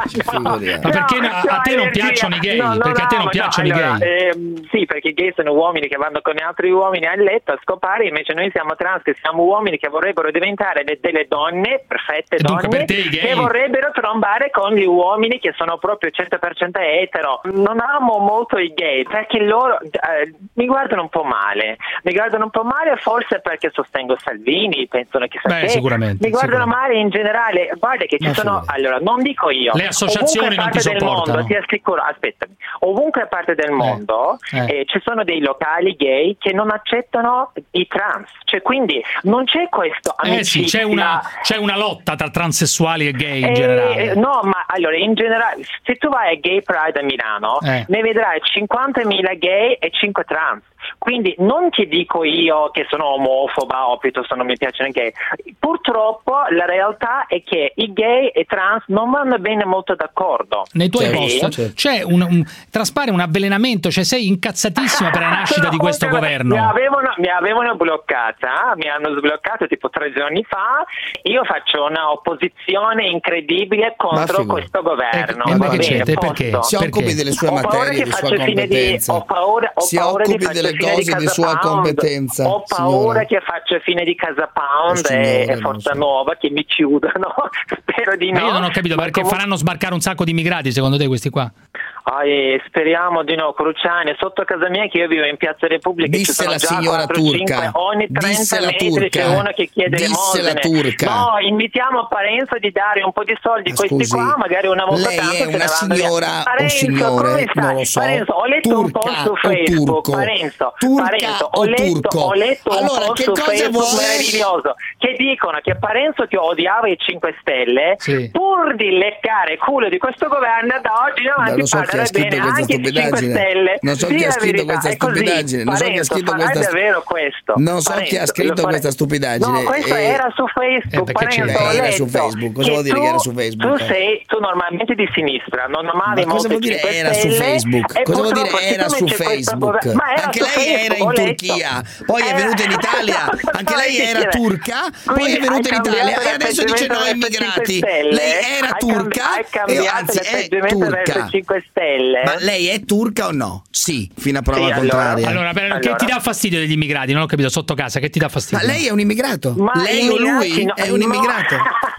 Speaker 9: ma perché
Speaker 23: no,
Speaker 9: a, a te non piacciono i gay?
Speaker 23: No, no,
Speaker 9: perché a te non
Speaker 23: no,
Speaker 9: piacciono
Speaker 23: no,
Speaker 9: i
Speaker 23: allora,
Speaker 9: gay?
Speaker 23: Ehm, sì, perché i gay sono uomini che vanno con altri uomini a letto a scopare, invece noi siamo trans che siamo uomini che vorrebbero diventare de- delle donne, perfette
Speaker 9: e dunque,
Speaker 23: donne,
Speaker 9: per te,
Speaker 23: che vorrebbero trombare con gli uomini che sono proprio cento per cento etero. Non amo molto i gay perché loro eh, mi guardano un po' male, mi guardano un po' male forse perché sostengo Salvini, pensano che
Speaker 9: Beh, sicuramente,
Speaker 23: mi guardano
Speaker 9: sicuramente.
Speaker 23: male in generale. Guarda che ci
Speaker 9: Ma
Speaker 23: sono,
Speaker 9: sì.
Speaker 23: allora non dico io,
Speaker 9: le associazioni non ti
Speaker 23: del
Speaker 9: sopportano.
Speaker 23: mondo, ti assicuro, aspettami, ovunque parte del mondo
Speaker 9: eh.
Speaker 23: Eh, ci sono dei locali gay che non accettano i trans, cioè quindi non c'è questo
Speaker 9: Eh sì, c'è una, c'è una lotta tra transessuali e gay in
Speaker 23: eh,
Speaker 9: generale.
Speaker 23: no, ma allora in generale se tu vai a Gay Pride a Milano
Speaker 9: Eh.
Speaker 23: ne vedrai cinquantamila gay e cinque trans. Quindi non ti dico io che sono omofoba o piuttosto non mi piacciono i gay. Purtroppo la realtà è che i gay e trans non vanno bene molto d'accordo.
Speaker 9: Nei tuoi
Speaker 23: Sì.
Speaker 9: post c'è un, un traspare un avvelenamento, cioè sei incazzatissima per la nascita di questo
Speaker 23: Mi
Speaker 9: governo.
Speaker 23: avevano, mi avevano bloccata, mi hanno sbloccato tipo tre giorni fa. Io faccio una opposizione incredibile contro questo governo.
Speaker 9: E- e
Speaker 23: Va
Speaker 9: che
Speaker 23: bene,
Speaker 9: c'è?
Speaker 23: posso?
Speaker 9: Perché?
Speaker 2: Si occupi delle sue
Speaker 23: Ho paura
Speaker 2: materie,
Speaker 23: che
Speaker 2: di sua
Speaker 23: faccio fine di,
Speaker 2: competenza.
Speaker 23: ho paura, ho
Speaker 2: Si
Speaker 23: paura di
Speaker 2: occupi
Speaker 23: faccio
Speaker 2: delle
Speaker 23: fine
Speaker 2: cose
Speaker 23: Casa
Speaker 2: di sua
Speaker 23: Pound.
Speaker 2: competenza,
Speaker 23: Ho paura
Speaker 2: signora.
Speaker 23: che faccio fine di Casa Pound
Speaker 2: Oh, signora,
Speaker 23: e, e
Speaker 2: non
Speaker 23: Forza Nuova che mi chiudono. Spero di
Speaker 9: Ma
Speaker 23: no.
Speaker 9: io non ho capito
Speaker 23: Ma
Speaker 9: perché
Speaker 23: comunque-
Speaker 9: faranno sbarcare un sacco di immigrati secondo te questi qua?
Speaker 23: Ah, eh, speriamo di no. Cruciani, sotto casa mia che io vivo in Piazza Repubblica, ci
Speaker 2: Disse
Speaker 23: sono
Speaker 2: la
Speaker 23: già
Speaker 2: signora
Speaker 23: quattro,
Speaker 2: turca.
Speaker 23: cinque, ogni trenta
Speaker 2: Disse la
Speaker 23: metri
Speaker 2: turca.
Speaker 23: c'è uno che chiede
Speaker 2: Disse la
Speaker 23: elemosine.
Speaker 2: turca.
Speaker 23: No, invitiamo Parenzo di dare un po' di soldi a questi
Speaker 2: Scusi,
Speaker 23: qua, magari una volta
Speaker 2: lei
Speaker 23: tanto
Speaker 2: è
Speaker 23: se ne
Speaker 2: una
Speaker 23: vanno via.
Speaker 2: signora o
Speaker 23: Parenzo,
Speaker 2: signore,
Speaker 23: come stai?
Speaker 2: non lo so,
Speaker 23: Parenzo, ho letto un
Speaker 2: turca
Speaker 23: post su
Speaker 2: o
Speaker 23: Facebook.
Speaker 2: turco?
Speaker 23: Parenzo,
Speaker 2: Turca
Speaker 23: Parenzo, ho
Speaker 2: o
Speaker 23: letto,
Speaker 2: turco?
Speaker 23: ho letto
Speaker 2: Allora,
Speaker 23: un post
Speaker 2: che
Speaker 23: su
Speaker 2: cosa
Speaker 23: Facebook
Speaker 2: vuole?
Speaker 23: meraviglioso che dicono che Parenzo che odiava i cinque Stelle,
Speaker 2: Sì.
Speaker 23: pur di leccare il culo di questo governo, da oggi in
Speaker 2: Ma
Speaker 23: avanti
Speaker 2: lo so chi ha
Speaker 23: parlerà
Speaker 2: scritto
Speaker 23: bene
Speaker 2: questa
Speaker 23: anche di cinque
Speaker 2: stupidaggine.
Speaker 23: Stelle.
Speaker 2: Non so
Speaker 23: Dì
Speaker 2: chi ha
Speaker 23: la
Speaker 2: scritto
Speaker 23: verità,
Speaker 2: questa
Speaker 23: è così.
Speaker 2: stupidaggine. Non so chi ha
Speaker 23: Parenzo,
Speaker 2: scritto
Speaker 23: farai
Speaker 2: questa
Speaker 23: davvero questo.
Speaker 2: Non so chi ha
Speaker 23: Parenzo,
Speaker 2: scritto
Speaker 23: lo fare-
Speaker 2: questa stupidaggine.
Speaker 23: No, questo
Speaker 2: Eh,
Speaker 23: era su Facebook.
Speaker 2: eh, perché c'è-
Speaker 23: Parenzo, ho
Speaker 2: era
Speaker 23: letto
Speaker 2: su Facebook. Cosa
Speaker 23: che
Speaker 2: vuol dire
Speaker 23: tu-
Speaker 2: che era su Facebook?
Speaker 23: Tu sei tu normalmente di sinistra, non amavi
Speaker 2: Ma cosa
Speaker 23: molto
Speaker 2: vuol
Speaker 23: i
Speaker 2: dire
Speaker 23: cinque
Speaker 2: era su
Speaker 23: Stelle,
Speaker 2: Facebook?
Speaker 23: e
Speaker 2: Cosa vuol dire
Speaker 23: purtroppo,
Speaker 2: era
Speaker 23: siccome
Speaker 2: su
Speaker 23: c'è questo
Speaker 2: Facebook?
Speaker 23: governo- Ma era
Speaker 2: Anche
Speaker 23: su
Speaker 2: lei era
Speaker 23: Facebook,
Speaker 2: in
Speaker 23: ho letto.
Speaker 2: Turchia, poi è
Speaker 23: Era-
Speaker 2: venuta in Italia. Anche lei
Speaker 23: Che
Speaker 2: era
Speaker 23: era-
Speaker 2: turca, poi
Speaker 23: Quindi
Speaker 2: è venuta in
Speaker 23: hai
Speaker 2: Italia
Speaker 23: cambiato
Speaker 2: e adesso dice no ai
Speaker 23: l'atteggiamento verso
Speaker 2: immigrati.
Speaker 23: cinque Stelle?
Speaker 2: Lei era
Speaker 23: Hai
Speaker 2: turca
Speaker 23: cambi- hai
Speaker 2: e
Speaker 23: cambiato
Speaker 2: anzi è
Speaker 23: l'atteggiamento verso
Speaker 2: turca.
Speaker 23: cinque Stelle?
Speaker 2: Ma lei è turca o no? Sì, fino a prova
Speaker 23: Sì, allora-
Speaker 2: contraria.
Speaker 9: Allora, per- che ti dà fastidio degli immigrati? Non ho capito, sotto casa, che ti dà fastidio?
Speaker 2: Ma lei è un immigrato?
Speaker 23: Ma
Speaker 2: Lei o
Speaker 23: immigrati
Speaker 2: lui
Speaker 23: no-
Speaker 2: è un
Speaker 23: no.
Speaker 2: immigrato?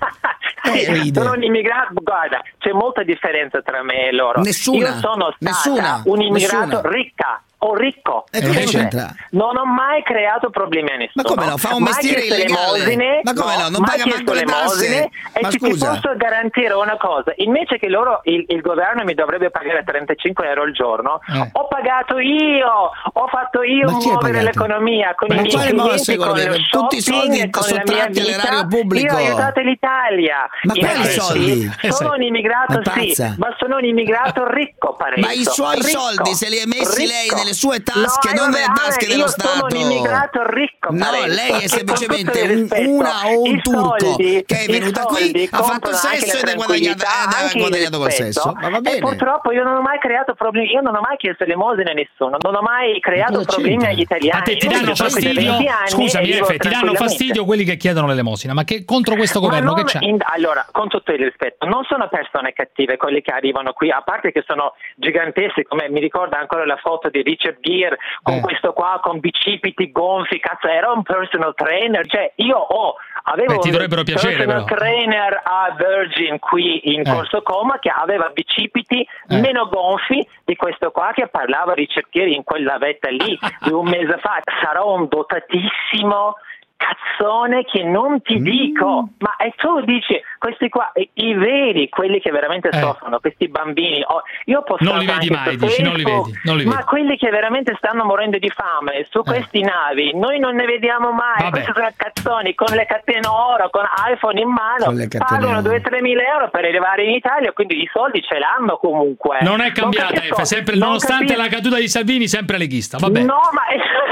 Speaker 2: Eh, ride.
Speaker 23: Sono un immigrato, guarda, c'è molta differenza tra me e loro.
Speaker 2: Nessuna.
Speaker 23: Io sono stata
Speaker 2: Nessuna.
Speaker 23: un immigrato
Speaker 2: Nessuna.
Speaker 23: ricca o ricco.
Speaker 2: E cosa
Speaker 23: Invece,
Speaker 2: c'entra?
Speaker 23: Non ho mai creato problemi a nessuno.
Speaker 2: Ma come no? Fa un
Speaker 23: Mai
Speaker 2: mestiere
Speaker 23: chiesto
Speaker 2: illegale.
Speaker 23: elemosine,
Speaker 2: Ma come no? Non
Speaker 23: mai
Speaker 2: paga
Speaker 23: chiesto
Speaker 2: manco le tasse?
Speaker 23: elemosine. E
Speaker 2: Ma
Speaker 23: ti, ti
Speaker 2: scusa.
Speaker 23: posso garantire una cosa, invece che loro, il, il governo mi dovrebbe pagare trentacinque euro al giorno,
Speaker 2: Eh.
Speaker 23: ho pagato io, ho fatto io
Speaker 2: Ma chi ha
Speaker 23: muovere
Speaker 2: pagato?
Speaker 23: l'economia con
Speaker 2: Ma
Speaker 23: i miei
Speaker 2: quale modo,
Speaker 23: clienti,
Speaker 2: secondo
Speaker 23: con
Speaker 2: te?
Speaker 23: lo
Speaker 2: Tutti i
Speaker 23: shopping
Speaker 2: soldi
Speaker 23: e con la mia
Speaker 2: sottratti
Speaker 23: vita.
Speaker 2: all'erario pubblico.
Speaker 23: Io ho aiutato l'Italia.
Speaker 2: Ma
Speaker 23: In
Speaker 2: quali
Speaker 23: effetti,
Speaker 2: soldi?
Speaker 23: Sono un immigrato,
Speaker 2: Ma è
Speaker 23: sì,
Speaker 2: pazza.
Speaker 23: ma sono un immigrato ricco, Parenzo.
Speaker 2: Ma i suoi
Speaker 23: ricco,
Speaker 2: soldi se li ha messi lei
Speaker 23: ricco.
Speaker 2: nelle sue tasche,
Speaker 23: No,
Speaker 2: non
Speaker 23: eh,
Speaker 2: nelle
Speaker 23: vabbè,
Speaker 2: tasche
Speaker 23: io
Speaker 2: dello
Speaker 23: sono
Speaker 2: Stato.
Speaker 23: un immigrato ricco,
Speaker 2: No,
Speaker 23: Parenzo,
Speaker 2: lei è
Speaker 23: che
Speaker 2: semplicemente
Speaker 23: con tutto il
Speaker 2: un-
Speaker 23: rispetto,
Speaker 2: una o un
Speaker 23: i
Speaker 2: turco
Speaker 23: soldi-
Speaker 2: che è
Speaker 23: i
Speaker 2: venuta qui,
Speaker 23: soldi
Speaker 2: ha fatto
Speaker 23: comprano anche
Speaker 2: sesso
Speaker 23: la
Speaker 2: ed è guadagnata-
Speaker 23: tranquillità,
Speaker 2: ed ha
Speaker 23: anche il
Speaker 2: guadagnato col
Speaker 23: rispetto.
Speaker 2: sesso. Ma va
Speaker 23: E
Speaker 2: bene.
Speaker 23: purtroppo io non ho mai creato problemi, io non ho mai chiesto elemosine a nessuno, non ho mai creato
Speaker 2: cosa
Speaker 23: problemi
Speaker 2: c'entra?
Speaker 23: agli italiani.
Speaker 9: A te ti
Speaker 23: Io
Speaker 9: danno
Speaker 23: sono qui da
Speaker 9: fastidio?
Speaker 23: venti anni
Speaker 9: Scusami,
Speaker 23: e vivo
Speaker 9: Efe, ti danno
Speaker 23: tranquillamente.
Speaker 9: fastidio quelli che chiedono l'elemosina, ma che contro questo
Speaker 23: Ma
Speaker 9: governo
Speaker 23: non
Speaker 9: che c'è?
Speaker 23: in- allora, con tutto il rispetto, non sono persone cattive quelli che arrivano qui, a parte che sono giganteschi, come mi ricorda ancora la foto di Richard Gere con
Speaker 9: Eh.
Speaker 23: questo qua con bicipiti gonfi, cazzo, era un personal trainer, cioè io ho avevo
Speaker 9: Beh, ti
Speaker 23: un
Speaker 9: dovrebbero piacere,
Speaker 23: personal
Speaker 9: però.
Speaker 23: trainer a Virgin qui in
Speaker 9: Eh.
Speaker 23: Corso Coma che aveva bicipiti
Speaker 9: Eh.
Speaker 23: meno gonfi di questo qua che parlava Richard Gere in quella vetta lì di un mese fa. Sarò un dotatissimo cazzone che non ti
Speaker 9: Mm.
Speaker 23: dico, ma e tu dici questi qua i, i veri, quelli che veramente
Speaker 9: Eh.
Speaker 23: soffrono, questi bambini, oh, io ho postato
Speaker 9: Non li vedi
Speaker 23: anche
Speaker 9: mai,
Speaker 23: su
Speaker 9: dici, non li
Speaker 23: Facebook,
Speaker 9: vedi, non li
Speaker 23: ma
Speaker 9: vedi.
Speaker 23: quelli che veramente stanno morendo di fame su questi navi noi non ne vediamo mai.
Speaker 9: Vabbè.
Speaker 23: Questi sono cazzoni con le catene oro, con iPhone in mano,
Speaker 2: Con le catene
Speaker 23: pagano
Speaker 2: oro.
Speaker 23: due tre mila euro per arrivare in Italia, quindi i soldi ce l'hanno comunque.
Speaker 9: Non è cambiata,
Speaker 23: capisco-
Speaker 9: Efe, sempre,
Speaker 23: non
Speaker 9: nonostante
Speaker 23: capisco-
Speaker 9: la caduta di Salvini, sempre leghista. Vabbè.
Speaker 23: No, ma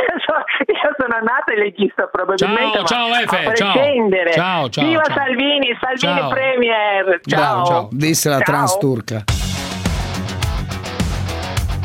Speaker 23: io sono nata leghista probabilmente.
Speaker 9: Ciao,
Speaker 23: ma
Speaker 9: ciao, Efe,
Speaker 23: a
Speaker 9: ciao.
Speaker 23: prescindere.
Speaker 9: Ciao, ciao,
Speaker 23: Viva
Speaker 9: ciao.
Speaker 23: Salvini, Salvini
Speaker 9: Ciao.
Speaker 23: Premier. Ciao.
Speaker 2: Ciao, ciao. Disse la
Speaker 23: Ciao.
Speaker 2: trans turca.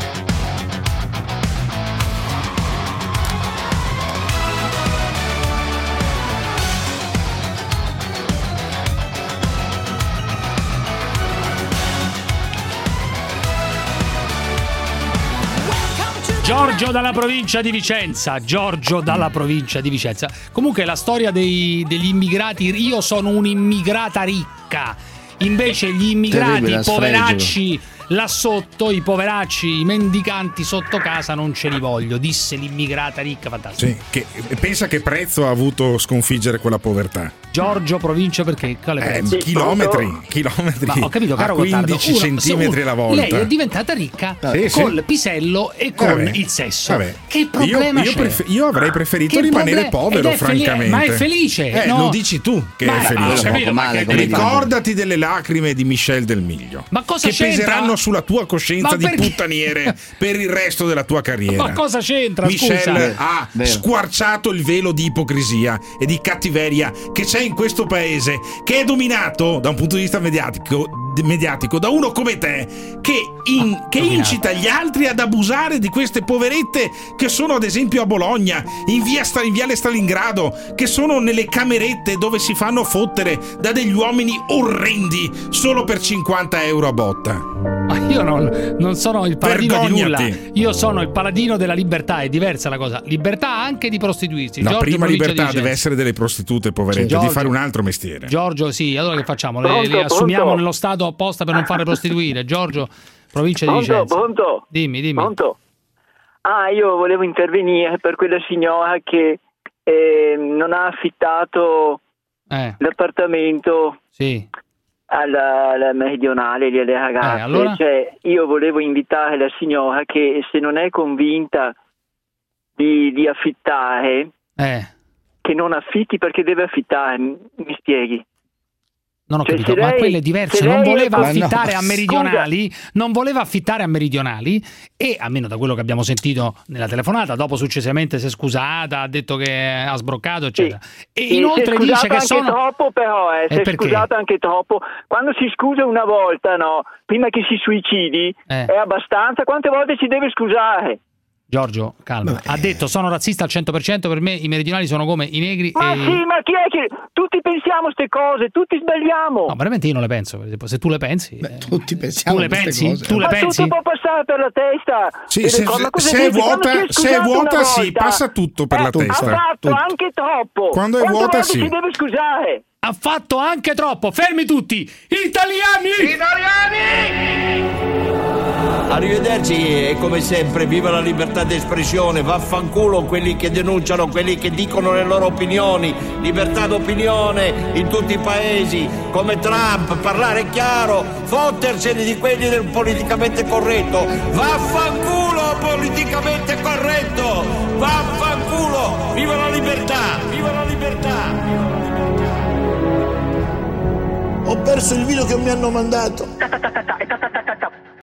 Speaker 9: Giorgio dalla provincia di Vicenza. Giorgio dalla provincia di Vicenza. Comunque la storia dei, degli immigrati. Io sono un'immigrata ricca. Invece gli immigrati
Speaker 2: Terribile,
Speaker 9: poveracci là sotto, i poveracci, i mendicanti sotto casa non ce li voglio, disse l'immigrata ricca. Fantastico.
Speaker 11: Sì, che, pensa che prezzo ha avuto sconfiggere quella povertà.
Speaker 9: Giorgio, provincia, perché?
Speaker 11: Eh, chilometri, chilometri.
Speaker 9: Ma ho capito, caro
Speaker 11: a quindici
Speaker 9: Gottardo,
Speaker 11: centimetri alla volta.
Speaker 9: Lei è diventata ricca
Speaker 11: Sì, sì.
Speaker 9: col pisello e con
Speaker 11: Vabbè,
Speaker 9: il sesso.
Speaker 11: vabbè.
Speaker 9: Che problema
Speaker 11: io, io,
Speaker 9: c'è?
Speaker 11: prefer- io avrei preferito
Speaker 9: Che
Speaker 11: rimanere
Speaker 9: proble-
Speaker 11: povero,
Speaker 9: ed è fel-
Speaker 11: francamente.
Speaker 9: ma è felice,
Speaker 11: Eh,
Speaker 9: no?
Speaker 11: lo dici tu che
Speaker 9: Ma-
Speaker 11: è felice.
Speaker 9: ho capito, ma che-
Speaker 11: Ricordati delle lacrime di Michel Del Miglio.
Speaker 9: Ma cosa
Speaker 11: che
Speaker 9: c'entra?
Speaker 11: peseranno sulla tua coscienza
Speaker 9: Ma
Speaker 11: di
Speaker 9: perché?
Speaker 11: puttaniere per il resto della tua carriera.
Speaker 9: Ma cosa c'entra,
Speaker 11: Michel
Speaker 9: scusa?
Speaker 11: ha
Speaker 9: Vero.
Speaker 11: squarciato il velo di ipocrisia e di cattiveria che c'è in questo paese, che è dominato da un punto di vista mediatico, mediatico da uno come te che, in, che incita gli altri ad abusare di queste poverette che sono ad esempio a Bologna, in via Sta- in viale Stalingrado, che sono nelle camerette dove si fanno fottere da degli uomini orrendi solo per cinquanta euro a botta.
Speaker 9: Ma io non, non sono il paladino di nulla.
Speaker 11: Vergognati.
Speaker 9: Io sono il paladino della libertà. È diversa la cosa. Libertà anche di prostituirsi.
Speaker 11: La
Speaker 9: Giorgio,
Speaker 11: prima
Speaker 9: provincia di
Speaker 11: libertà
Speaker 9: Vicenza.
Speaker 11: deve essere delle prostitute poverette,
Speaker 9: Giorgio.
Speaker 11: di fare un altro mestiere.
Speaker 9: Giorgio, sì, allora che facciamo? Le,
Speaker 22: Pronto,
Speaker 9: le assumiamo
Speaker 22: pronto?
Speaker 9: nello Stato apposta per non fare prostituire. Giorgio, provincia di
Speaker 22: Pronto,
Speaker 9: Vicenza.
Speaker 22: pronto?
Speaker 9: Dimmi, dimmi.
Speaker 22: Pronto? Ah, io volevo intervenire per quella signora che eh, non ha affittato
Speaker 9: Eh,
Speaker 22: l'appartamento
Speaker 9: sì.
Speaker 22: alla, alla meridionale lì alle ragazze.
Speaker 9: Eh, allora?
Speaker 22: Cioè, io volevo invitare la signora che se non è convinta di, di affittare,
Speaker 9: Eh,
Speaker 22: che non affitti perché deve affittare, mi mi spieghi?
Speaker 9: non ho
Speaker 22: Cioè,
Speaker 9: capito,
Speaker 22: se
Speaker 9: ma
Speaker 22: lei-
Speaker 9: quello è diverso.
Speaker 22: se
Speaker 9: Non
Speaker 22: lei-
Speaker 9: voleva
Speaker 22: Ma no,
Speaker 9: affittare
Speaker 22: ma
Speaker 9: a meridionali, non voleva affittare a meridionali e, almeno da quello che abbiamo sentito nella telefonata, dopo successivamente si è scusata, ha detto che ha sbroccato, eccetera. E
Speaker 22: Sì,
Speaker 9: inoltre
Speaker 22: si è
Speaker 9: dice
Speaker 22: scusato
Speaker 9: che
Speaker 22: anche
Speaker 9: sono...
Speaker 22: troppo, però eh, si
Speaker 9: E
Speaker 22: è
Speaker 9: perché?
Speaker 22: scusato anche troppo. Quando si scusa una volta, no, prima che si suicidi,
Speaker 9: Eh.
Speaker 22: è abbastanza. Quante volte si deve scusare?
Speaker 9: Giorgio, calma. Ha detto sono razzista al cento per cento, per me i meridionali sono come i negri
Speaker 22: Ma
Speaker 9: e...
Speaker 22: sì, ma chi è che tutti pensiamo queste cose, tutti sbagliamo.
Speaker 9: No, veramente io non le penso, per esempio. Se tu le pensi... eh,
Speaker 2: tutti pensiamo
Speaker 9: tu le
Speaker 2: a queste
Speaker 9: pensi?
Speaker 2: cose.
Speaker 9: Tu le
Speaker 22: ma
Speaker 9: pensi?
Speaker 22: tutto può passare per la testa.
Speaker 11: Sì,
Speaker 22: delle
Speaker 11: se,
Speaker 22: cose. Ma cosa
Speaker 11: se è
Speaker 22: dici? Quando
Speaker 11: vuota,
Speaker 22: si è
Speaker 11: se è
Speaker 22: scusato
Speaker 11: vuota
Speaker 22: una
Speaker 11: sì,
Speaker 22: volta,
Speaker 11: passa tutto per
Speaker 22: eh,
Speaker 11: la testa.
Speaker 22: Ha fatto
Speaker 11: Tutto.
Speaker 22: anche troppo.
Speaker 11: Quando è
Speaker 22: Quante
Speaker 11: vuota,
Speaker 22: volte
Speaker 11: sì.
Speaker 22: si deve scusare?
Speaker 9: Ha fatto anche troppo. Fermi tutti! Italiani!
Speaker 22: Italiani!
Speaker 5: Arrivederci e come sempre viva la libertà d'espressione, vaffanculo quelli che denunciano, quelli che dicono le loro opinioni, libertà d'opinione in tutti i paesi, come Trump, parlare chiaro, fottersene di quelli del politicamente corretto, vaffanculo politicamente corretto, vaffanculo, viva la libertà, viva la libertà.
Speaker 7: Ho perso il video che mi hanno mandato.